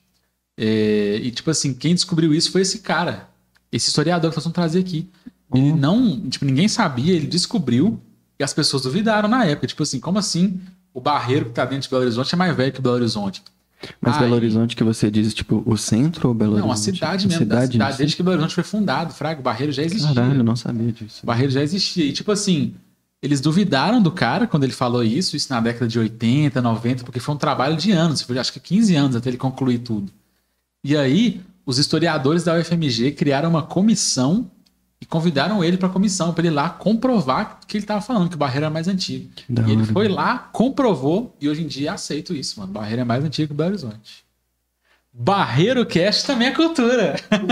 E, tipo assim, quem descobriu isso foi esse cara. Esse historiador que nós vamos trazer aqui. Ele não... Tipo, ninguém sabia, ele descobriu e as pessoas duvidaram na época. Tipo assim, como assim o Barreiro que tá dentro de Belo Horizonte é mais velho que Belo Horizonte? Mas Aí- Belo Horizonte que você diz, tipo, o centro ou Belo Não, a Horizonte? cidade mesmo. A cidade em si? desde que Belo Horizonte foi fundado, Fraga. O Barreiro já existia. Caralho, eu não sabia disso. O Barreiro já existia. E, tipo assim, eles duvidaram do cara quando ele falou isso na década de 80, 90, porque foi um trabalho de anos, foi, acho que 15 anos até ele concluir tudo. E aí, os historiadores da UFMG criaram uma comissão e convidaram ele para a comissão, para ele ir lá comprovar que ele estava falando, que o Barreiro era mais antigo. Que da E ele hora. foi lá, comprovou, e hoje em dia aceito isso, mano. O Barreiro é mais antigo que o Belo Horizonte. Barreiro Cast também é cultura.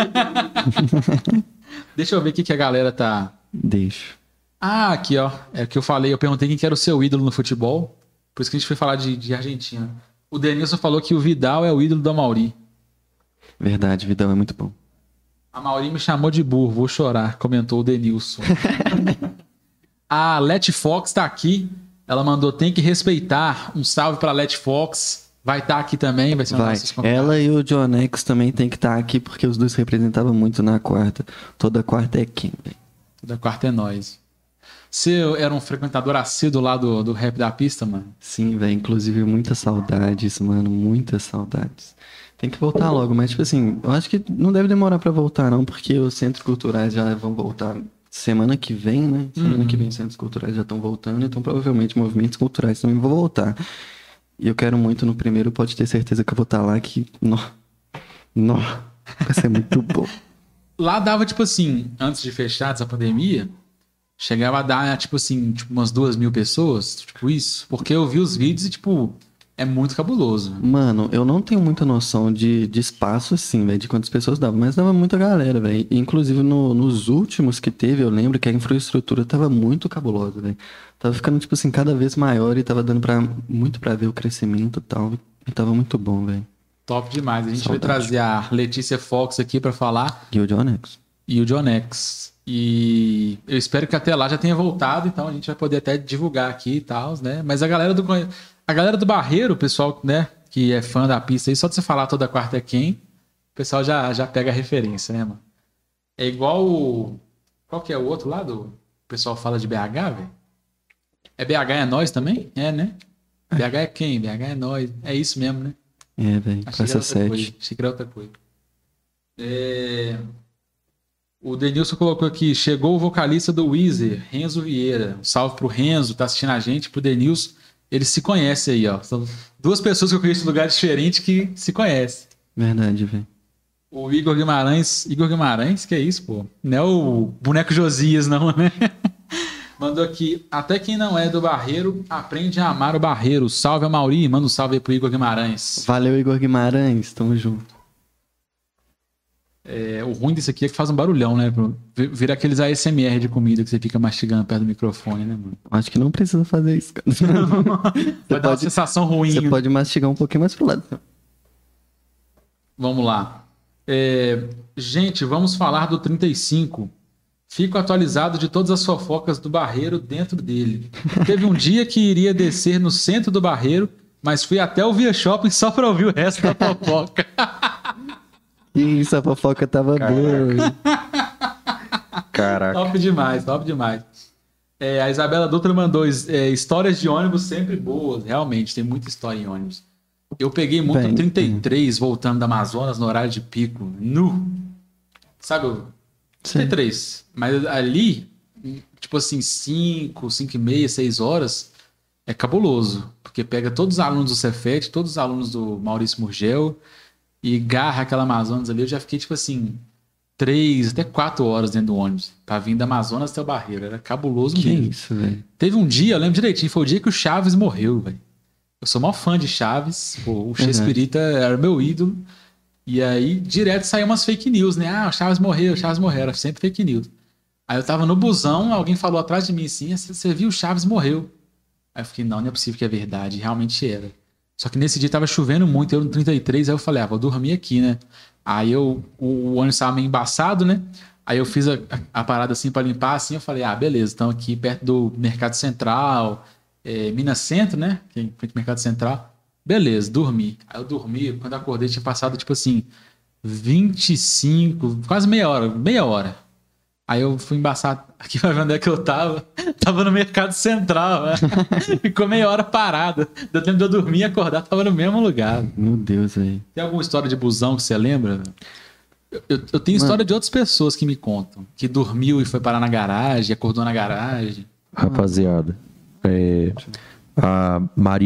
Deixa eu ver o que a galera tá... Deixa. Ah, aqui, ó. É o que eu falei. Eu perguntei quem que era o seu ídolo no futebol. Por isso que a gente foi falar de Argentina. O Denilson falou que o Vidal é o ídolo do Amaury. Verdade, Vidal é muito bom. A Amaury me chamou de burro. Vou chorar, comentou o Denilson. A Let Fox tá aqui. Ela mandou, tem que respeitar. Um salve pra Let Fox. Vai estar aqui também. Vai ser um Vai. nossos convidados. Ela e o John X também tem que estar aqui porque os dois representavam muito na quarta. Toda quarta é quem, velho? Da quarta é nós. Você era um frequentador assíduo lá do rap da pista, mano? Sim, velho. Inclusive, muitas saudades, mano. Muitas saudades. Tem que voltar logo, mas, tipo assim, eu acho que não deve demorar pra voltar, não, porque os centros culturais já vão voltar semana que vem, né? Semana que vem os centros culturais já estão voltando, então provavelmente movimentos culturais também vão voltar. E eu quero muito no primeiro, pode ter certeza que eu vou estar lá, que... Nó, vai ser muito bom. Lá dava, tipo assim, antes de fechar essa pandemia, chegava a dar, tipo assim, tipo umas 2.000 pessoas, tipo isso. Porque eu vi os vídeos e, tipo, é muito cabuloso. Mano, eu não tenho muita noção de espaço, assim, velho, de quantas pessoas dava, mas dava muita galera, velho. Inclusive, nos últimos que teve, eu lembro que a infraestrutura tava muito cabulosa, velho. Tava ficando, tipo assim, cada vez maior e tava dando muito pra ver o crescimento e tal. E tava muito bom, velho. Top demais. A gente vai Saudade. trazer a Letícia Fox aqui pra falar E o John X? e o John X. E eu espero que até lá já tenha voltado, então a gente vai poder até divulgar aqui e tal, né? Mas a galera do Barreiro, o pessoal, né, que é fã da pista aí, só de você falar toda quarta é quem, o pessoal já pega a referência, né, mano? É igual qual que é o outro lá do... O pessoal fala de BH, velho? É BH é nós também? É, né? BH é quem? BH é nós. É isso mesmo, né? É, velho, Achei que Praça era outra coisa. 7. Achei que era outra coisa. O Denilson colocou aqui, chegou o vocalista do Weezer, Renzo Vieira. Um salve pro Renzo, tá assistindo a gente, pro Denilson. Eles se conhecem aí, ó. São duas pessoas que eu conheço em lugares diferentes que se conhecem. Verdade, velho. O Igor Guimarães, que é isso, pô? Não é o boneco Josias, não, né? Mandou aqui, até quem não é do Barreiro, aprende a amar o Barreiro. Salve a Mauri, manda um salve aí pro Igor Guimarães. Valeu, Igor Guimarães, tamo junto. O ruim disso aqui é que faz um barulhão, né? Vira aqueles ASMR de comida que você fica mastigando perto do microfone, né, mano? Acho que não precisa fazer isso, cara. Vai dar uma sensação ruim. Você pode mastigar um pouquinho mais pro lado. Vamos lá. Gente, vamos falar do 35. Fico atualizado de todas as fofocas do Barreiro dentro dele. Teve um dia que iria descer no centro do Barreiro, mas fui até o Via Shopping só pra ouvir o resto da fofoca. Isso, a fofoca tava boa. Caraca. Top demais, top demais. A Isabela Dutra mandou histórias de ônibus sempre boas. Realmente, tem muita história em ônibus. Eu peguei muito Bem, 33 voltando da Amazonas no horário de pico. Nu. Sabe o 33? Mas ali, tipo assim, 5 e meia, 6 horas, é cabuloso. Porque pega todos os alunos do Cefet, todos os alunos do Maurício Murgel e garra aquela Amazonas ali. Eu já fiquei, tipo assim, 3 até 4 horas dentro do ônibus pra vir da Amazonas até o Barreiro. Era cabuloso Que mesmo. isso, velho. Teve um dia, eu lembro direitinho, foi o dia que o Chaves morreu, velho. Eu sou maior fã de Chaves, pô, o Chespirita era meu ídolo. E aí, direto saiu umas fake news, né? Ah, o Chaves morreu, era sempre fake news. Aí eu tava no busão, alguém falou atrás de mim assim, você viu o Chaves morreu. Aí eu fiquei, não é possível que é verdade, realmente era. Só que nesse dia tava chovendo muito, eu no 33, aí eu falei, vou dormir aqui, né? Aí o ônibus tava meio embaçado, né? Aí eu fiz a parada assim pra limpar, assim, eu falei, beleza, estamos aqui perto do Mercado Central, Minas Centro, né? Que é em frente ao Mercado Central. Beleza, dormi. Aí eu dormi, quando eu acordei tinha passado, tipo assim, 25, quase meia hora. Aí eu fui embaçar aqui pra ver onde é que eu tava. Tava no Mercado Central, né? Ficou meia hora parada. Deu tempo de eu dormir e acordar, tava no mesmo lugar. Meu Deus, velho. Tem alguma história de busão que você lembra? Eu tenho história de outras pessoas que me contam. Que dormiu e foi parar na garagem, acordou na garagem. Rapaziada, a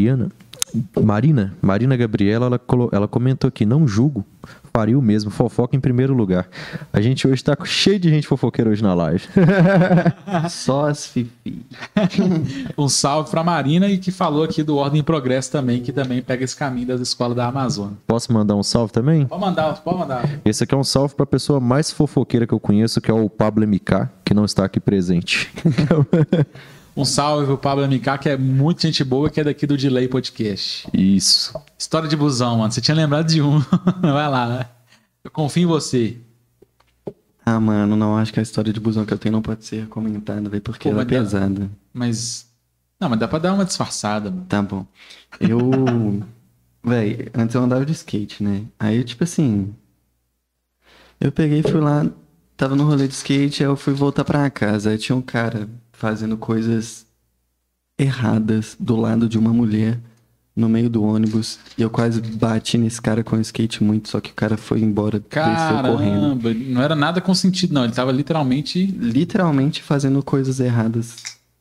Marina Gabriela, ela comentou aqui, não julgo, faria o mesmo, fofoca em primeiro lugar. A gente hoje tá cheio de gente fofoqueira hoje na live. Só as fifi. Um salve pra Marina e que falou aqui do Ordem e Progresso também, que também pega esse caminho das escolas da Amazônia. Posso mandar um salve também? Pode mandar. Esse aqui é um salve pra pessoa mais fofoqueira que eu conheço, que é o Pablo MK, que não está aqui presente. Um salve pro Pablo MK, que é muito gente boa, que é daqui do Delay Podcast. Isso. História de busão, mano. Você tinha lembrado de um. Vai lá, né? Eu confio em você. Ah, mano, não, acho que a história de busão que eu tenho não pode ser comentada, velho, porque ela é pesada. Não, mas dá pra dar uma disfarçada, mano. Tá bom. Véi, antes eu andava de skate, né? Aí, tipo assim... Eu peguei e fui lá, tava no rolê de skate, aí eu fui voltar pra casa. Aí tinha um cara fazendo coisas erradas do lado de uma mulher no meio do ônibus. E eu quase bati nesse cara com o skate muito, só que o cara foi embora, desceu correndo. Caramba, não era nada com sentido, não. Ele tava Literalmente fazendo coisas erradas.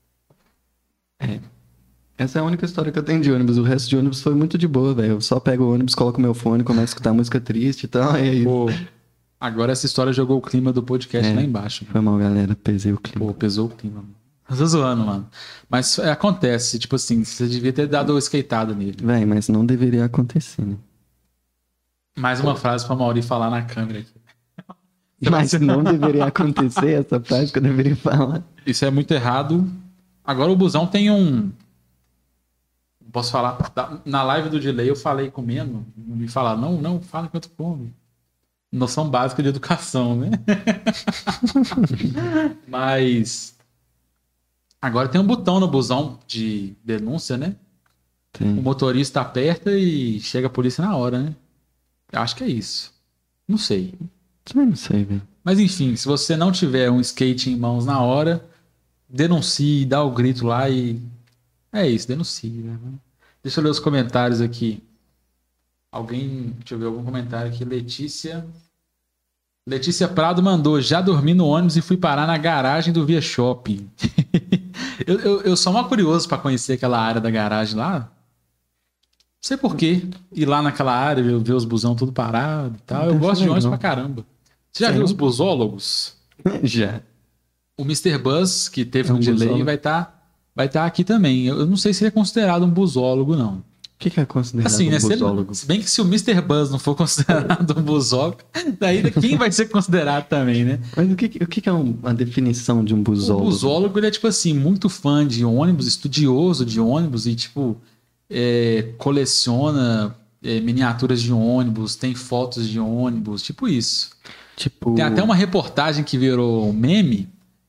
Essa é a única história que eu tenho de ônibus. O resto de ônibus foi muito de boa, velho. Eu só pego o ônibus, coloco meu fone, começo a escutar música triste e tal. E aí... Pô, agora essa história jogou o clima do podcast lá embaixo. Foi mal, galera. Pesei o clima. Pô, pesou o clima, mano. Eu tô zoando, mano. Mas acontece, tipo assim, você devia ter dado uma skateada nele. Véi, mas não deveria acontecer, né? Mais uma frase pra Mauri falar na câmera aqui. Mas não deveria acontecer essa frase que eu deveria falar. Isso é muito errado. Agora o busão tem um... Posso falar? Na live do Delay eu falei comendo. Me falaram, não, fala enquanto come. Noção básica de educação, né? Mas... Agora tem um botão no busão de denúncia, né? Tem. O motorista aperta e chega a polícia na hora, né? Eu acho que é isso. Não sei. Também não sei, velho. Mas enfim, se você não tiver um skate em mãos na hora, denuncie, dá o grito lá e... É isso, denuncie, né? Deixa eu ler os comentários aqui. Deixa eu ver algum comentário aqui. Letícia Prado mandou, já dormi no ônibus e fui parar na garagem do Via Shopping. eu sou mal curioso pra conhecer aquela área da garagem lá. Não sei porquê. Ir lá naquela área, ver os busão tudo parado e tal. Eu gosto de ônibus pra caramba. Você já viu os busólogos? Já. O Mr. Buzz, que teve no Delay, vai estar aqui também. Eu não sei se ele é considerado um busólogo, não. O que é considerado assim, um né, busólogo? Se bem que se o Mr. Buzz não for considerado um busólogo, daí quem vai ser considerado também, né? Mas o que é a definição de um busólogo? O busólogo, ele é, tipo assim, muito fã de ônibus, estudioso de ônibus e, tipo, coleciona miniaturas de ônibus, tem fotos de ônibus, tipo isso. Tipo... Tem até uma reportagem que virou um meme,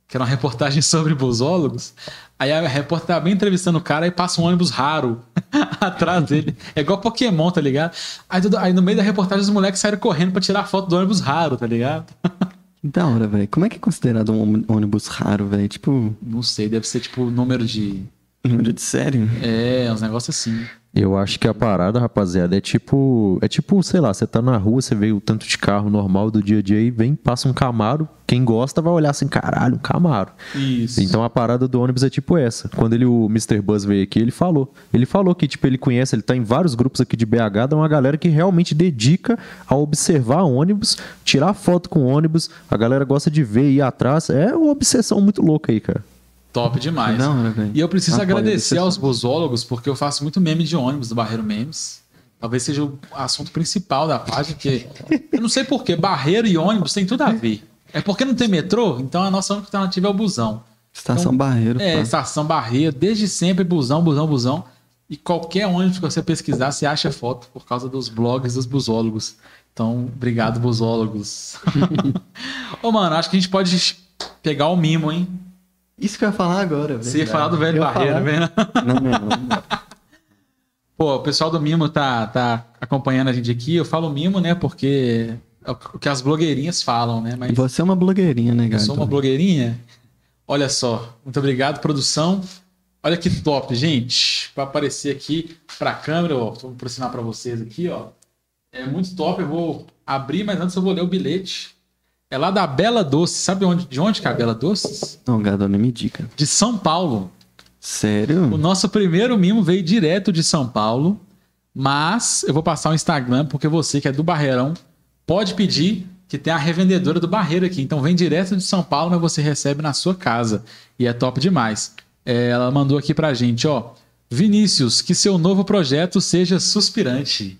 que era uma reportagem sobre busólogos. Aí a repórter tava bem entrevistando o cara e passa um ônibus raro atrás dele. É igual Pokémon, tá ligado? Aí no meio da reportagem os moleques saíram correndo pra tirar foto do ônibus raro, tá ligado? Que da hora, velho. Como é que é considerado um ônibus raro, velho? Tipo, Não sei, deve ser tipo número de... número de série? É, uns negócios assim. Eu acho que a parada, rapaziada, é tipo, sei lá, você tá na rua, você vê o tanto de carro normal do dia a dia e vem, passa um Camaro. Quem gosta vai olhar assim, caralho, um Camaro. Isso. Então a parada do ônibus é tipo essa. Quando o Mr. Buzz veio aqui, ele falou que tipo, ele conhece, ele tá em vários grupos aqui de BH, de uma galera que realmente dedica a observar ônibus, tirar foto com ônibus, a galera gosta de ver e ir atrás. É uma obsessão muito louca aí, cara. Top demais. Da hora, velho. E eu preciso Apoio agradecer desse aos busólogos, porque eu faço muito meme de ônibus do Barreiro Memes. Talvez seja o assunto principal da página, porque eu não sei porquê, barreiro e ônibus tem tudo a ver. É porque não tem metrô, então a nossa única alternativa é o busão. Estação Barreiro. É, pá. estação Barreiro, desde sempre busão, busão, busão. E qualquer ônibus que você pesquisar, você acha foto por causa dos blogs dos busólogos. Então, obrigado, busólogos. Ô, mano, acho que a gente pode pegar o mimo, hein? Isso que eu ia falar agora, velho. Você ia falar do velho Eu ia Barreiro, falar. vendo? Não. Pô, o pessoal do Mimo tá acompanhando a gente aqui. Eu falo Mimo, né? Porque é o que as blogueirinhas falam, né? Mas Você é uma blogueirinha, né, eu gato? sou uma blogueirinha. Olha só. Muito obrigado, produção. Olha que top, gente. Para aparecer aqui pra câmera, ó. Vou aproximar para vocês aqui, ó. É muito top. Eu vou abrir, mas antes eu vou ler o bilhete. É lá da Bela Doce. Sabe de onde que é a Bela Doces? Não, gato, não me diga. De São Paulo. Sério? O nosso primeiro mimo veio direto de São Paulo, mas eu vou passar o Instagram porque você que é do Barreirão pode pedir que tem a revendedora do Barreiro aqui. Então vem direto de São Paulo, mas você recebe na sua casa. E é top demais. Ela mandou aqui pra gente, ó. Vinícius, que seu novo projeto seja suspirante.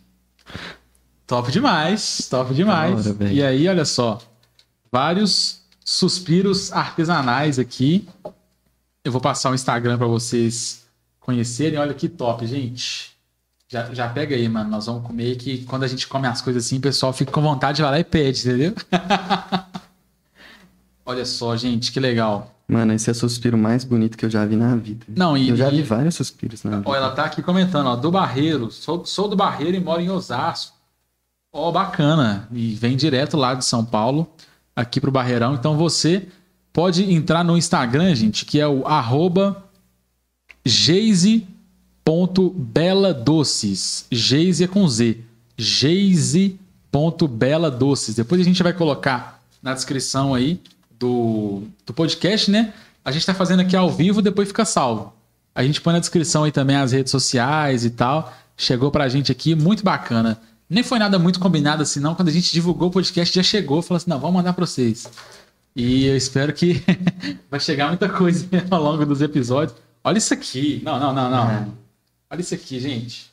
Top demais, top demais. Da hora, velho. E aí, olha só. Vários suspiros artesanais aqui. Eu vou passar o Instagram para vocês conhecerem. Olha que top, gente. Já pega aí, mano. Nós vamos comer que quando a gente come as coisas assim, o pessoal fica com vontade de ir lá e pede, entendeu? Olha só, gente, que legal. Mano, esse é o suspiro mais bonito que eu já vi na vida. Não, Eu já vi vários suspiros na vida. Ó, ela tá aqui comentando, ó, do Barreiro. Sou do Barreiro e moro em Osasco. Ó, bacana. E vem direto lá de São Paulo, aqui pro Barreirão. Então você pode entrar no Instagram, gente, que é o @geise.beladoces. Geise é com Z. Geise.beladoces. Depois a gente vai colocar na descrição aí do podcast, né? A gente tá fazendo aqui ao vivo, depois fica salvo. A gente põe na descrição aí também as redes sociais e tal. Chegou pra gente aqui, muito bacana. Nem foi nada muito combinado assim, não. Quando a gente divulgou o podcast, já chegou. Falou assim, não, vamos mandar pra vocês. E eu espero que vai chegar muita coisa ao longo dos episódios. Olha isso aqui. Não. Olha isso aqui, gente.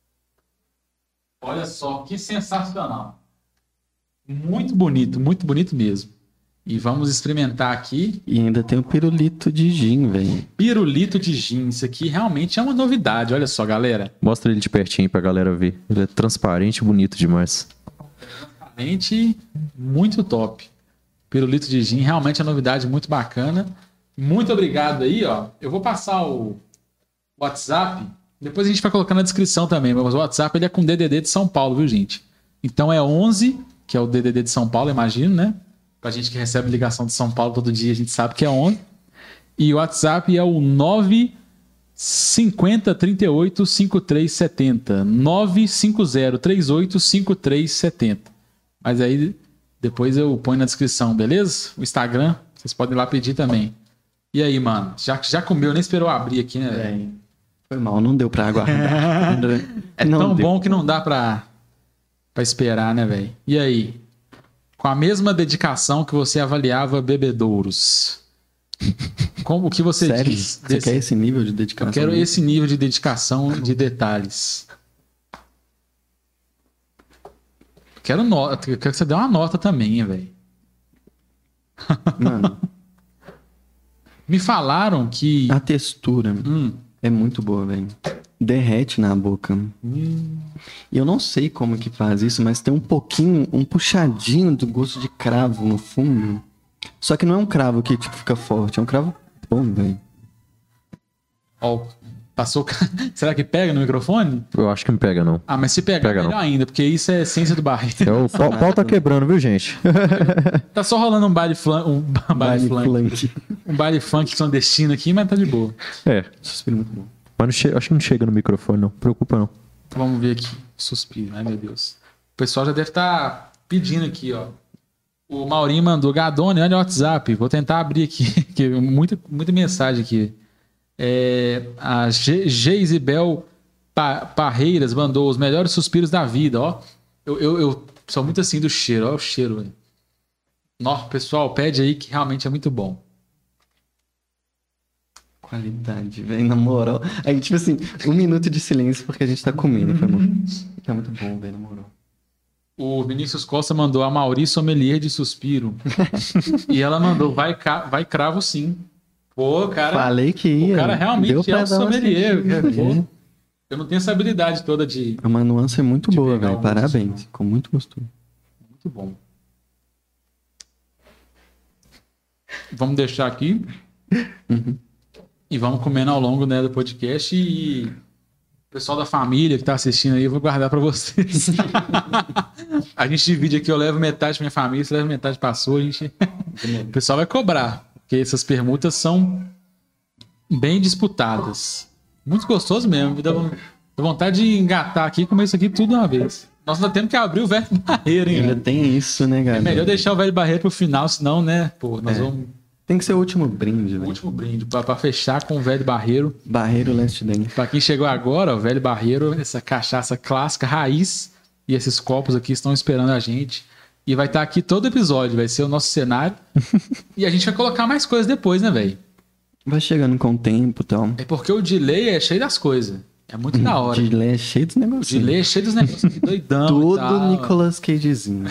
Olha só, que sensacional. Muito bonito mesmo. E vamos experimentar aqui. E ainda tem o pirulito de gin, velho. Pirulito de gin. Isso aqui realmente é uma novidade. Olha só, galera. Mostra ele de pertinho pra galera ver. Ele é transparente e bonito demais. Realmente muito top. Pirulito de gin, realmente é uma novidade muito bacana. Muito obrigado aí, ó. Eu vou passar o WhatsApp. Depois a gente vai colocar na descrição também. Mas o WhatsApp ele é com DDD de São Paulo, viu, gente? Então é 11, que é o DDD de São Paulo, imagino, né? Pra gente que recebe ligação de São Paulo todo dia, a gente sabe que é 11. E o WhatsApp é o 950 38 5370. 950 38 5370. Mas aí depois eu ponho na descrição, beleza? O Instagram, vocês podem ir lá pedir também. E aí, mano? Já comeu, nem esperou abrir aqui, né, velho? Foi mal, não deu pra aguardar. É Não tão deu. bom que não dá pra esperar, né, velho? E aí? Com a mesma dedicação que você avaliava bebedouros. Como o que você Sério? diz? Você quer esse nível de dedicação? Eu quero esse nível de dedicação de detalhes. Quero nota. Eu quero que você dê uma nota também, velho. Mano, Me falaram que. a textura é muito boa, velho. Derrete na boca. E eu não sei como que faz isso, mas tem um pouquinho, um puxadinho do gosto de cravo no fundo. Só que não é um cravo que, tipo, fica forte. É um cravo bom, velho. Ó, passou... Será que pega no microfone? Eu acho que não pega, não. Ah, mas se pegar, Pega melhor não. ainda, porque isso é essência do barreiro. O pau tá quebrando, viu, gente? Tá só rolando um baile funk, Flank. um baile funk clandestino aqui, mas tá de boa. É. Suspiro muito bom. Mas acho que não chega no microfone, não. Preocupa, não. Vamos ver aqui. Suspiro. Ai, meu Deus. O pessoal já deve estar pedindo aqui, ó. O Maurinho mandou, Gadone, olha o WhatsApp. Vou tentar abrir aqui, que muita mensagem aqui. A Geisibel Parreiras mandou os melhores suspiros da vida, ó. Eu sou muito assim do cheiro, ó o cheiro, velho. Nossa, pessoal, pede aí que realmente é muito bom. Qualidade, velho, na moral. Aí, tipo assim, 1 minuto de silêncio porque a gente tá comendo, foi amor. É muito bom, velho, na moral. O Vinícius Costa mandou a Mauri sommelier de suspiro. E ela mandou, vai cravo sim. Pô, cara. Falei que ia. O cara realmente Deu é pra um dar uma sommelier. sentidinha. Eu não tenho essa habilidade toda de... É uma nuance muito De boa, pegar velho. o Parabéns. gosto. Ficou muito gostoso. Muito bom. Vamos deixar aqui. E vamos comendo ao longo, né, do podcast. E o pessoal da família que tá assistindo aí, eu vou guardar pra vocês. A gente divide aqui, eu levo metade pra minha família, você leva metade pra sua, o pessoal vai cobrar. Porque essas permutas são bem disputadas. Muito gostoso mesmo. Dá vontade de engatar aqui e comer isso aqui tudo de uma vez. Nós ainda temos que abrir o velho barreiro, hein? Ainda Né? tem isso, né, É galera? melhor deixar o velho barreiro pro final, senão, né? Pô, nós vamos... Tem que ser o último brinde, O velho. último brinde, pra fechar com o velho barreiro. Barreiro Last Dance. Pra quem chegou agora, o velho barreiro, essa cachaça clássica, raiz, e esses copos aqui estão esperando a gente. E vai estar aqui todo episódio, vai ser o nosso cenário. E a gente vai colocar mais coisas depois, né, velho? Vai chegando com o tempo e tal. É porque o delay é cheio das coisas. É muito da hora. De lé é cheio dos O negócios. delay é cheio dos negócios aqui, doidão. e Todo tal. Nicolas Cagezinho.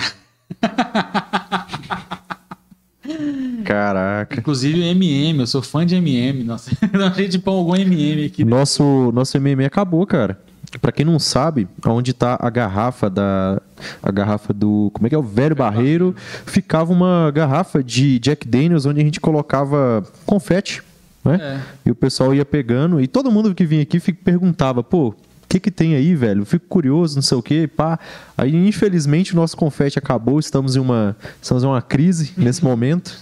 Caraca. Inclusive o MM, eu sou fã de MM. Nossa, a gente põe algum MM aqui. Nosso MMA acabou, cara. Pra quem não sabe, onde tá a garrafa do... Como é que é? O velho barreiro. Ficava uma garrafa de Jack Daniels onde a gente colocava confete, né? É. E o pessoal ia pegando. E todo mundo que vinha aqui perguntava, pô, o que tem aí, velho? Eu fico curioso, não sei o quê, pá. Aí, infelizmente, o nosso confete acabou. Estamos em uma crise nesse momento.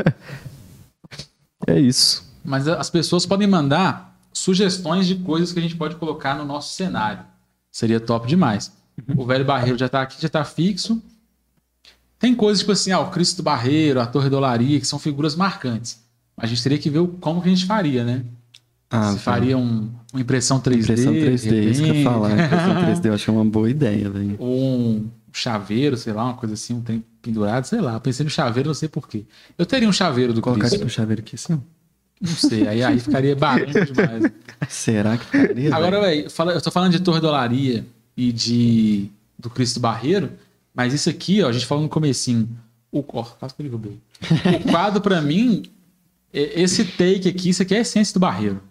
É isso. Mas as pessoas podem mandar sugestões de coisas que a gente pode colocar no nosso cenário. Seria top demais. O velho barreiro já tá aqui, já tá fixo. Tem coisas tipo assim, o Cristo Barreiro, a Torre da Olaria, que são figuras marcantes. A gente teria que ver como que a gente faria, né? Ah, Se faria uma impressão 3D. Impressão 3D, de isso que eu ia repente. falar. Impressão 3D eu acho que é uma boa ideia, velho. Ou um chaveiro, sei lá, uma coisa assim, um trem pendurado, sei lá. Pensei no chaveiro, não sei porquê. Eu teria um chaveiro do Colocar Cristo. tipo um chaveiro aqui assim, ó. Não sei, aí ficaria barulho demais. Será que faria? Agora, velho? velho, eu tô falando de Torre da Olaria e do Cristo Barreiro, mas isso aqui, ó, a gente falou no comecinho. Quase que eu derrubei. O quadro, pra mim, esse take aqui, isso aqui é a essência do Barreiro.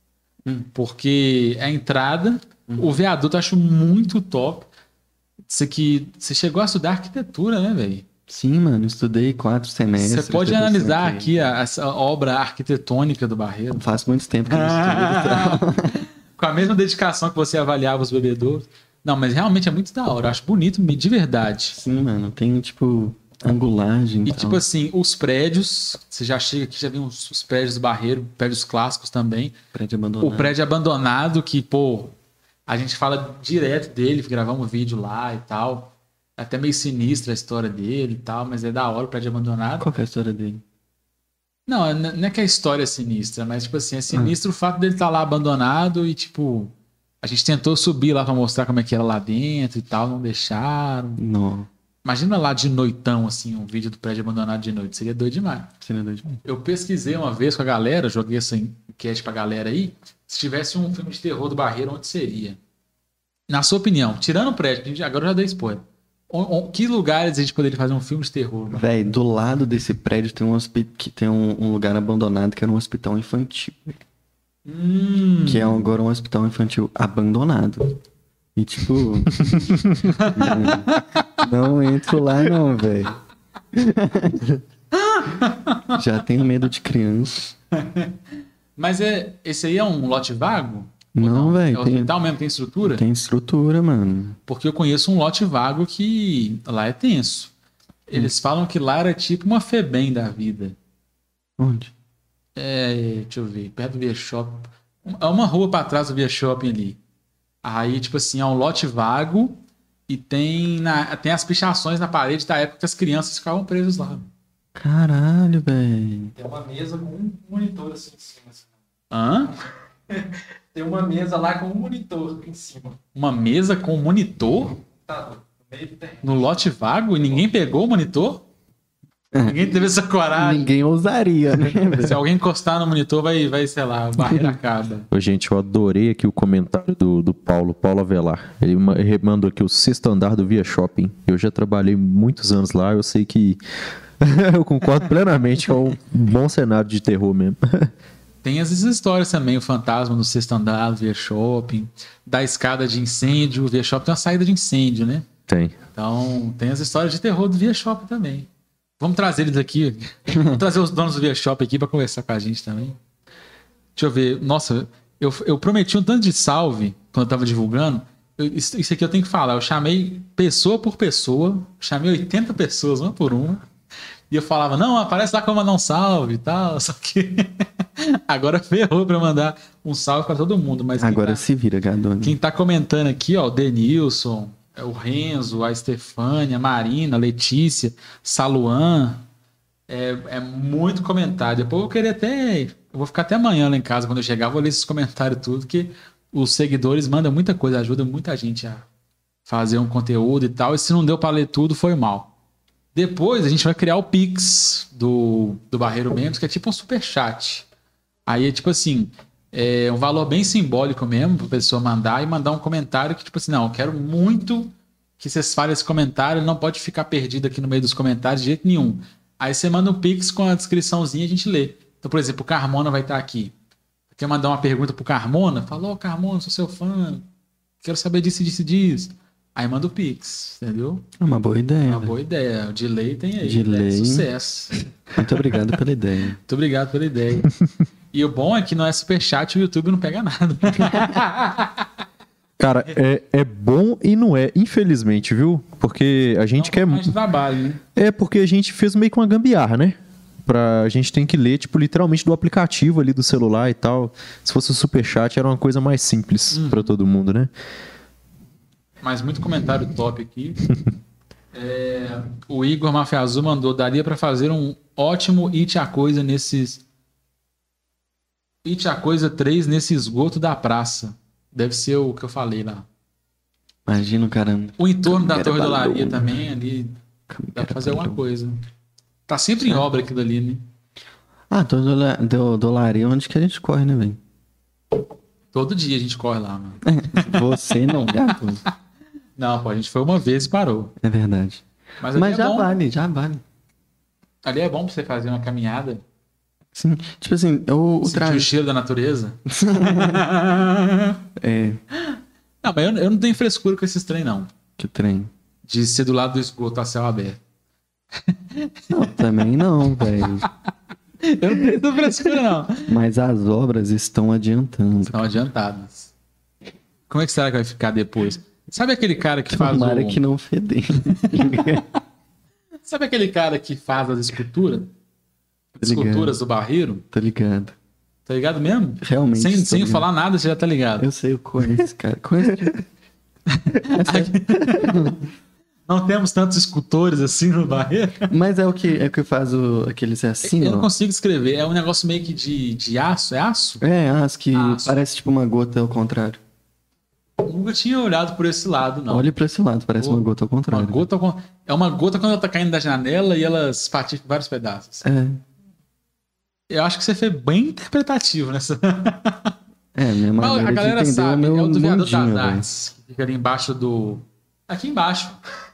Porque a entrada, o viaduto eu acho muito top. Isso aqui, você chegou a estudar arquitetura, né, velho? Sim, mano, estudei 4 semestres. Você pode depois analisar tranquei. aqui essa obra arquitetônica do Barreiro. Faz muito tempo que eu estudo. Com a mesma dedicação que você avaliava os bebedouros. Não, mas realmente é muito da hora. Eu acho bonito de verdade. Sim, mano, tem tipo angulagem. E tal. tipo assim, os prédios, você já chega aqui, já vê os prédios do Barreiro, prédios clássicos também. Prédio abandonado. O prédio abandonado, que, pô, a gente fala direto dele, gravamos um vídeo lá e tal. É até meio sinistra a história dele e tal, mas é da hora o prédio abandonado. Qual que é a história dele? Não, não é que a história é sinistra, mas tipo assim, é sinistro o fato dele estar lá abandonado e tipo, a gente tentou subir lá pra mostrar como é que era lá dentro e tal, não deixaram. Não, Imagina lá de noitão, assim, um vídeo do prédio abandonado de noite, seria doido demais. você não é doido demais. Eu pesquisei uma vez com a galera, joguei essa enquete pra galera aí, se tivesse um filme de terror do Barreiro, onde seria? Na sua opinião, tirando o prédio, agora eu já dei spoiler, que lugares a gente poderia fazer um filme de terror? Mano? Véi, do lado desse prédio tem um lugar abandonado que era um hospital infantil. Que é agora um hospital infantil abandonado. E tipo. não entro lá não, velho. Já tenho medo de criança. Mas esse aí é um lote vago? Ou Não, velho. É hospital mesmo? Tem estrutura? Tem estrutura, mano. Porque eu conheço um lote vago que lá é tenso. Eles falam que lá era tipo uma FEBEM da vida. Onde? Deixa eu ver, perto do Via Shopping. É uma rua pra trás do Via Shopping ali. Aí, tipo assim, é um lote vago e tem as pichações na parede da época que as crianças ficavam presas lá. Caralho, velho. Tem uma mesa com um monitor assim em cima. Assim. Hã? Tem uma mesa lá com um monitor em cima. Uma mesa com monitor Tá, no meio tem. no lote vago e ninguém pegou o monitor? Ninguém teve essa coragem. Ninguém ousaria, né, Se velho? alguém encostar no monitor, vai sei lá, a barreira acaba. Ô, gente, eu adorei aqui o comentário do Paulo Avelar. Ele mandou aqui o 6º andar do Via Shopping. Eu já trabalhei muitos anos lá, eu sei que eu concordo plenamente, é um bom cenário de terror mesmo. Tem essas histórias também, o fantasma no 6º andar do Via Shopping, da escada de incêndio. O Via Shopping tem uma saída de incêndio, né? Tem. Então, tem as histórias de terror do Via Shopping também. Vamos trazer eles aqui. Vamos trazer os donos do Via Shopping aqui para conversar com a gente também. Deixa eu ver. Nossa, eu prometi um tanto de salve quando eu tava divulgando. Isso aqui eu tenho que falar. Eu chamei pessoa por pessoa, chamei 80 pessoas, uma por uma. E eu falava, não, aparece lá que eu mandar um salve e tal. Só que agora ferrou para mandar um salve para todo mundo. Mas Agora se vira, Gadone. quem tá comentando aqui, ó, o Denilson, o Renzo, a Estefânia, a Marina, a Letícia, Saluan, é muito comentário. Depois eu vou ficar até amanhã lá em casa, quando eu chegar, vou ler esses comentários tudo, que os seguidores mandam muita coisa, ajudam muita gente a fazer um conteúdo e tal, e se não deu para ler tudo, foi mal. Depois a gente vai criar o Pix do Barreiro Memes, que é tipo um superchat. Aí é tipo assim, é um valor bem simbólico mesmo pra pessoa mandar e mandar um comentário que tipo assim, não, eu quero muito que vocês falem esse comentário, ele não pode ficar perdido aqui no meio dos comentários de jeito nenhum. Aí você manda um Pix com a descriçãozinha e a gente lê. Então, por exemplo, o Carmona vai estar aqui. Quer mandar uma pergunta pro Carmona? Fala, ô Carmona, sou seu fã, quero saber disso, disso e disso. Aí manda o Pix, entendeu? É uma boa ideia. É uma velho. boa ideia. O delay tem aí. Delay. Sucesso. Muito obrigado pela ideia. Muito obrigado pela ideia. E o bom é que não é superchat, o YouTube não pega nada. Cara, é bom e não é, infelizmente, viu? Porque a gente quer. Mais de trabalho, né? É porque a gente fez meio que uma gambiarra, né? A gente tem que ler, tipo, literalmente do aplicativo ali do celular e tal. Se fosse o superchat, era uma coisa mais simples pra todo mundo, né? Mas muito comentário top aqui. O Igor Mafia Azul mandou, daria pra fazer um ótimo It a Coisa nesses... It a Coisa 3 nesse esgoto da praça. Deve ser o que eu falei lá. Imagina o cara. O entorno da Torre da Balão. Olaria também, ali, dá pra fazer alguma coisa. Tá sempre em obra aquilo ali, né? Ah, dolaria onde que a gente corre, né, velho? Todo dia a gente corre lá, mano. Você não, gato. Não, pô, a gente foi uma vez e parou. É verdade. Mas, ali Mas é já bom. vale, já vale. Ali é bom pra você fazer uma caminhada, Sim. Tipo assim, o sentir o traje. cheiro da natureza. É, Não, mas eu não tenho frescura com esses trem, não. que trem. De ser do lado do esgoto a céu aberto. Não, também não, velho. Eu não tenho essa frescura, não. Mas as obras estão adiantando. Estão adiantadas. Como é que será que vai ficar depois? Sabe aquele cara que faz Tomara o... que não feder. Sabe aquele cara que faz as esculturas? As ligado. esculturas do barreiro? Tô ligado. Tá ligado mesmo? Realmente. tô Sem ligado. falar nada, você já tá ligado. Eu sei, eu conheço, cara. Conheço. Não temos tantos escultores assim no barreiro. Mas é o que faz aqueles assim, Eu não ó. consigo escrever. É um negócio meio que de aço. É aço? É, as que Aço. parece tipo uma gota ao contrário. Nunca tinha olhado por esse lado, não. Olhe pra esse lado, parece uma gota ao Uma contrário. gota é uma gota quando ela tá caindo da janela e ela se partiu em vários pedaços. É. Eu acho que você foi bem interpretativo nessa. Minha Mas maneira a galera de entender sabe, é o do Viaduto das mundinho, velho. Artes. Que fica ali embaixo do. Aqui embaixo.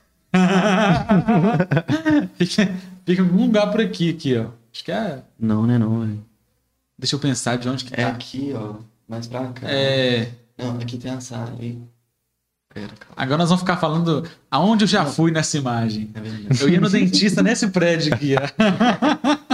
fica em algum lugar por aqui, ó. Acho que é. Não, né, não, velho. Deixa eu pensar de onde que É tá. aqui, ó. Mais pra cá. Não, aqui tem a sala aí. Pera, calma. Agora nós vamos ficar falando aonde eu já fui nessa imagem. É verdade. Eu ia no dentista nesse prédio aqui, ó.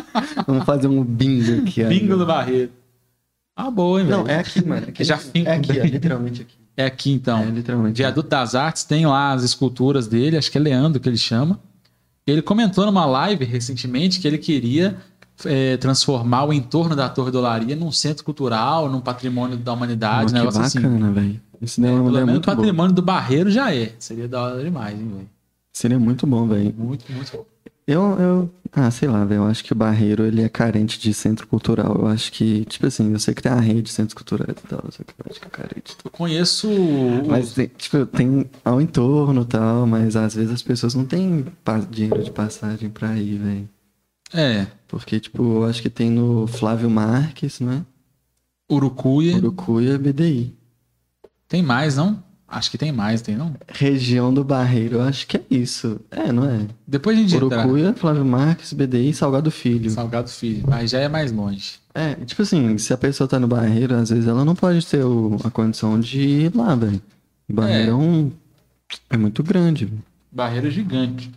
Vamos fazer um bingo aqui. Bingo do Barreiro. Ah, boa, hein, velho? Não, é aqui, mano. Aqui, Já finco é aqui, bem. é literalmente aqui. É aqui, então. É, literalmente. Viaduto das Artes, tem lá as esculturas dele, acho que é Leandro que ele chama. Ele comentou numa live recentemente que ele queria transformar o entorno da Torre do Olaria num centro cultural, num patrimônio da humanidade, um Nossa, negócio que bacana, assim. velho. Isso daí é uma Pelo ideia menos o muito boa. patrimônio do Barreiro já é. Seria da hora demais, hein, velho? Seria muito bom, velho. Muito, muito bom. Sei lá, velho. Eu acho que o Barreiro, ele é carente de centro cultural. Eu acho que, tipo assim, eu sei que tem a rede de centros culturais e tal, só que eu acho que é carente. Eu conheço. Mas, tem ao entorno e tal, mas às vezes as pessoas não têm dinheiro de passagem pra ir, velho. É. Porque, tipo, eu acho que tem no Flávio Marques, né? Urucuia. Urucuia, BDI. Tem mais, não? Acho que tem mais, tem não? Região do Barreiro, eu acho que é isso. É, não é? Depois a gente entra. Urucuia, Flávio Marques, BDI, Salgado Filho. Salgado Filho. Aí já é mais longe. É, tipo assim, se a pessoa tá no Barreiro, às vezes ela não pode ter a condição de ir lá, velho. O Barreiro é muito grande, velho. Barreiro gigante.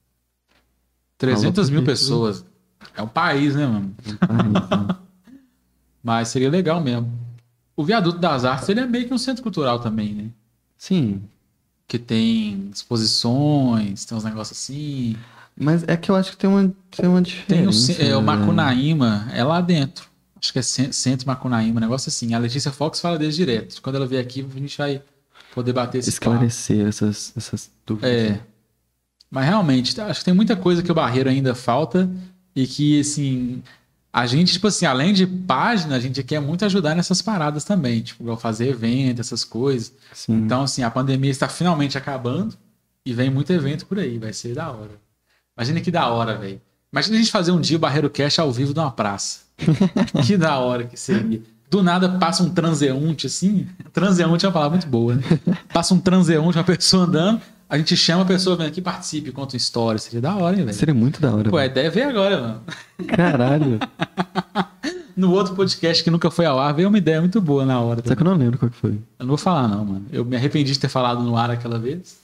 300 mil pessoas. É um país, né, mano? Mas seria legal mesmo. O Viaduto das Artes, ele é meio que um centro cultural também, né? Sim. Que tem exposições, tem uns negócios assim. Mas é que eu acho que tem uma Tem diferença. o Macunaíma, é lá dentro. Acho que é Centro Macunaíma, um negócio assim. A Letícia Fox fala deles direto. Quando ela vier aqui, a gente vai poder bater esse papo. Esclarecer essas dúvidas. Mas realmente, acho que tem muita coisa que o Barreiro ainda falta e que, assim, a gente, tipo assim, além de página, a gente quer muito ajudar nessas paradas também, tipo, igual fazer evento, essas coisas. Sim. Então, assim, a pandemia está finalmente acabando e vem muito evento por aí, vai ser da hora. Imagina que da hora, velho. Imagina a gente fazer um dia o Barreiro Cast ao vivo numa praça. Que da hora que seria. Do nada passa um transeunte, assim. Transeunte é uma palavra muito boa, né? Passa um transeunte, uma pessoa andando, a gente chama a pessoa, vem aqui, participe, conta uma história. Seria da hora, hein, velho? Seria muito da hora. Pô, a velho. ideia veio agora, mano. Caralho. No outro podcast que nunca foi ao ar, veio uma ideia muito boa na hora. Só que eu não lembro qual que foi. Eu não vou falar, não, mano. Eu me arrependi de ter falado no ar aquela vez.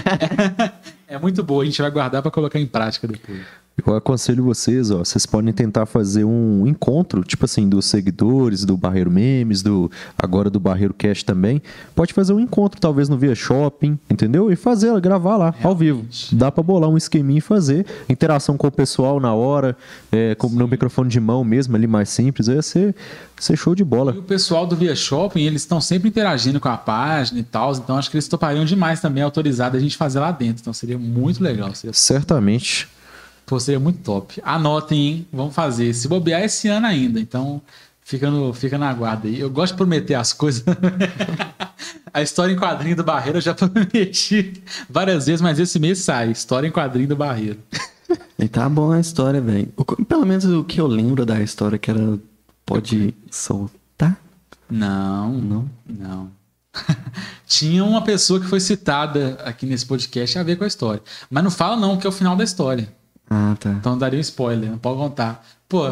É muito boa, a gente vai guardar pra colocar em prática depois. Eu aconselho vocês, ó, vocês podem tentar fazer um encontro, tipo assim, dos seguidores, do Barreiro Memes, agora do Barreiro Cast também. Pode fazer um encontro, talvez no Via Shopping, entendeu? E gravar lá, ao vivo. Dá pra bolar um esqueminha e fazer. Interação com o pessoal na hora, como no microfone de mão mesmo, ali mais simples, ia ser show de bola. E o pessoal do Via Shopping, eles estão sempre interagindo com a página e tal, então acho que eles topariam demais também autorizado a gente fazer lá dentro. Então seria muito legal. Certamente. Pô, seria muito top. Anotem, hein? Vamos fazer. Se bobear esse ano ainda, então fica na guarda aí. Eu gosto de prometer as coisas. A história em quadrinho do Barreiro eu já prometi várias vezes, mas esse mês sai. História em quadrinho do Barreiro. E tá bom a história, velho. Pelo menos o que eu lembro da história que ela pode soltar. Não. Tinha uma pessoa que foi citada aqui nesse podcast a ver com a história. Mas não fala não, que é o final da história. Ah, tá. Então daria um spoiler, não pode contar. Pô,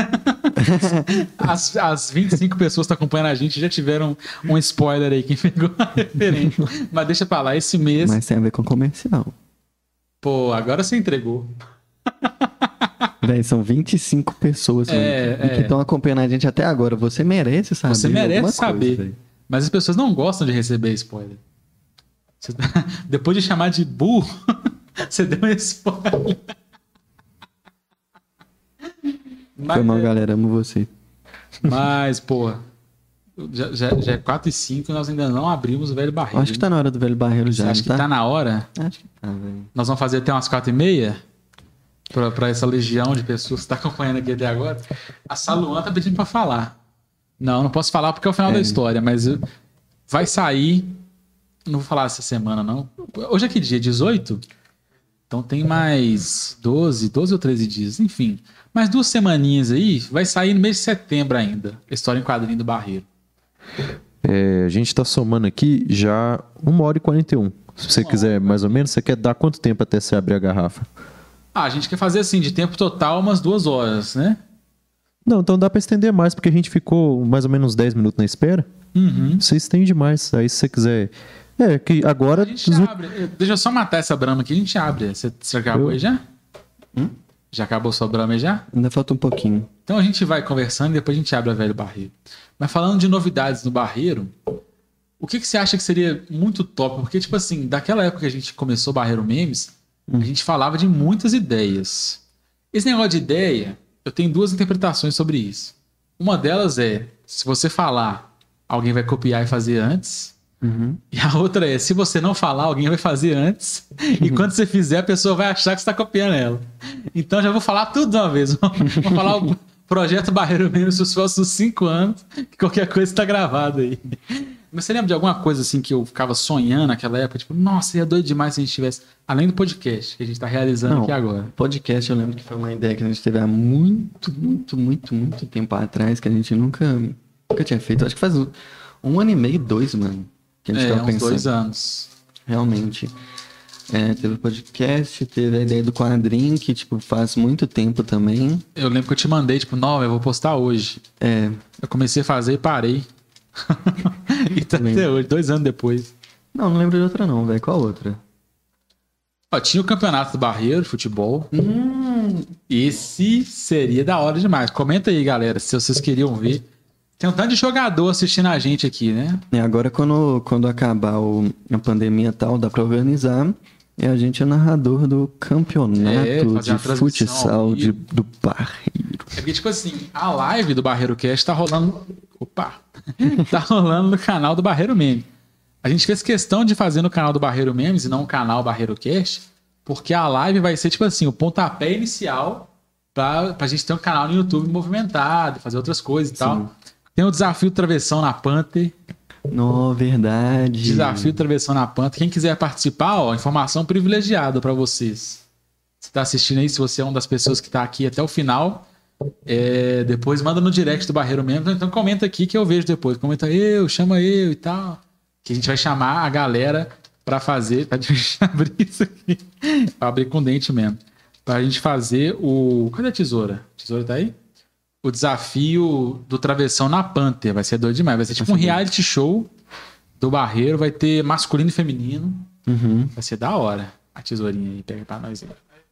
as 25 pessoas que estão acompanhando a gente já tiveram um spoiler aí, quem pegou a referência. Mas deixa pra lá, esse mês... Mas tem a ver com comercial. Pô, agora você entregou. Véi, são 25 pessoas que estão acompanhando a gente até agora. Você merece saber. Você merece alguma saber. coisa, mas as pessoas não gostam de receber spoiler. Depois de chamar de burro, você deu um spoiler. Foi mal, galera. Amo você. Mas, pô, já é 4h05 e nós ainda não abrimos o Velho Barreiro. Acho que tá na hora do Velho Barreiro já. Você acha que tá na hora? Acho que tá, velho. Nós vamos fazer até umas 4h30? Pra essa legião de pessoas que tá acompanhando aqui até agora. A Saluan tá pedindo pra falar. Não posso falar porque é o final da história, mas vai sair. Não vou falar essa semana, não. Hoje é que dia? 18? Então tem mais 12 ou 13 dias, enfim. Mais 2 semaninhas aí, vai sair no mês de setembro ainda. A história em quadrinho do Barreiro. A gente tá somando aqui já 1h41. Se você quiser, mais ou menos, você quer dar quanto tempo até você abrir a garrafa? A gente quer fazer assim, de tempo total, umas 2 horas, né? Não, então dá pra estender mais, porque a gente ficou mais ou menos 10 minutos na espera. Uhum. Você estende mais. Aí se você quiser... que agora... A gente abre. Deixa eu só matar essa brama aqui, a gente abre. Você acabou aí já? Já acabou sua brama aí já? Ainda falta um pouquinho. Então a gente vai conversando e depois a gente abre a Velho Barreiro. Mas falando de novidades no Barreiro, o que você acha que seria muito top? Porque, tipo assim, daquela época que a gente começou o Barreiro Memes, a gente falava de muitas ideias. Esse negócio de ideia, eu tenho duas interpretações sobre isso. Uma delas é, se você falar, alguém vai copiar e fazer antes. E a outra é, se você não falar, alguém vai fazer antes. E quando você fizer, a pessoa vai achar que você está copiando ela. Então já vou falar tudo de uma vez. Vamos falar o projeto Barreiro Memes nos próximos 5 anos, que qualquer coisa está gravado aí. Mas você lembra de alguma coisa assim que eu ficava sonhando naquela época? Tipo, nossa, seria doido demais se a gente tivesse... Além do podcast que a gente está realizando aqui agora. Podcast, eu lembro que foi uma ideia que a gente teve há muito tempo atrás, que a gente nunca tinha feito. Acho que faz 1 ano e meio, 2, mano. Que a gente tava uns pensando. 2 anos. Realmente. Teve o podcast, teve a ideia do quadrinho, que, tipo, faz muito tempo também. Eu lembro que eu te mandei, tipo, não, eu vou postar hoje. Eu comecei a fazer e parei. E tá até hoje, 2 anos depois. Não lembro de outra não, velho. Qual outra? Ó, tinha o campeonato do Barreiro de futebol. Esse seria da hora demais. Comenta aí, galera, se vocês queriam ver. Tem um tanto de jogador assistindo a gente aqui, né? Agora, quando acabar a pandemia e tal, dá pra organizar. E a gente é narrador do campeonato de futsal do Barreiro. É porque, tipo assim, a live do Barreiro Cast tá rolando... Opa! Tá rolando no canal do Barreiro Memes. A gente fez questão de fazer no canal do Barreiro Memes e não no canal Barreiro Cast, porque a live vai ser, tipo assim, o pontapé inicial pra gente ter um canal no YouTube movimentado, fazer outras coisas e tal. Tem o desafio Travessão na Panther. Verdade. Desafio Travessão na Panther. Quem quiser participar, ó, informação privilegiada pra vocês. Você tá assistindo aí, se você é uma das pessoas que tá aqui até o final, depois manda no direct do Barreiro Memes, então comenta aqui que eu vejo depois. Comenta chama eu e tal. Que a gente vai chamar a galera pra fazer... Tá difícil de abrir isso aqui. Pra abrir com dente mesmo. Pra gente fazer o... Cadê a tesoura? A tesoura tá aí? O desafio do Travessão na Panther. Vai ser doido demais. Vai ser tipo um reality show do Barreiro. Vai ter masculino e feminino. Vai ser da hora. A tesourinha aí. Pega pra nós aí.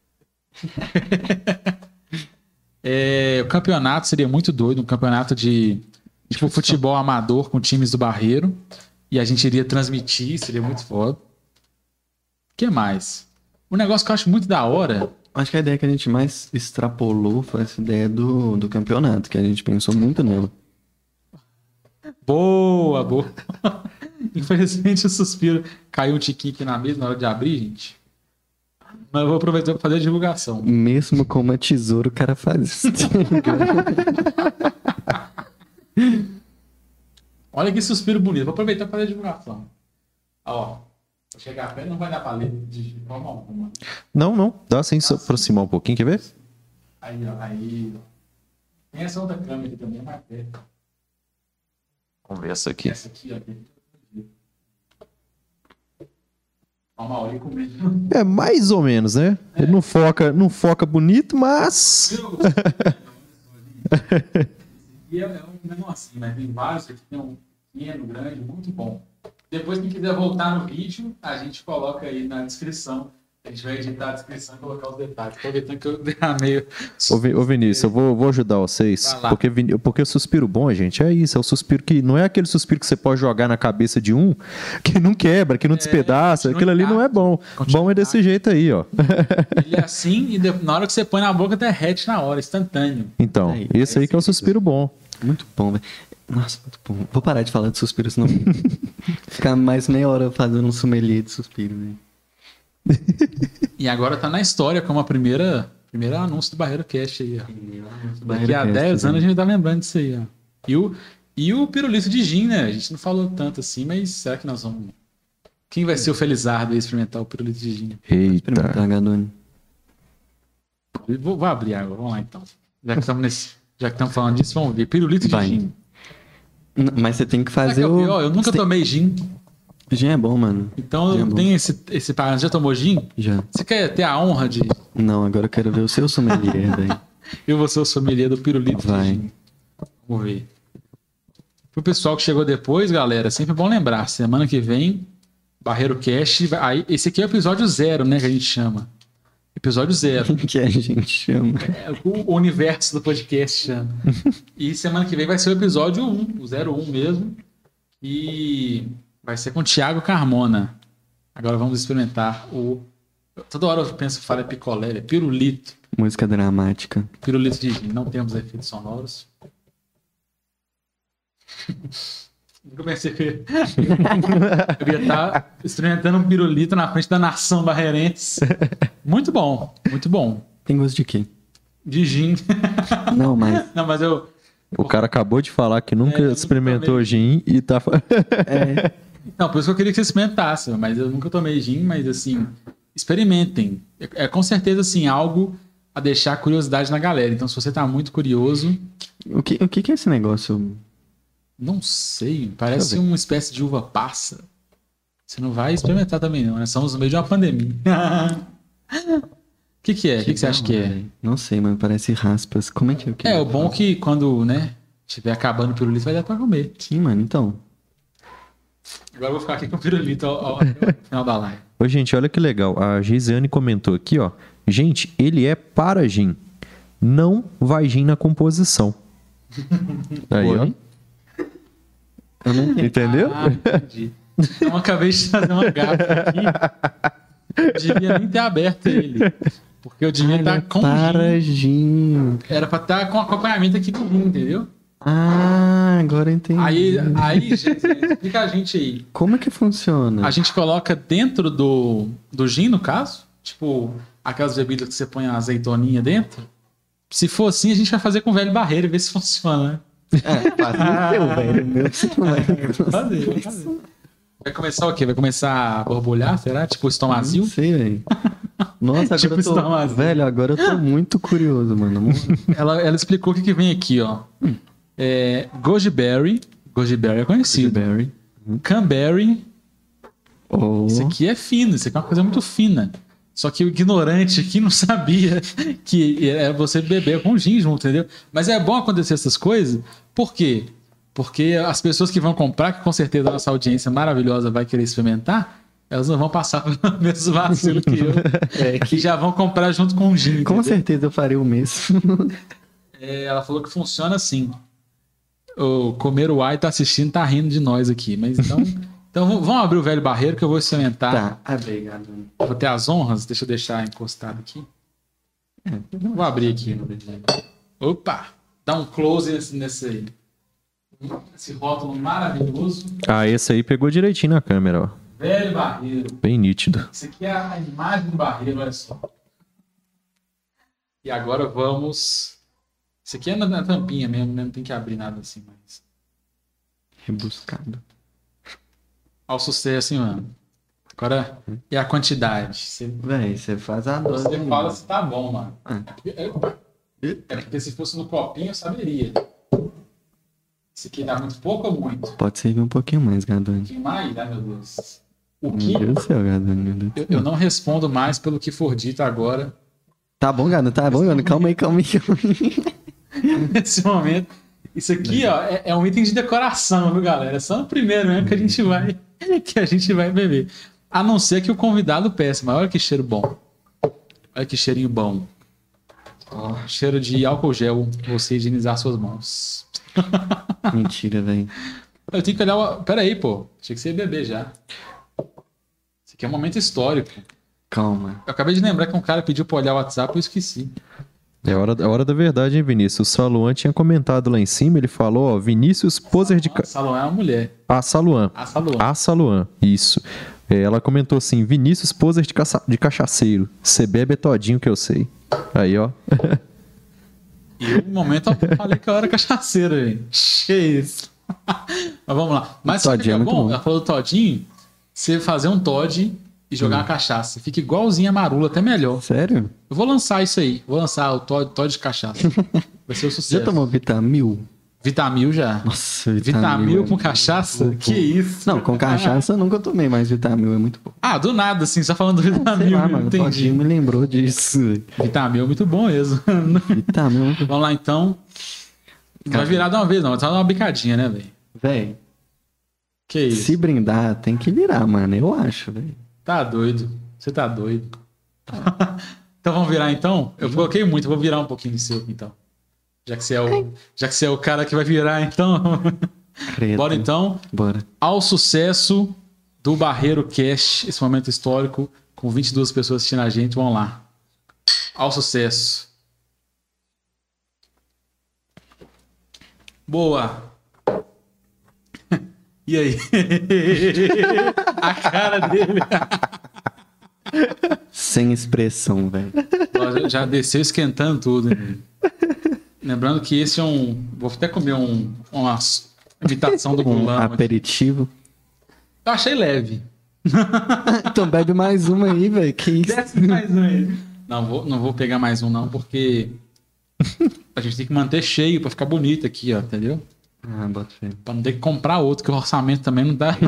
O campeonato seria muito doido. Um campeonato de tipo futebol amador com times do Barreiro. E a gente iria transmitir. Seria muito foda. O que mais? Um negócio que eu acho muito da hora... Acho que a ideia que a gente mais extrapolou foi essa ideia do campeonato, que a gente pensou muito nela. Boa! Infelizmente o suspiro caiu um tiquinho aqui na mesa na hora de abrir, gente. Mas eu vou aproveitar para fazer a divulgação. Mesmo com uma tesoura, o cara faz isso. Olha que suspiro bonito. Vou aproveitar para fazer a divulgação. Ó. Vou chegar perto, não vai dar pra ler de forma alguma. Não. Dá sem se aproximar um pouquinho, quer ver? Aí, ó. Aí. Tem essa outra câmera aqui também, mais perto. Vamos ver essa aqui. Essa aqui, ó. Ó, Mauri com medo. É mais ou menos, né? Ele não foca bonito, mas... E é um mesmo assim, né? Tem vários aqui, tem um pequeno, grande, muito bom. Depois, quem quiser voltar no vídeo, a gente coloca aí na descrição. A gente vai editar a descrição e colocar os detalhes. Aproveitando que eu derramei. Ô Vinícius, eu vou ajudar vocês. Porque o suspiro bom, gente, é isso. É o suspiro que não é aquele suspiro que você pode jogar na cabeça de um, que não quebra, que não despedaça. Aquilo ali não é bom. Bom é desse jeito aí, ó. Ele é assim e na hora que você põe na boca, derrete na hora, instantâneo. Então, esse aí que é o suspiro bom. Muito bom, velho. Nossa, muito bom. Vou parar de falar de suspiro, senão ficar mais meia hora fazendo um sommelier de suspiro, velho. E agora tá na história como a primeira anúncio do Barreiro Cast aí, ó. Daqui a 10 anos a gente tá lembrando disso aí, ó. E o pirulito de gin, né? A gente não falou tanto assim, mas será que nós vamos... Quem vai ser o Felizardo a experimentar o pirulito de gin? Eita. Experimentar, Gadoni. Vou abrir agora, vamos lá então. Já que estamos falando disso, vamos ver. Pirulito de gin. Mas você tem que fazer eu nunca tomei gin. Gin é bom, mano. Então tem esse parâmetro. Já tomou gin? Já. Você quer ter a honra de... Não, agora eu quero ver o seu sommelier, velho. Eu vou ser o sommelier do pirulito de gin. Vamos ver. Pro pessoal que chegou depois, galera, sempre bom lembrar. Semana que vem, Barreiro Cast. Esse aqui é o episódio 0, né? Que a gente chama. Episódio 0. Que a gente chama. É o universo do podcast chama. E semana que vem vai ser o episódio 1, o 01 mesmo. E vai ser com o Thiago Carmona. Agora vamos experimentar o... Toda hora eu penso, falo é picolé, é pirulito. Música dramática. Pirulito de gin. Não temos efeitos sonoros. Nunca pensei que eu ia estar experimentando um pirulito na frente da nação barreirense. Muito bom, muito bom. Tem gosto de quê? De gin. Não, mas... Não, mas eu... O cara acabou de falar que nunca experimentou tomei. gin e tá... Não, por isso que eu queria que você experimentasse, mas eu nunca tomei gin, mas assim, experimentem. É com certeza assim, algo a deixar curiosidade na galera. Então, se você tá muito curioso, O que é esse negócio? não sei, parece Deixa eu ver. uma espécie de uva passa. Você não vai experimentar também não, né? Estamos no meio de uma pandemia. O que é? O que você acha que é? Velho. Não sei, mano. Parece raspas. Como é que é o que? É, o bom é que quando, né, tiver acabando o pirulito, vai dar pra comer. Sim, mano. Então. Agora eu vou ficar aqui com o pirulito ao final da live. Ô, gente, olha que legal. A Geisiane comentou aqui, ó. Gente, ele é para gin. Não vai gin na composição. Aí, ó. Eu não entendi. Entendeu? Ah, entendi. Então eu acabei de fazer uma gafa aqui. Eu devia nem ter aberto ele. Porque eu devia estar com Para gin. gin. Era pra estar com acompanhamento aqui do gin, entendeu? Ah, agora eu entendi. Aí, gente, explica a gente aí. Como é que funciona? A gente coloca dentro do gin, no caso? Tipo, aquelas bebidas que você põe a azeitoninha dentro? Se for assim, a gente vai fazer com o velho barreiro e ver se funciona, né? Faz o seu, velho. Meu, você não vai Vou fazer. Vai começar o quê? Vai começar a borbulhar, será? Tipo estomazil? Não sei, velho. Nossa, agora Tipo eu tô... estomazil. Velho, agora eu tô muito curioso, mano. Ela explicou o que vem aqui, ó. Goji berry. Goji berry é conhecido. Berry. Cranberry. Oh. Isso aqui é fino. Isso aqui é uma coisa muito fina. Só que o ignorante aqui não sabia que era você beber com gin junto, entendeu? Mas é bom acontecer essas coisas. Por quê? Porque as pessoas que vão comprar, que com certeza a nossa audiência maravilhosa vai querer experimentar, elas não vão passar pelo mesmo vacilo que eu. Que já vão comprar junto com o gin. Com entendeu? certeza eu farei o mesmo. Ela falou que funciona assim. O Comer o Ai tá assistindo, tá rindo de nós aqui. Mas então vamos abrir o velho barreiro que eu vou experimentar. Tá, obrigado. Vou ter as honras. Deixa eu deixar encostado aqui. Vou abrir aqui. Opa! Dá um close nesse rótulo maravilhoso. Ah, esse aí pegou direitinho na câmera, ó. Velho barreiro. Bem nítido. Isso aqui é a imagem do barreiro, olha só. E agora vamos... Isso aqui é na tampinha mesmo, né? Não tem que abrir nada assim, mas... Rebuscado. Ao sucesso, hein, mano? Agora é a quantidade. Véi, você faz a dose. Você fala se tá bom, mano. Ah. É porque se fosse no copinho, eu saberia. Esse aqui dá muito pouco ou muito? Pode servir um pouquinho mais, Um Gadoni. pouquinho mais? Ai, meu Deus. O Meu que? Deus do céu, Gadoni. Meu Deus do Eu céu. não respondo mais pelo que for dito agora. Tá bom, Gadoni, tá bom, Gadoni. Calma aí, calma aí. Nesse momento. Isso aqui, ó, é um item de decoração, viu, galera? É só no primeiro mesmo que a gente vai beber. A não ser que o convidado peça, mas olha que cheiro bom. Olha que cheirinho bom. Ó, cheiro de álcool gel, você higienizar suas mãos. Mentira, velho. Eu tenho que olhar Pera aí, pô. Achei que você ia beber já. Isso aqui é um momento histórico. Calma. Eu acabei de lembrar que um cara pediu pra olhar o WhatsApp e eu esqueci. É hora da verdade, hein, Vinícius? O Saluan tinha comentado lá em cima, ele falou, ó, Vinícius Poser de... Salomé é uma mulher. A Saluan. A Salomé. A Saluan, isso. Ela comentou assim, Vinícius Poser de cachaceiro. Você bebe é todinho que eu sei. Aí, ó. E eu, no momento, eu falei que eu era cachaceiro, gente. Cheio isso. Mas vamos lá. Mas sabe o que Todinho é é muito bom? bom. Ela falou do todinho. Você fazer um Todd e jogar uma cachaça. Fica igualzinho a marula, até melhor. Sério? Eu vou lançar isso aí. Vou lançar o Todd de cachaça. Vai ser um sucesso. Já tomou Vitamil? Vitamil já. Nossa, Vitamil é com cachaça? Que isso? Não, com cachaça eu nunca tomei, mas Vitamil é muito bom. Ah, do nada, assim, só falando do Sei Vitamil. lá, mano, o entendi. Todinho me lembrou disso. Vitamil é muito bom mesmo. Vitamil é muito bom. Vamos lá, então. Não vai virar de uma vez, não. Vai só dar uma bicadinha, né, velho? Véi, Que isso? se brindar, tem que virar, mano. Eu acho, velho. Tá doido. Você tá doido. Então vamos virar então? Eu coloquei muito, vou virar um pouquinho do seu então. Já que você é o cara que vai virar, então. Credo. Bora então. Bora. Ao sucesso do Barreiro Cast, esse momento histórico, com 22 pessoas assistindo a gente, vamos lá. Ao sucesso. Boa. E aí? A cara dele. Sem expressão, velho. Ó, já desceu esquentando tudo. Hein? Lembrando que esse é um... Vou até comer uma imitação do Um Gulão. aperitivo. Eu achei leve. Então bebe mais uma aí, velho. Que isso? Desce mais um aí. Não vou pegar mais um não, porque a gente tem que manter cheio pra ficar bonito aqui, ó, entendeu? Ah, bota fé. Pra não ter que comprar outro, que o orçamento também não dá.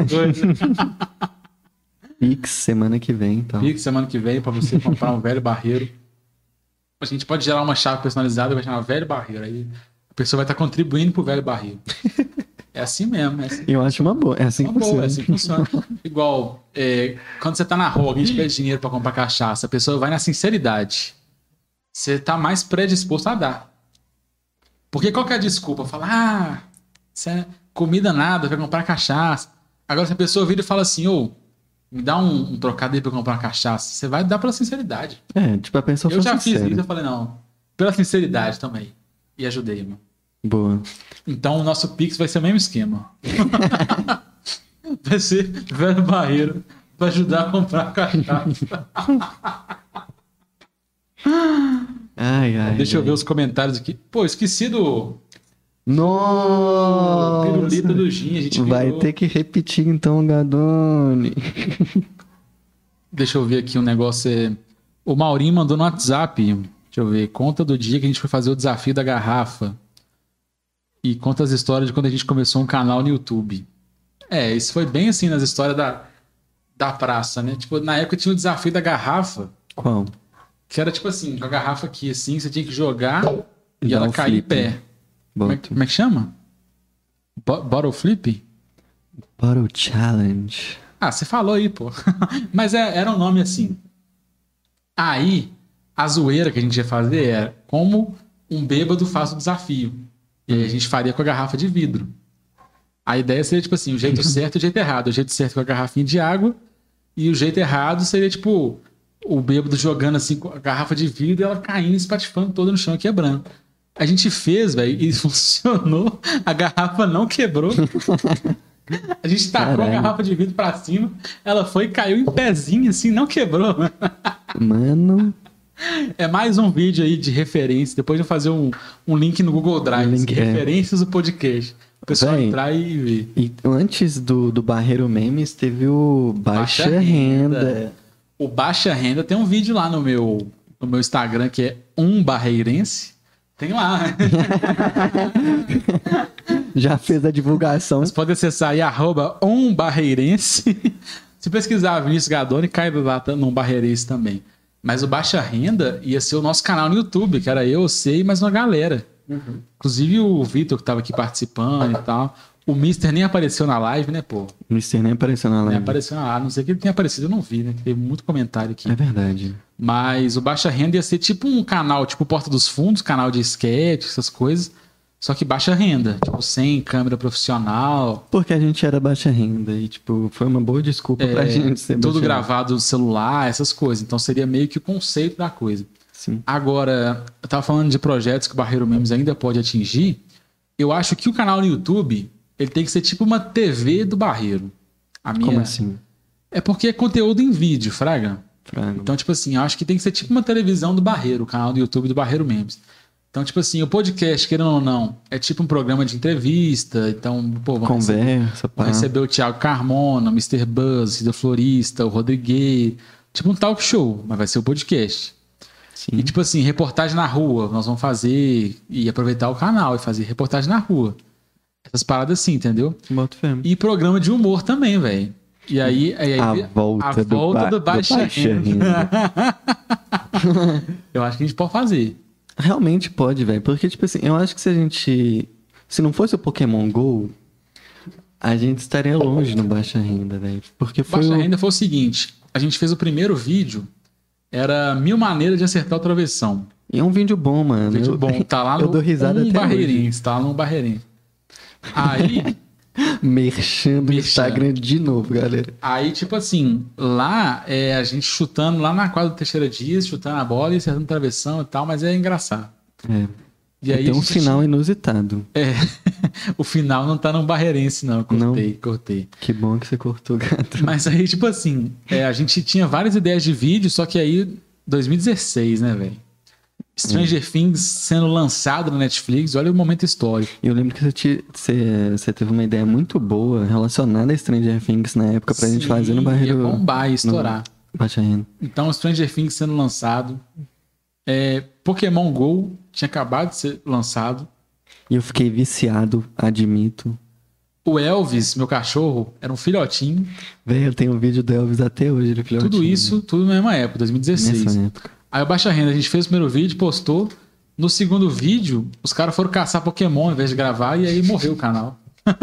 Pix semana que vem, então. Fique semana que vem pra você comprar um velho barreiro. A gente pode gerar uma chave personalizada e vai chamar velho barreiro. Aí a pessoa vai estar contribuindo pro velho barreiro. É assim mesmo. É assim. Eu acho uma boa. É assim que Uma boa, funciona. é assim que funciona. Igual, quando você tá na rua, alguém te pede dinheiro pra comprar cachaça, a pessoa vai na sinceridade. Você tá mais predisposto a dar. Porque qual que é a desculpa? Fala, comida nada, vai comprar cachaça. Agora se a pessoa vira e fala assim, me dá um trocado aí pra eu comprar uma cachaça, você vai dar pela sinceridade. É, tipo, a pessoa Eu foi já fiz sincera. isso, eu falei, não, pela sinceridade também. E ajudei, mano. Boa. Então o nosso Pix vai ser o mesmo esquema. Vai ser velho barreiro pra ajudar a comprar cachaça. Ai. Deixa eu ver os comentários aqui. Pô, esqueci do Nossa! pirulito do Gin. A gente Vai virou. ter que repetir então, Gadone. Deixa eu ver aqui um negócio. O Maurinho mandou no WhatsApp. Deixa eu ver. Conta do dia que a gente foi fazer o desafio da garrafa. E conta as histórias de quando a gente começou um canal no YouTube. Isso foi bem assim nas histórias da praça, né? Tipo, na época tinha o desafio da garrafa. Qual? Que era tipo assim, com a garrafa aqui assim, você tinha que jogar e Dá ela um cair em flip. pé. Como é que chama? Bottle flip? Bottle Challenge. Ah, você falou aí, pô. Mas era um nome assim. Aí, a zoeira que a gente ia fazer era como um bêbado faz o desafio. E aí a gente faria com a garrafa de vidro. A ideia seria, tipo assim, o jeito certo e o jeito errado. O jeito certo com a garrafinha de água e o jeito errado seria, tipo, o bêbado jogando assim com a garrafa de vidro e ela caindo, espatifando toda no chão e quebrando. A gente fez, velho, e funcionou. A garrafa não quebrou. A gente tacou Caralho. a garrafa de vidro pra cima, ela foi e caiu em pezinho assim, não quebrou. Mano. É mais um vídeo aí de referência. Depois eu vou fazer um link no Google Drive. Link, assim, referências do podcast. O pessoal Véi, entrar e ver. E antes do Barreiro Memes, teve o Baixa Renda. O Baixa Renda tem um vídeo lá no meu Instagram que é barreirense. Tem lá. Já fez a divulgação. Você pode acessar aí @barreirense. Se pesquisar Vinícius Gadoni, cai lá num barreirense também. Mas o Baixa Renda ia ser o nosso canal no YouTube, que era eu, você e mais uma galera. Inclusive o Vitor, que tava aqui participando e tal. O Mister nem apareceu na live, né, pô? O Mr. nem apareceu na Nem live. apareceu na live. A não sei que ele tenha aparecido, eu não vi, né? Teve muito comentário aqui. É verdade. Mas o Baixa Renda ia ser tipo um canal, tipo Porta dos Fundos, canal de sketch, essas coisas. Só que baixa renda, tipo, sem câmera profissional. Porque a gente era baixa renda e, tipo, foi uma boa desculpa pra gente ser Tudo baixa gravado no celular, essas coisas. Então seria meio que o conceito da coisa. Sim. Agora, eu tava falando de projetos que o Barreiro Memes ainda pode atingir. Eu acho que o canal no YouTube, ele tem que ser tipo uma TV do Barreiro. Como assim? É porque é conteúdo em vídeo, fraga. Fraga. Então, tipo assim, eu acho que tem que ser tipo uma televisão do Barreiro, o canal do YouTube do Barreiro Memes. Então, tipo assim, o podcast, querendo ou não, é tipo um programa de entrevista. Então, pô, vamos Conversa, pá. receber o Thiago Carmona, o Mr. Buzz, o Florista, o Rodrigues. Tipo um talk show, mas vai ser o podcast. Sim. E tipo assim, reportagem na rua, nós vamos fazer e aproveitar o canal e fazer reportagem na rua. Essas paradas assim, entendeu? Boto fé. E programa de humor também, velho. E aí A volta do Baixa Baixa Renda. Eu acho que a gente pode fazer. Realmente pode, velho. Porque, tipo assim, eu acho que se a gente... Se não fosse o Pokémon GO, a gente estaria longe no Baixa Renda, velho. Porque foi Baixa o... Renda foi o seguinte, a gente fez o primeiro vídeo era 1000 maneiras de acertar o travessão. E é um vídeo bom, mano. Vídeo bom, tá lá eu dou risada até Barreirense, tá lá no Barreirense. Aí, Merchando no Instagram de novo, galera. aí, tipo assim, lá a gente chutando lá na quadra do Teixeira Dias, chutando a bola e acertando o travessão e tal, mas é engraçado. É. E aí Tem a um gente- final inusitado. o final não tá no Barreirense, não. Cortei. Que bom que você cortou, gato. Mas aí, tipo assim, a gente tinha várias ideias de vídeo, só que aí, 2016, né, velho? Stranger Things sendo lançado na Netflix, olha o momento histórico. Eu lembro que você teve uma ideia muito boa relacionada a Stranger Things na época pra gente Sim, fazer no Barreiro. ia bombar, ia estourar. Baixa renda. Então, Stranger Things sendo lançado. Pokémon GO tinha acabado de ser lançado. E eu fiquei viciado, admito. O Elvis, meu cachorro, era um filhotinho. Velho, eu tenho um vídeo do Elvis até hoje, ele filhotinho. Tudo isso, tudo na mesma época, 2016. Nessa época. Aí o Baixa Renda, a gente fez o primeiro vídeo, postou. No segundo vídeo, os caras foram caçar Pokémon ao invés de gravar, e aí morreu o canal.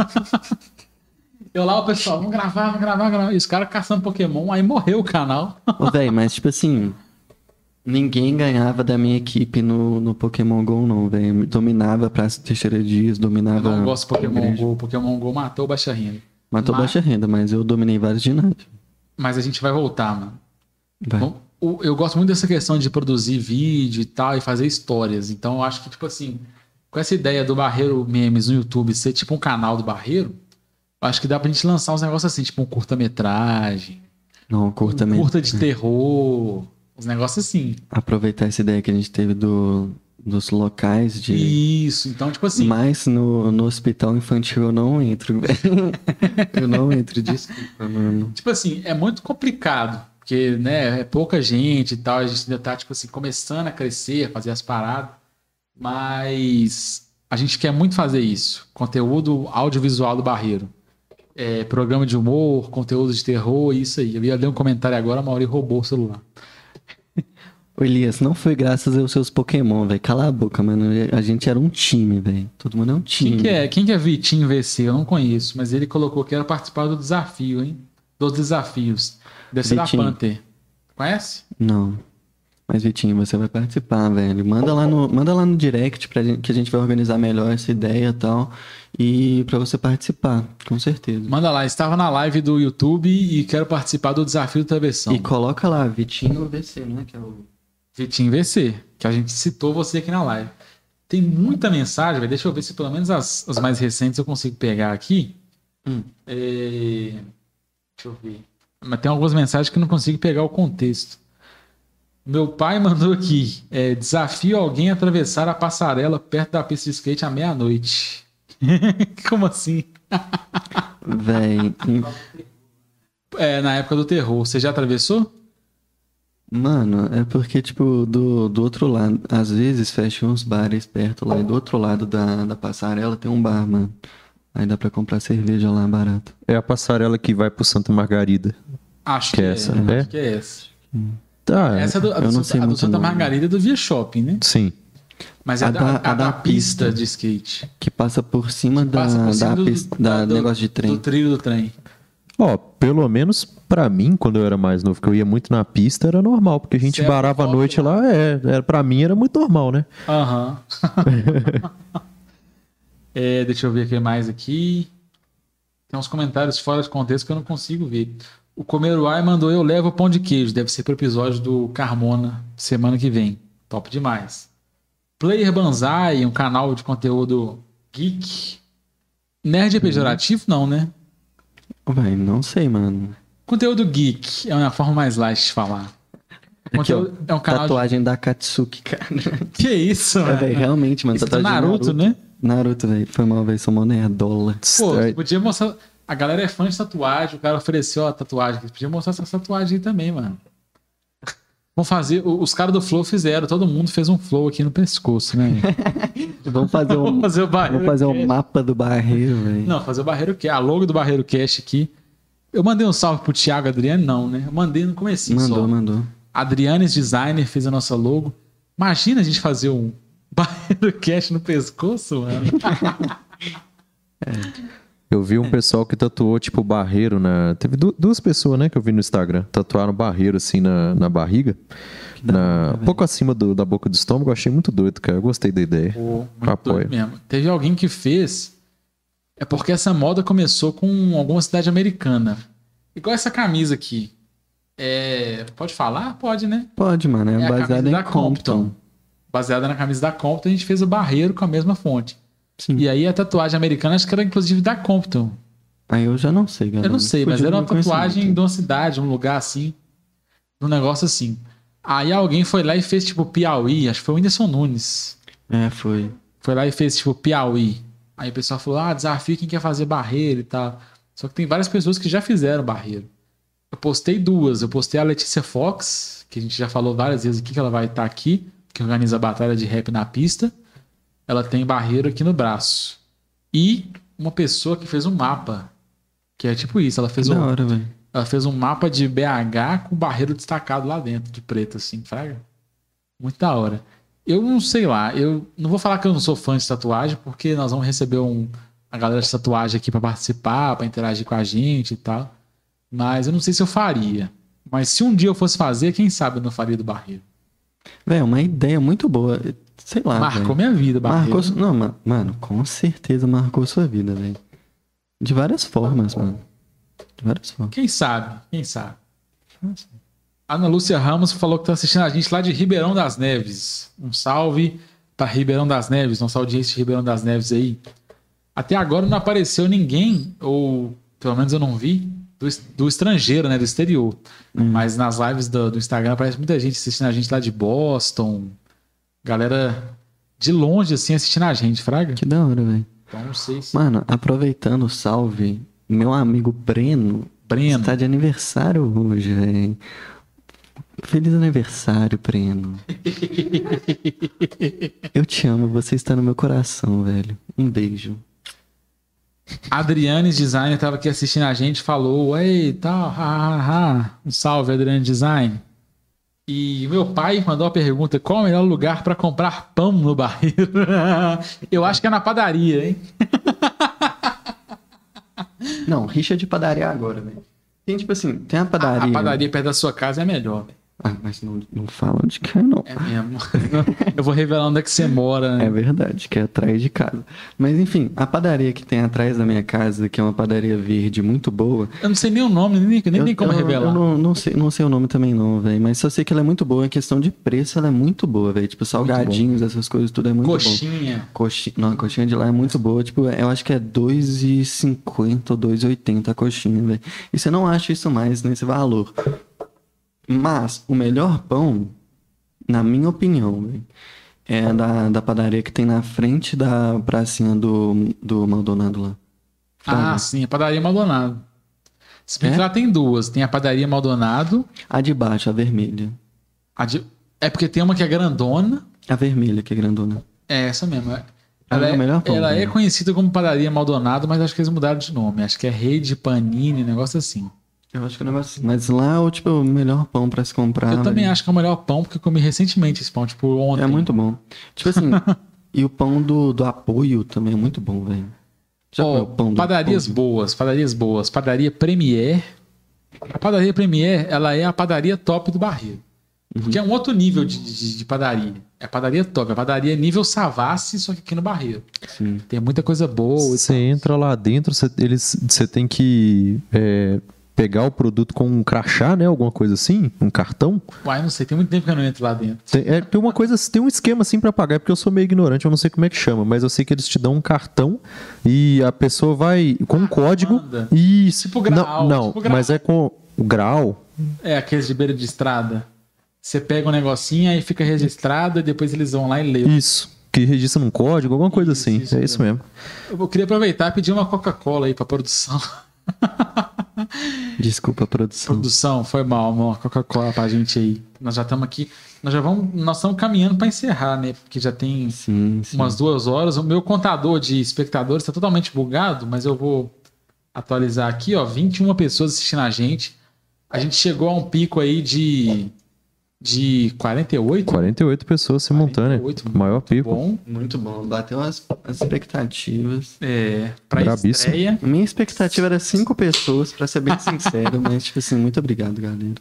Eu lá, o pessoal, vamos gravar. E os caras caçando Pokémon, aí morreu o canal. Ô, velho, mas tipo assim, ninguém ganhava da minha equipe no Pokémon GO, não, velho. Dominava a Praça Teixeira Dias, Eu dominava. não gosto de a Pokémon igreja. GO. Pokémon GO matou o Baixa Renda. Matou Mas- baixa renda, mas eu dominei vários ginásios. Mas a gente vai voltar, mano. Vai. Bom, eu gosto muito dessa questão de produzir vídeo e tal, e fazer histórias. Então eu acho que, tipo assim, com essa ideia do Barreiro Memes no YouTube ser tipo um canal do Barreiro, eu acho que dá pra gente lançar uns negócios assim, tipo um curta-metragem, Não, curta mesmo. curta de terror, uns negócios assim. Aproveitar essa ideia que a gente teve dos locais de. Isso, então, tipo assim, Mas no hospital infantil eu não entro, velho. Eu não entro, desculpa, mano. tipo assim, é muito complicado, porque, né, é pouca gente e tal, a gente ainda tá, tipo assim, começando a crescer, a fazer as paradas, mas a gente quer muito fazer isso, conteúdo audiovisual do Barreiro. Programa de humor, conteúdo de terror, isso aí. Eu ia ler um comentário agora, a Mauri roubou o celular. Ô, Elias, não foi graças aos seus Pokémon, velho. Cala a boca, mano. A gente era um time, velho. Todo mundo é um time. Quem que é Vitinho VC? Eu não conheço, mas ele colocou que era participar do desafio, hein? Dos desafios. Deve ser Vitinho. da Panther. Conhece? Não. Mas, Vitinho, você vai participar, velho. Manda lá no direct que a gente vai organizar melhor essa ideia e tal. E pra você participar, com certeza. Manda lá, estava na live do YouTube e quero participar do desafio do travessão. E coloca lá, Vitinho VC, né? Que é o... Vitinho VC, que a gente citou você aqui na live. Tem muita mensagem, velho. Deixa eu ver se pelo menos as mais recentes eu consigo pegar aqui. Deixa eu ver. Mas tem algumas mensagens que eu não consigo pegar o contexto. Meu pai mandou aqui: desafio alguém a atravessar a passarela perto da pista de skate à meia-noite. Como assim? Véi. Na época do terror. Você já atravessou? Mano, é porque, tipo, do outro lado, às vezes fecham uns bares perto lá, e do outro lado da passarela tem um bar, mano. Aí dá pra comprar cerveja lá barato. É a passarela que vai pro Santa Margarida. Acho Que é essa, né? Acho que é essa. Tá, Essa é do, a eu do, não Santa- sei a do muito Santa não. Margarida é do Via Shopping, né? sim. Mas é A a da da pista pista. de skate. Que passa por cima Passa por cima da negócio de trem. Do trilho do trem. Ó, pelo menos pra mim, quando eu era mais novo, que eu ia muito na pista, era normal, porque a gente Você é varava a pop noite lá. lá, pra mim era muito normal, né? Aham. Deixa eu ver o que mais aqui. Tem uns comentários fora de contexto que eu não consigo ver. O Comeruai mandou: eu levo pão de queijo. Deve ser pro episódio do Carmona, semana que vem. Top demais. Player Banzai, um canal de conteúdo geek. Nerd é pejorativo? Não, né? Véi, não sei, mano. Conteúdo geek é uma forma mais light de falar. Aqui, ó, É um canal tatuagem da Katsuki, cara. Que isso, É, mano? véi, realmente, mano. Isso é do tatuagem de Naruto, né? Naruto, velho. Foi mal, velho. Sou mó nerdola. Pô, É, você podia mostrar. A galera é fã de tatuagem, o cara ofereceu a tatuagem. Você podia mostrar essa tatuagem aí também, mano. Vamos fazer. Os caras do Flow fizeram, todo mundo fez um Flow aqui no pescoço, né? Vamos fazer Vamos fazer o Barreiro Vamos fazer Cast. um mapa do barreiro, velho. Não, fazer o Barreiro Cast, a logo do Barreiro Cast aqui. Eu mandei um salve pro Thiago Adriano, não, né? Eu mandei no comecinho só. Mandou. Adrianes Designer fez a nossa logo. Imagina a gente fazer um Barreiro Cast no pescoço, mano. Eu vi um pessoal que tatuou, tipo, barreiro na... Teve duas pessoas, né, que eu vi no Instagram. Tatuaram barreiro, assim, na barriga. Um pouco acima da boca do estômago. Eu achei muito doido, cara. Eu gostei da ideia. Muito doido mesmo. Teve alguém que fez... É porque essa moda começou com alguma cidade americana. Igual essa camisa aqui. Pode falar? Pode, né? Pode, mano. É baseada em Compton. Baseada na camisa da Compton, a gente fez o barreiro com a mesma fonte. Sim. E aí a tatuagem americana, acho que era inclusive da Compton. Aí eu já não sei, galera. Eu não sei, mas era uma tatuagem de uma cidade, um lugar assim. Um negócio assim. Aí alguém foi lá e fez tipo Piauí. Acho que foi o Whindersson Nunes. Foi. Foi lá e fez tipo Piauí. Aí o pessoal falou, desafio quem quer fazer barreiro e tal. Só que tem várias pessoas que já fizeram barreiro. Eu postei duas. Eu postei a Letícia Fox, que a gente já falou várias vezes aqui, que ela vai estar aqui, que organiza a batalha de rap na pista. Ela tem barreiro aqui no braço. E uma pessoa que fez um mapa. Que é tipo isso. Ela fez ela fez um mapa de BH com barreiro destacado lá dentro, de preto, assim, fraga. Muito da hora. Eu não sei lá. Eu não vou falar que eu não sou fã de tatuagem, porque nós vamos receber a galera de tatuagem aqui para participar, para interagir com a gente e tal. Mas eu não sei se eu faria. Mas se um dia eu fosse fazer, quem sabe eu não faria do barreiro. Velho, uma ideia muito boa. Sei lá. Marcou minha vida, barreiro. Não, mano, com certeza marcou sua vida, velho. De várias formas, mano. De várias formas. Quem sabe? Quem sabe? Ana Lúcia Ramos falou que tá assistindo a gente lá de Ribeirão das Neves. Um salve para Ribeirão das Neves, nossa audiência de Ribeirão das Neves aí. Até agora não apareceu ninguém, ou pelo menos eu não vi, do estrangeiro, né? Do exterior. Mas nas lives do Instagram aparece muita gente assistindo a gente lá de Boston. Galera de longe, assim, assistindo a gente, fraga. Que da hora, velho. Então não sei se... Mano, aproveitando o salve, meu amigo Breno está de aniversário hoje, velho. Feliz aniversário, Breno. Eu te amo, você está no meu coração, velho. Um beijo. Adriane Design estava aqui assistindo a gente, falou, ei, tal, um salve, Adriane Design. E meu pai mandou a pergunta, qual é o melhor lugar para comprar pão no barreiro? Eu acho que é na padaria, hein? Não, rixa de padaria agora, velho. Tem tipo assim, tem a padaria... A padaria perto da sua casa é melhor, velho. Mas não fala onde que é, não. É mesmo. Eu vou revelar onde é que você mora, né? É verdade, que é atrás de casa. Mas enfim, a padaria que tem atrás da minha casa, que é uma padaria verde muito boa... Eu não sei nem o nome, nem tem como revelar. Eu não sei o nome também não, velho. Mas só sei que ela é muito boa. Em questão de preço, ela é muito boa, velho. Tipo, salgadinhos, essas coisas, tudo é muito coxinha. bom. Coxinha. Não, a coxinha de lá é muito boa. Tipo, eu acho que é R$2,50 ou R$2,80 a coxinha, velho. E você não acha isso mais nesse valor. Mas o melhor pão, na minha opinião, véio, é da padaria que tem na frente da pracinha do Maldonado lá. Ah, sim, a padaria Maldonado. Se bem que lá tem duas. Tem a padaria Maldonado. A de baixo, a vermelha. É porque tem uma que é grandona. A vermelha que é grandona. É essa mesmo. Ela é o melhor pão. Ela é conhecida como padaria Maldonado, mas acho que eles mudaram de nome. Acho que é Rede Panini, negócio assim. Eu acho que é um negócio assim. Mas lá é o melhor pão pra se comprar. Eu também acho que é o melhor pão, porque eu comi recentemente esse pão, tipo ontem. É muito bom. Tipo assim, e o pão do apoio também é muito bom, velho. Já comeu o pão do padarias apoio? boas. Padaria Premier. A padaria Premier, ela é a padaria top do barreiro. Porque é um outro nível de padaria. É a padaria top. A padaria nível Savassi, só que aqui no barreiro. Sim. Tem muita coisa boa. Você entra lá dentro, você tem que... pegar o produto com um crachá, né? Alguma coisa assim, um cartão. Uai, não sei, tem muito tempo que eu não entro lá dentro. Tem um esquema assim pra pagar, porque eu sou meio ignorante, eu não sei como é que chama, mas eu sei que eles te dão um cartão e a pessoa vai com um código manda. e... Tipo grau. Não, tipo grau. mas é com o grau. É, aqueles de beira de estrada. Você pega um negocinho, aí fica registrado e depois eles vão lá e lê. Isso, que registra num código, alguma coisa assim. É isso mesmo. Eu queria aproveitar e pedir uma Coca-Cola aí pra produção. Desculpa, produção. Produção, foi mal, uma Coca-Cola pra gente aí. Nós já estamos aqui, nós estamos caminhando para encerrar, né? Porque já tem umas 2 horas. O meu contador de espectadores está totalmente bugado, mas eu vou atualizar aqui, ó, 21 pessoas assistindo a gente. A gente chegou a um pico aí de de 48. 48 pessoas simultâneas. 48, Maior muito pico. bom. Muito bom. Bateu as expectativas. Pra Brabíssimo. estreia. Minha expectativa era 5 pessoas, pra ser bem sincero, mas, tipo assim, muito obrigado, galera.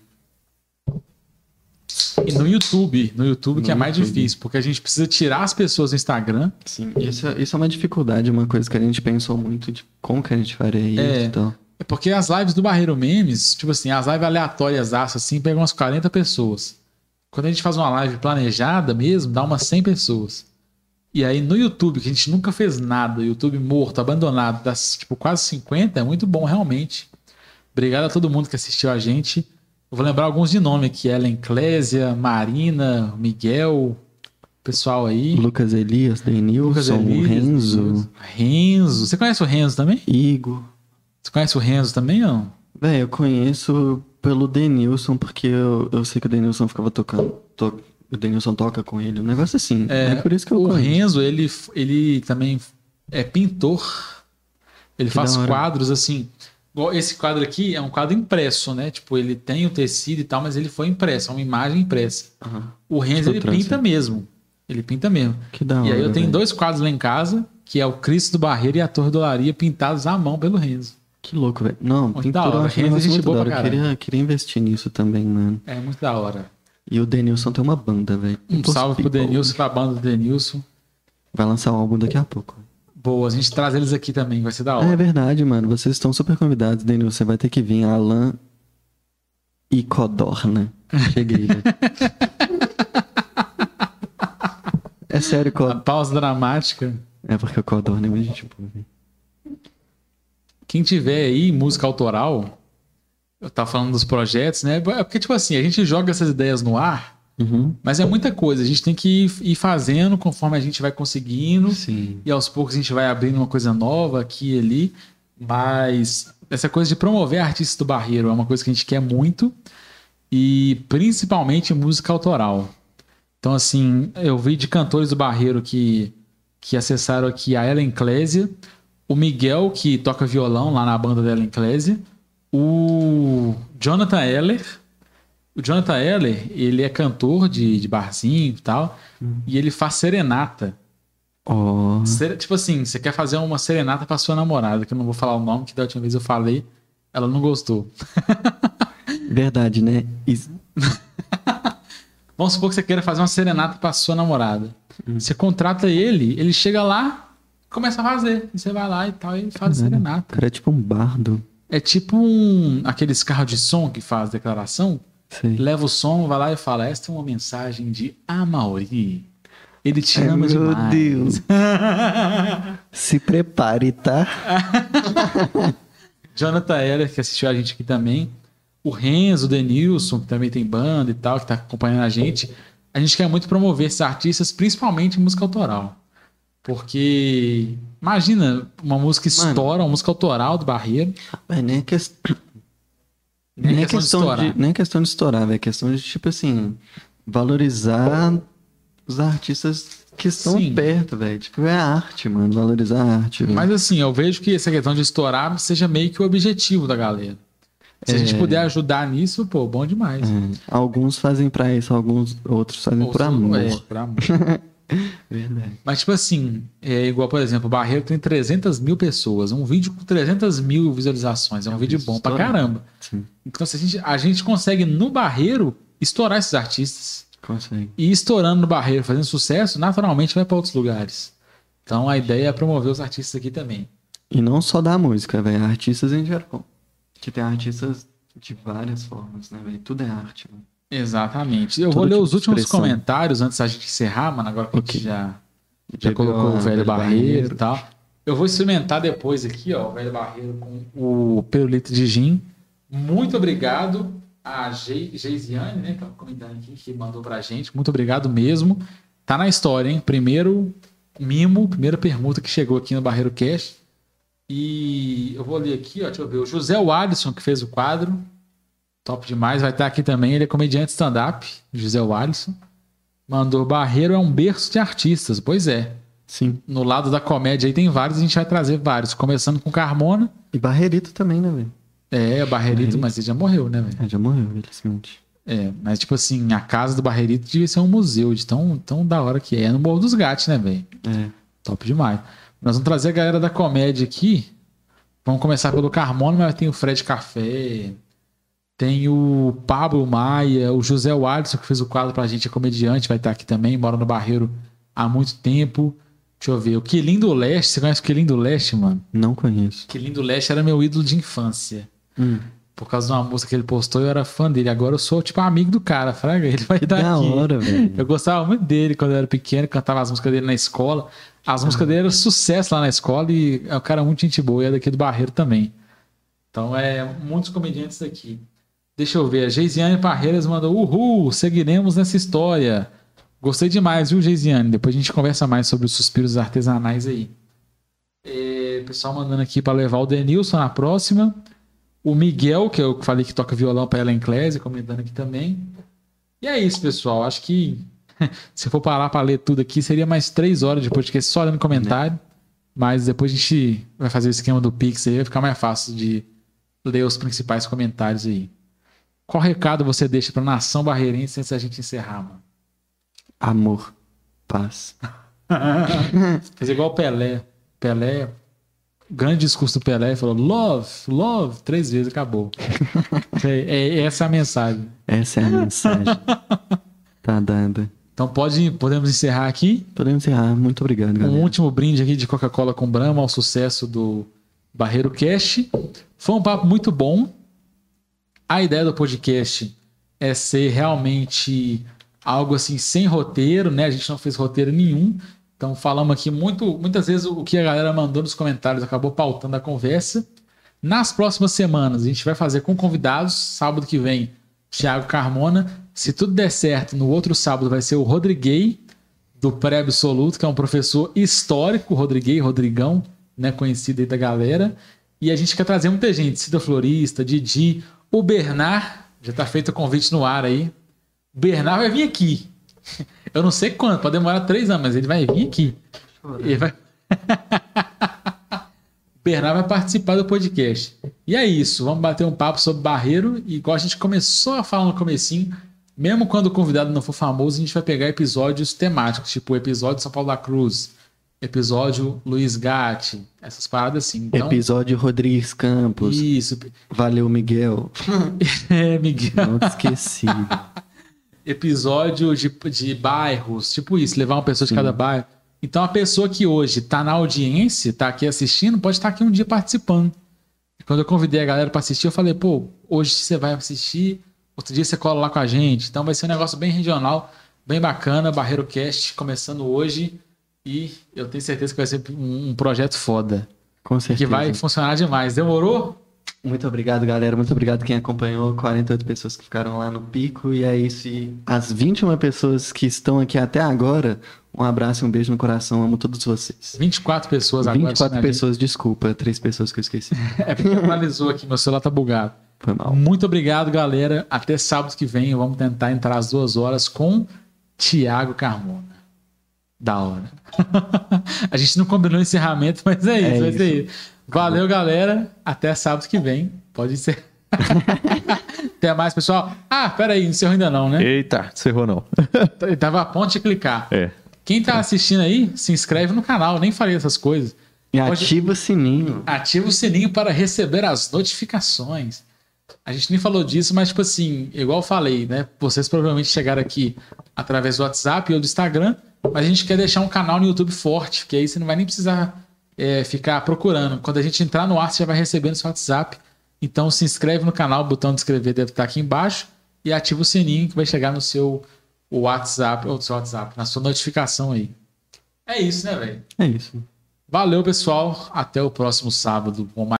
E no YouTube que é mais YouTube. difícil, porque a gente precisa tirar as pessoas do Instagram. Sim, isso é uma dificuldade, uma coisa que a gente pensou muito de como que a gente faria isso e tal. É porque as lives do Barreiro Memes, tipo assim, as lives aleatórias, assim, pegam umas 40 pessoas. Quando a gente faz uma live planejada mesmo, dá umas 100 pessoas. E aí no YouTube, que a gente nunca fez nada, YouTube morto, abandonado, das tipo quase 50, é muito bom realmente. Obrigado a todo mundo que assistiu a gente. Eu vou lembrar alguns de nome aqui: Ellen Clésia, Marina, Miguel, pessoal aí. Lucas Elias, Denilson, Renzo, Renzo. Você conhece o Renzo também? Igor. Você conhece o Renzo também, ou não? Véi, eu conheço pelo Denilson, porque eu sei que o Denilson ficava tocando. O Denilson toca com ele, um negócio assim. É por isso que eu O conheço. Renzo, ele também é pintor. Ele Que faz da hora. quadros assim. Igual esse quadro aqui é um quadro impresso, né? Tipo, ele tem o tecido e tal, mas ele foi impresso, é uma imagem impressa. Aham. O Renzo, Tipo, ele trança. pinta mesmo. Ele pinta mesmo. Que da hora. E aí eu tenho véi. 2 quadros lá em casa, que é o Cristo do Barreiro e a Torre do Olaria, pintados à mão pelo Renzo. Que louco, velho. Não, Muito pintura da hora. eu acho um Renzo é negócio gente muito boa da pra hora. Eu caralho. queria investir nisso também, mano. É muito da hora. E o Denilson tem uma banda, velho. Um salve pro People. Denilson, pra banda do Denilson. Vai lançar um álbum daqui a pouco. Boa, a gente traz eles aqui também, vai ser da hora. É verdade, mano. Vocês estão super convidados, Denilson. Você vai ter que vir, Alan e Codorna. Cheguei, velho. É sério, A Codorna. pausa dramática. É porque o Codorna é muito gente boa, velho. Quem tiver aí música autoral, eu tava falando dos projetos, né? É porque, tipo assim, a gente joga essas ideias no ar, Uhum. mas é muita coisa. A gente tem que ir fazendo conforme a gente vai conseguindo. Sim. E aos poucos a gente vai abrindo uma coisa nova aqui e ali. Mas essa coisa de promover artistas do Barreiro é uma coisa que a gente quer muito. E principalmente música autoral. Então, assim, eu vi de cantores do Barreiro que acessaram aqui a Ellen Clésia, o Miguel, que toca violão lá na banda da Ellen Clésia, o Jonathan Eller. O Jonathan Eller, ele é cantor de barzinho e tal, e ele faz serenata. Ó. Tipo assim, você quer fazer uma serenata pra sua namorada, que eu não vou falar o nome, que da última vez eu falei, ela não gostou. Verdade, né? Vamos supor que você queira fazer uma serenata pra sua namorada. Você contrata ele chega lá, começa a fazer. E você vai lá e tal, e ele faz a O serenata. cara é tipo um bardo. É tipo aqueles carros de som que faz declaração. Sei. Leva o som, vai lá e fala: esta é uma mensagem de Amaury. Ele te ama Meu demais. Deus. Se prepare, tá? Jonathan Heller, que assistiu a gente aqui também. O Renzo, o Denilson, que também tem banda e tal, que tá acompanhando a gente. A gente quer muito promover esses artistas, principalmente em música autoral. Porque, imagina, uma música estoura, uma música autoral do Barreiro. É, nem é questão. Nem Nem é é questão de estourar. nem é questão de estourar, velho. É questão de, tipo assim, valorizar os artistas que estão Sim. perto, velho. Tipo, é arte, mano. Valorizar a arte, velho. Mas assim, eu vejo que essa questão de estourar seja meio que o objetivo da galera. Se a gente puder ajudar nisso, pô, bom demais. É, alguns fazem pra isso, alguns outros fazem por amor. É, por amor. Verdade. Mas, tipo assim, é igual, por exemplo, o Barreiro tem 300 mil pessoas. Um vídeo com 300 mil visualizações. É um vídeo bom pra estourado. caramba. Sim, Então, se a gente consegue, no Barreiro, estourar esses artistas. consegue. E estourando no Barreiro, fazendo sucesso, naturalmente vai pra outros lugares. Então, a ideia é promover os artistas aqui também. E não só da música, velho. Artistas em geral. Que tem artistas de várias formas, né, velho? Tudo é arte, mano. Exatamente. Eu Todo vou ler tipo os de últimos expressão. comentários antes da gente encerrar, mano. Agora que a Ok. gente já Pegou colocou a o velho Velho Barreiro Barreiro. e tal. Eu vou experimentar depois aqui, ó, o velho Barreiro com o pirulito de gin. Muito obrigado a Geisiane, né, que é o comentando aqui, que mandou pra gente. Muito obrigado mesmo. Tá na história, hein? Primeiro mimo, primeira permuta que chegou aqui no Barreiro Cash. E eu vou ler aqui, ó, deixa eu ver. O José Alisson, que fez o quadro. Top demais, vai estar aqui também. Ele é comediante stand-up, José Alisson. Mandou: Barreiro é um berço de artistas. Pois é. Sim. No lado da comédia aí tem vários, a gente vai trazer vários. Começando com Carmona. E Barreirito também, né, velho? É, Barreirito, mas ele já morreu, né, velho? É, já morreu, infelizmente. Mas tipo assim, a casa do Barreirito devia ser um museu de tão da hora que é. É no Morro dos Gatos, né, velho? Top demais. Nós vamos trazer a galera da comédia aqui. Vamos começar pelo Carmona, mas tem o Fred Café, tem o Pablo Maia, o José Alisson, que fez o quadro pra gente, é comediante, vai estar aqui também, mora no Barreiro há muito tempo. Deixa eu ver, o Quilim do Leste, você conhece o Quilim do Leste, mano? Não conheço. Quilim do Leste era meu ídolo de infância. Por causa de uma música que ele postou, eu era fã dele. Agora eu sou, tipo, amigo do cara, fraga. Ele vai estar Da aqui. hora, velho. Eu gostava muito dele quando eu era pequeno, cantava as músicas dele na escola. As músicas dele eram sucesso lá na escola e é um cara muito gente boa e é daqui do Barreiro também. Então, muitos comediantes daqui. Deixa eu ver, a Geisiane Parreiras mandou: uhul, seguiremos nessa história. Gostei demais, viu, Geisiane? Depois a gente conversa mais sobre os suspiros artesanais aí. Pessoal mandando aqui para levar o Denilson na próxima. O Miguel, que eu falei que toca violão para ela em Eclésia, comentando aqui também. E é isso, pessoal. Acho que se eu for parar para ler tudo aqui, seria mais 3 horas de podcast só lendo comentário. Mas depois a gente vai fazer o esquema do Pix aí, vai ficar mais fácil de ler os principais comentários aí. Qual recado você deixa para a nação barreirense antes da gente encerrar, mano? Amor. Paz. Fazer igual o Pelé. Pelé, grande discurso do Pelé, falou love, love, 3 vezes, acabou. Essa é a mensagem. Essa é a mensagem. Tá dada. Então podemos encerrar aqui. Podemos encerrar. Muito obrigado, galera. Um último brinde aqui de Coca-Cola com Brahma ao sucesso do Barreiro Cast. Foi um papo muito bom. A ideia do podcast é ser realmente algo assim sem roteiro, né? A gente não fez roteiro nenhum. Então falamos aqui muitas vezes o que a galera mandou nos comentários acabou pautando a conversa. Nas próximas semanas a gente vai fazer com convidados. Sábado que vem, Thiago Carmona. Se tudo der certo, no outro sábado vai ser o Rodriguei, do Pré-Absoluto, que é um professor histórico, Rodrigão, né, conhecido aí da galera. E a gente quer trazer muita gente, Cida Florista, Didi, o Bernard, já tá feito o convite no ar aí. O Bernard vai vir aqui. Eu não sei quando, pode demorar 3 anos, mas ele vai vir aqui. Ele vai... O Bernard vai participar do podcast. E é isso, vamos bater um papo sobre Barreiro. E igual a gente começou a falar no comecinho, mesmo quando o convidado não for famoso, a gente vai pegar episódios temáticos, tipo o episódio São Paulo da Cruz, episódio Luiz Gatti, essas paradas assim. Então, episódio Rodrigues Campos. isso. Valeu, Miguel. Miguel. Não esqueci. Episódio de bairros, tipo isso, levar uma pessoa de cada bairro. Então a pessoa que hoje tá na audiência, tá aqui assistindo, pode estar aqui um dia participando. E quando eu convidei a galera para assistir, eu falei, pô, hoje você vai assistir, outro dia você cola lá com a gente. Então vai ser um negócio bem regional, bem bacana, Barreiro Cast começando hoje. E eu tenho certeza que vai ser um projeto foda. Com certeza. Que vai funcionar demais. Demorou? Muito obrigado, galera. Muito obrigado quem acompanhou. 48 pessoas que ficaram lá no pico. E é isso. E as 21 pessoas que estão aqui até agora, um abraço e um beijo no coração. Amo todos vocês. 24 pessoas agora. 24 pessoas, desculpa. 3 pessoas que eu esqueci. É porque analisou aqui, meu celular tá bugado. Foi mal. Muito obrigado, galera. Até sábado que vem. Vamos tentar entrar às 2 horas com Thiago Carmona. Da hora. A gente não combinou o encerramento, mas é isso. Vai ser isso. Valeu, galera. Até sábado que vem. Pode ser. Até mais, pessoal. Ah, peraí, não encerrou ainda não, né? Eita, encerrou não. Tava a ponto de clicar. É. Quem tá assistindo aí, se inscreve no canal. Eu nem falei essas coisas. E ativa o sininho. Ativa o sininho para receber as notificações. A gente nem falou disso, mas tipo assim, igual eu falei, né? Vocês provavelmente chegaram aqui através do WhatsApp ou do Instagram, mas a gente quer deixar um canal no YouTube forte, que aí você não vai nem precisar ficar procurando. Quando a gente entrar no ar, você já vai receber no seu WhatsApp. Então se inscreve no canal, o botão de inscrever deve estar aqui embaixo e ativa o sininho que vai chegar no seu WhatsApp, ou do seu WhatsApp, na sua notificação aí. É isso, né, velho? É isso. Valeu, pessoal. Até o próximo sábado com mais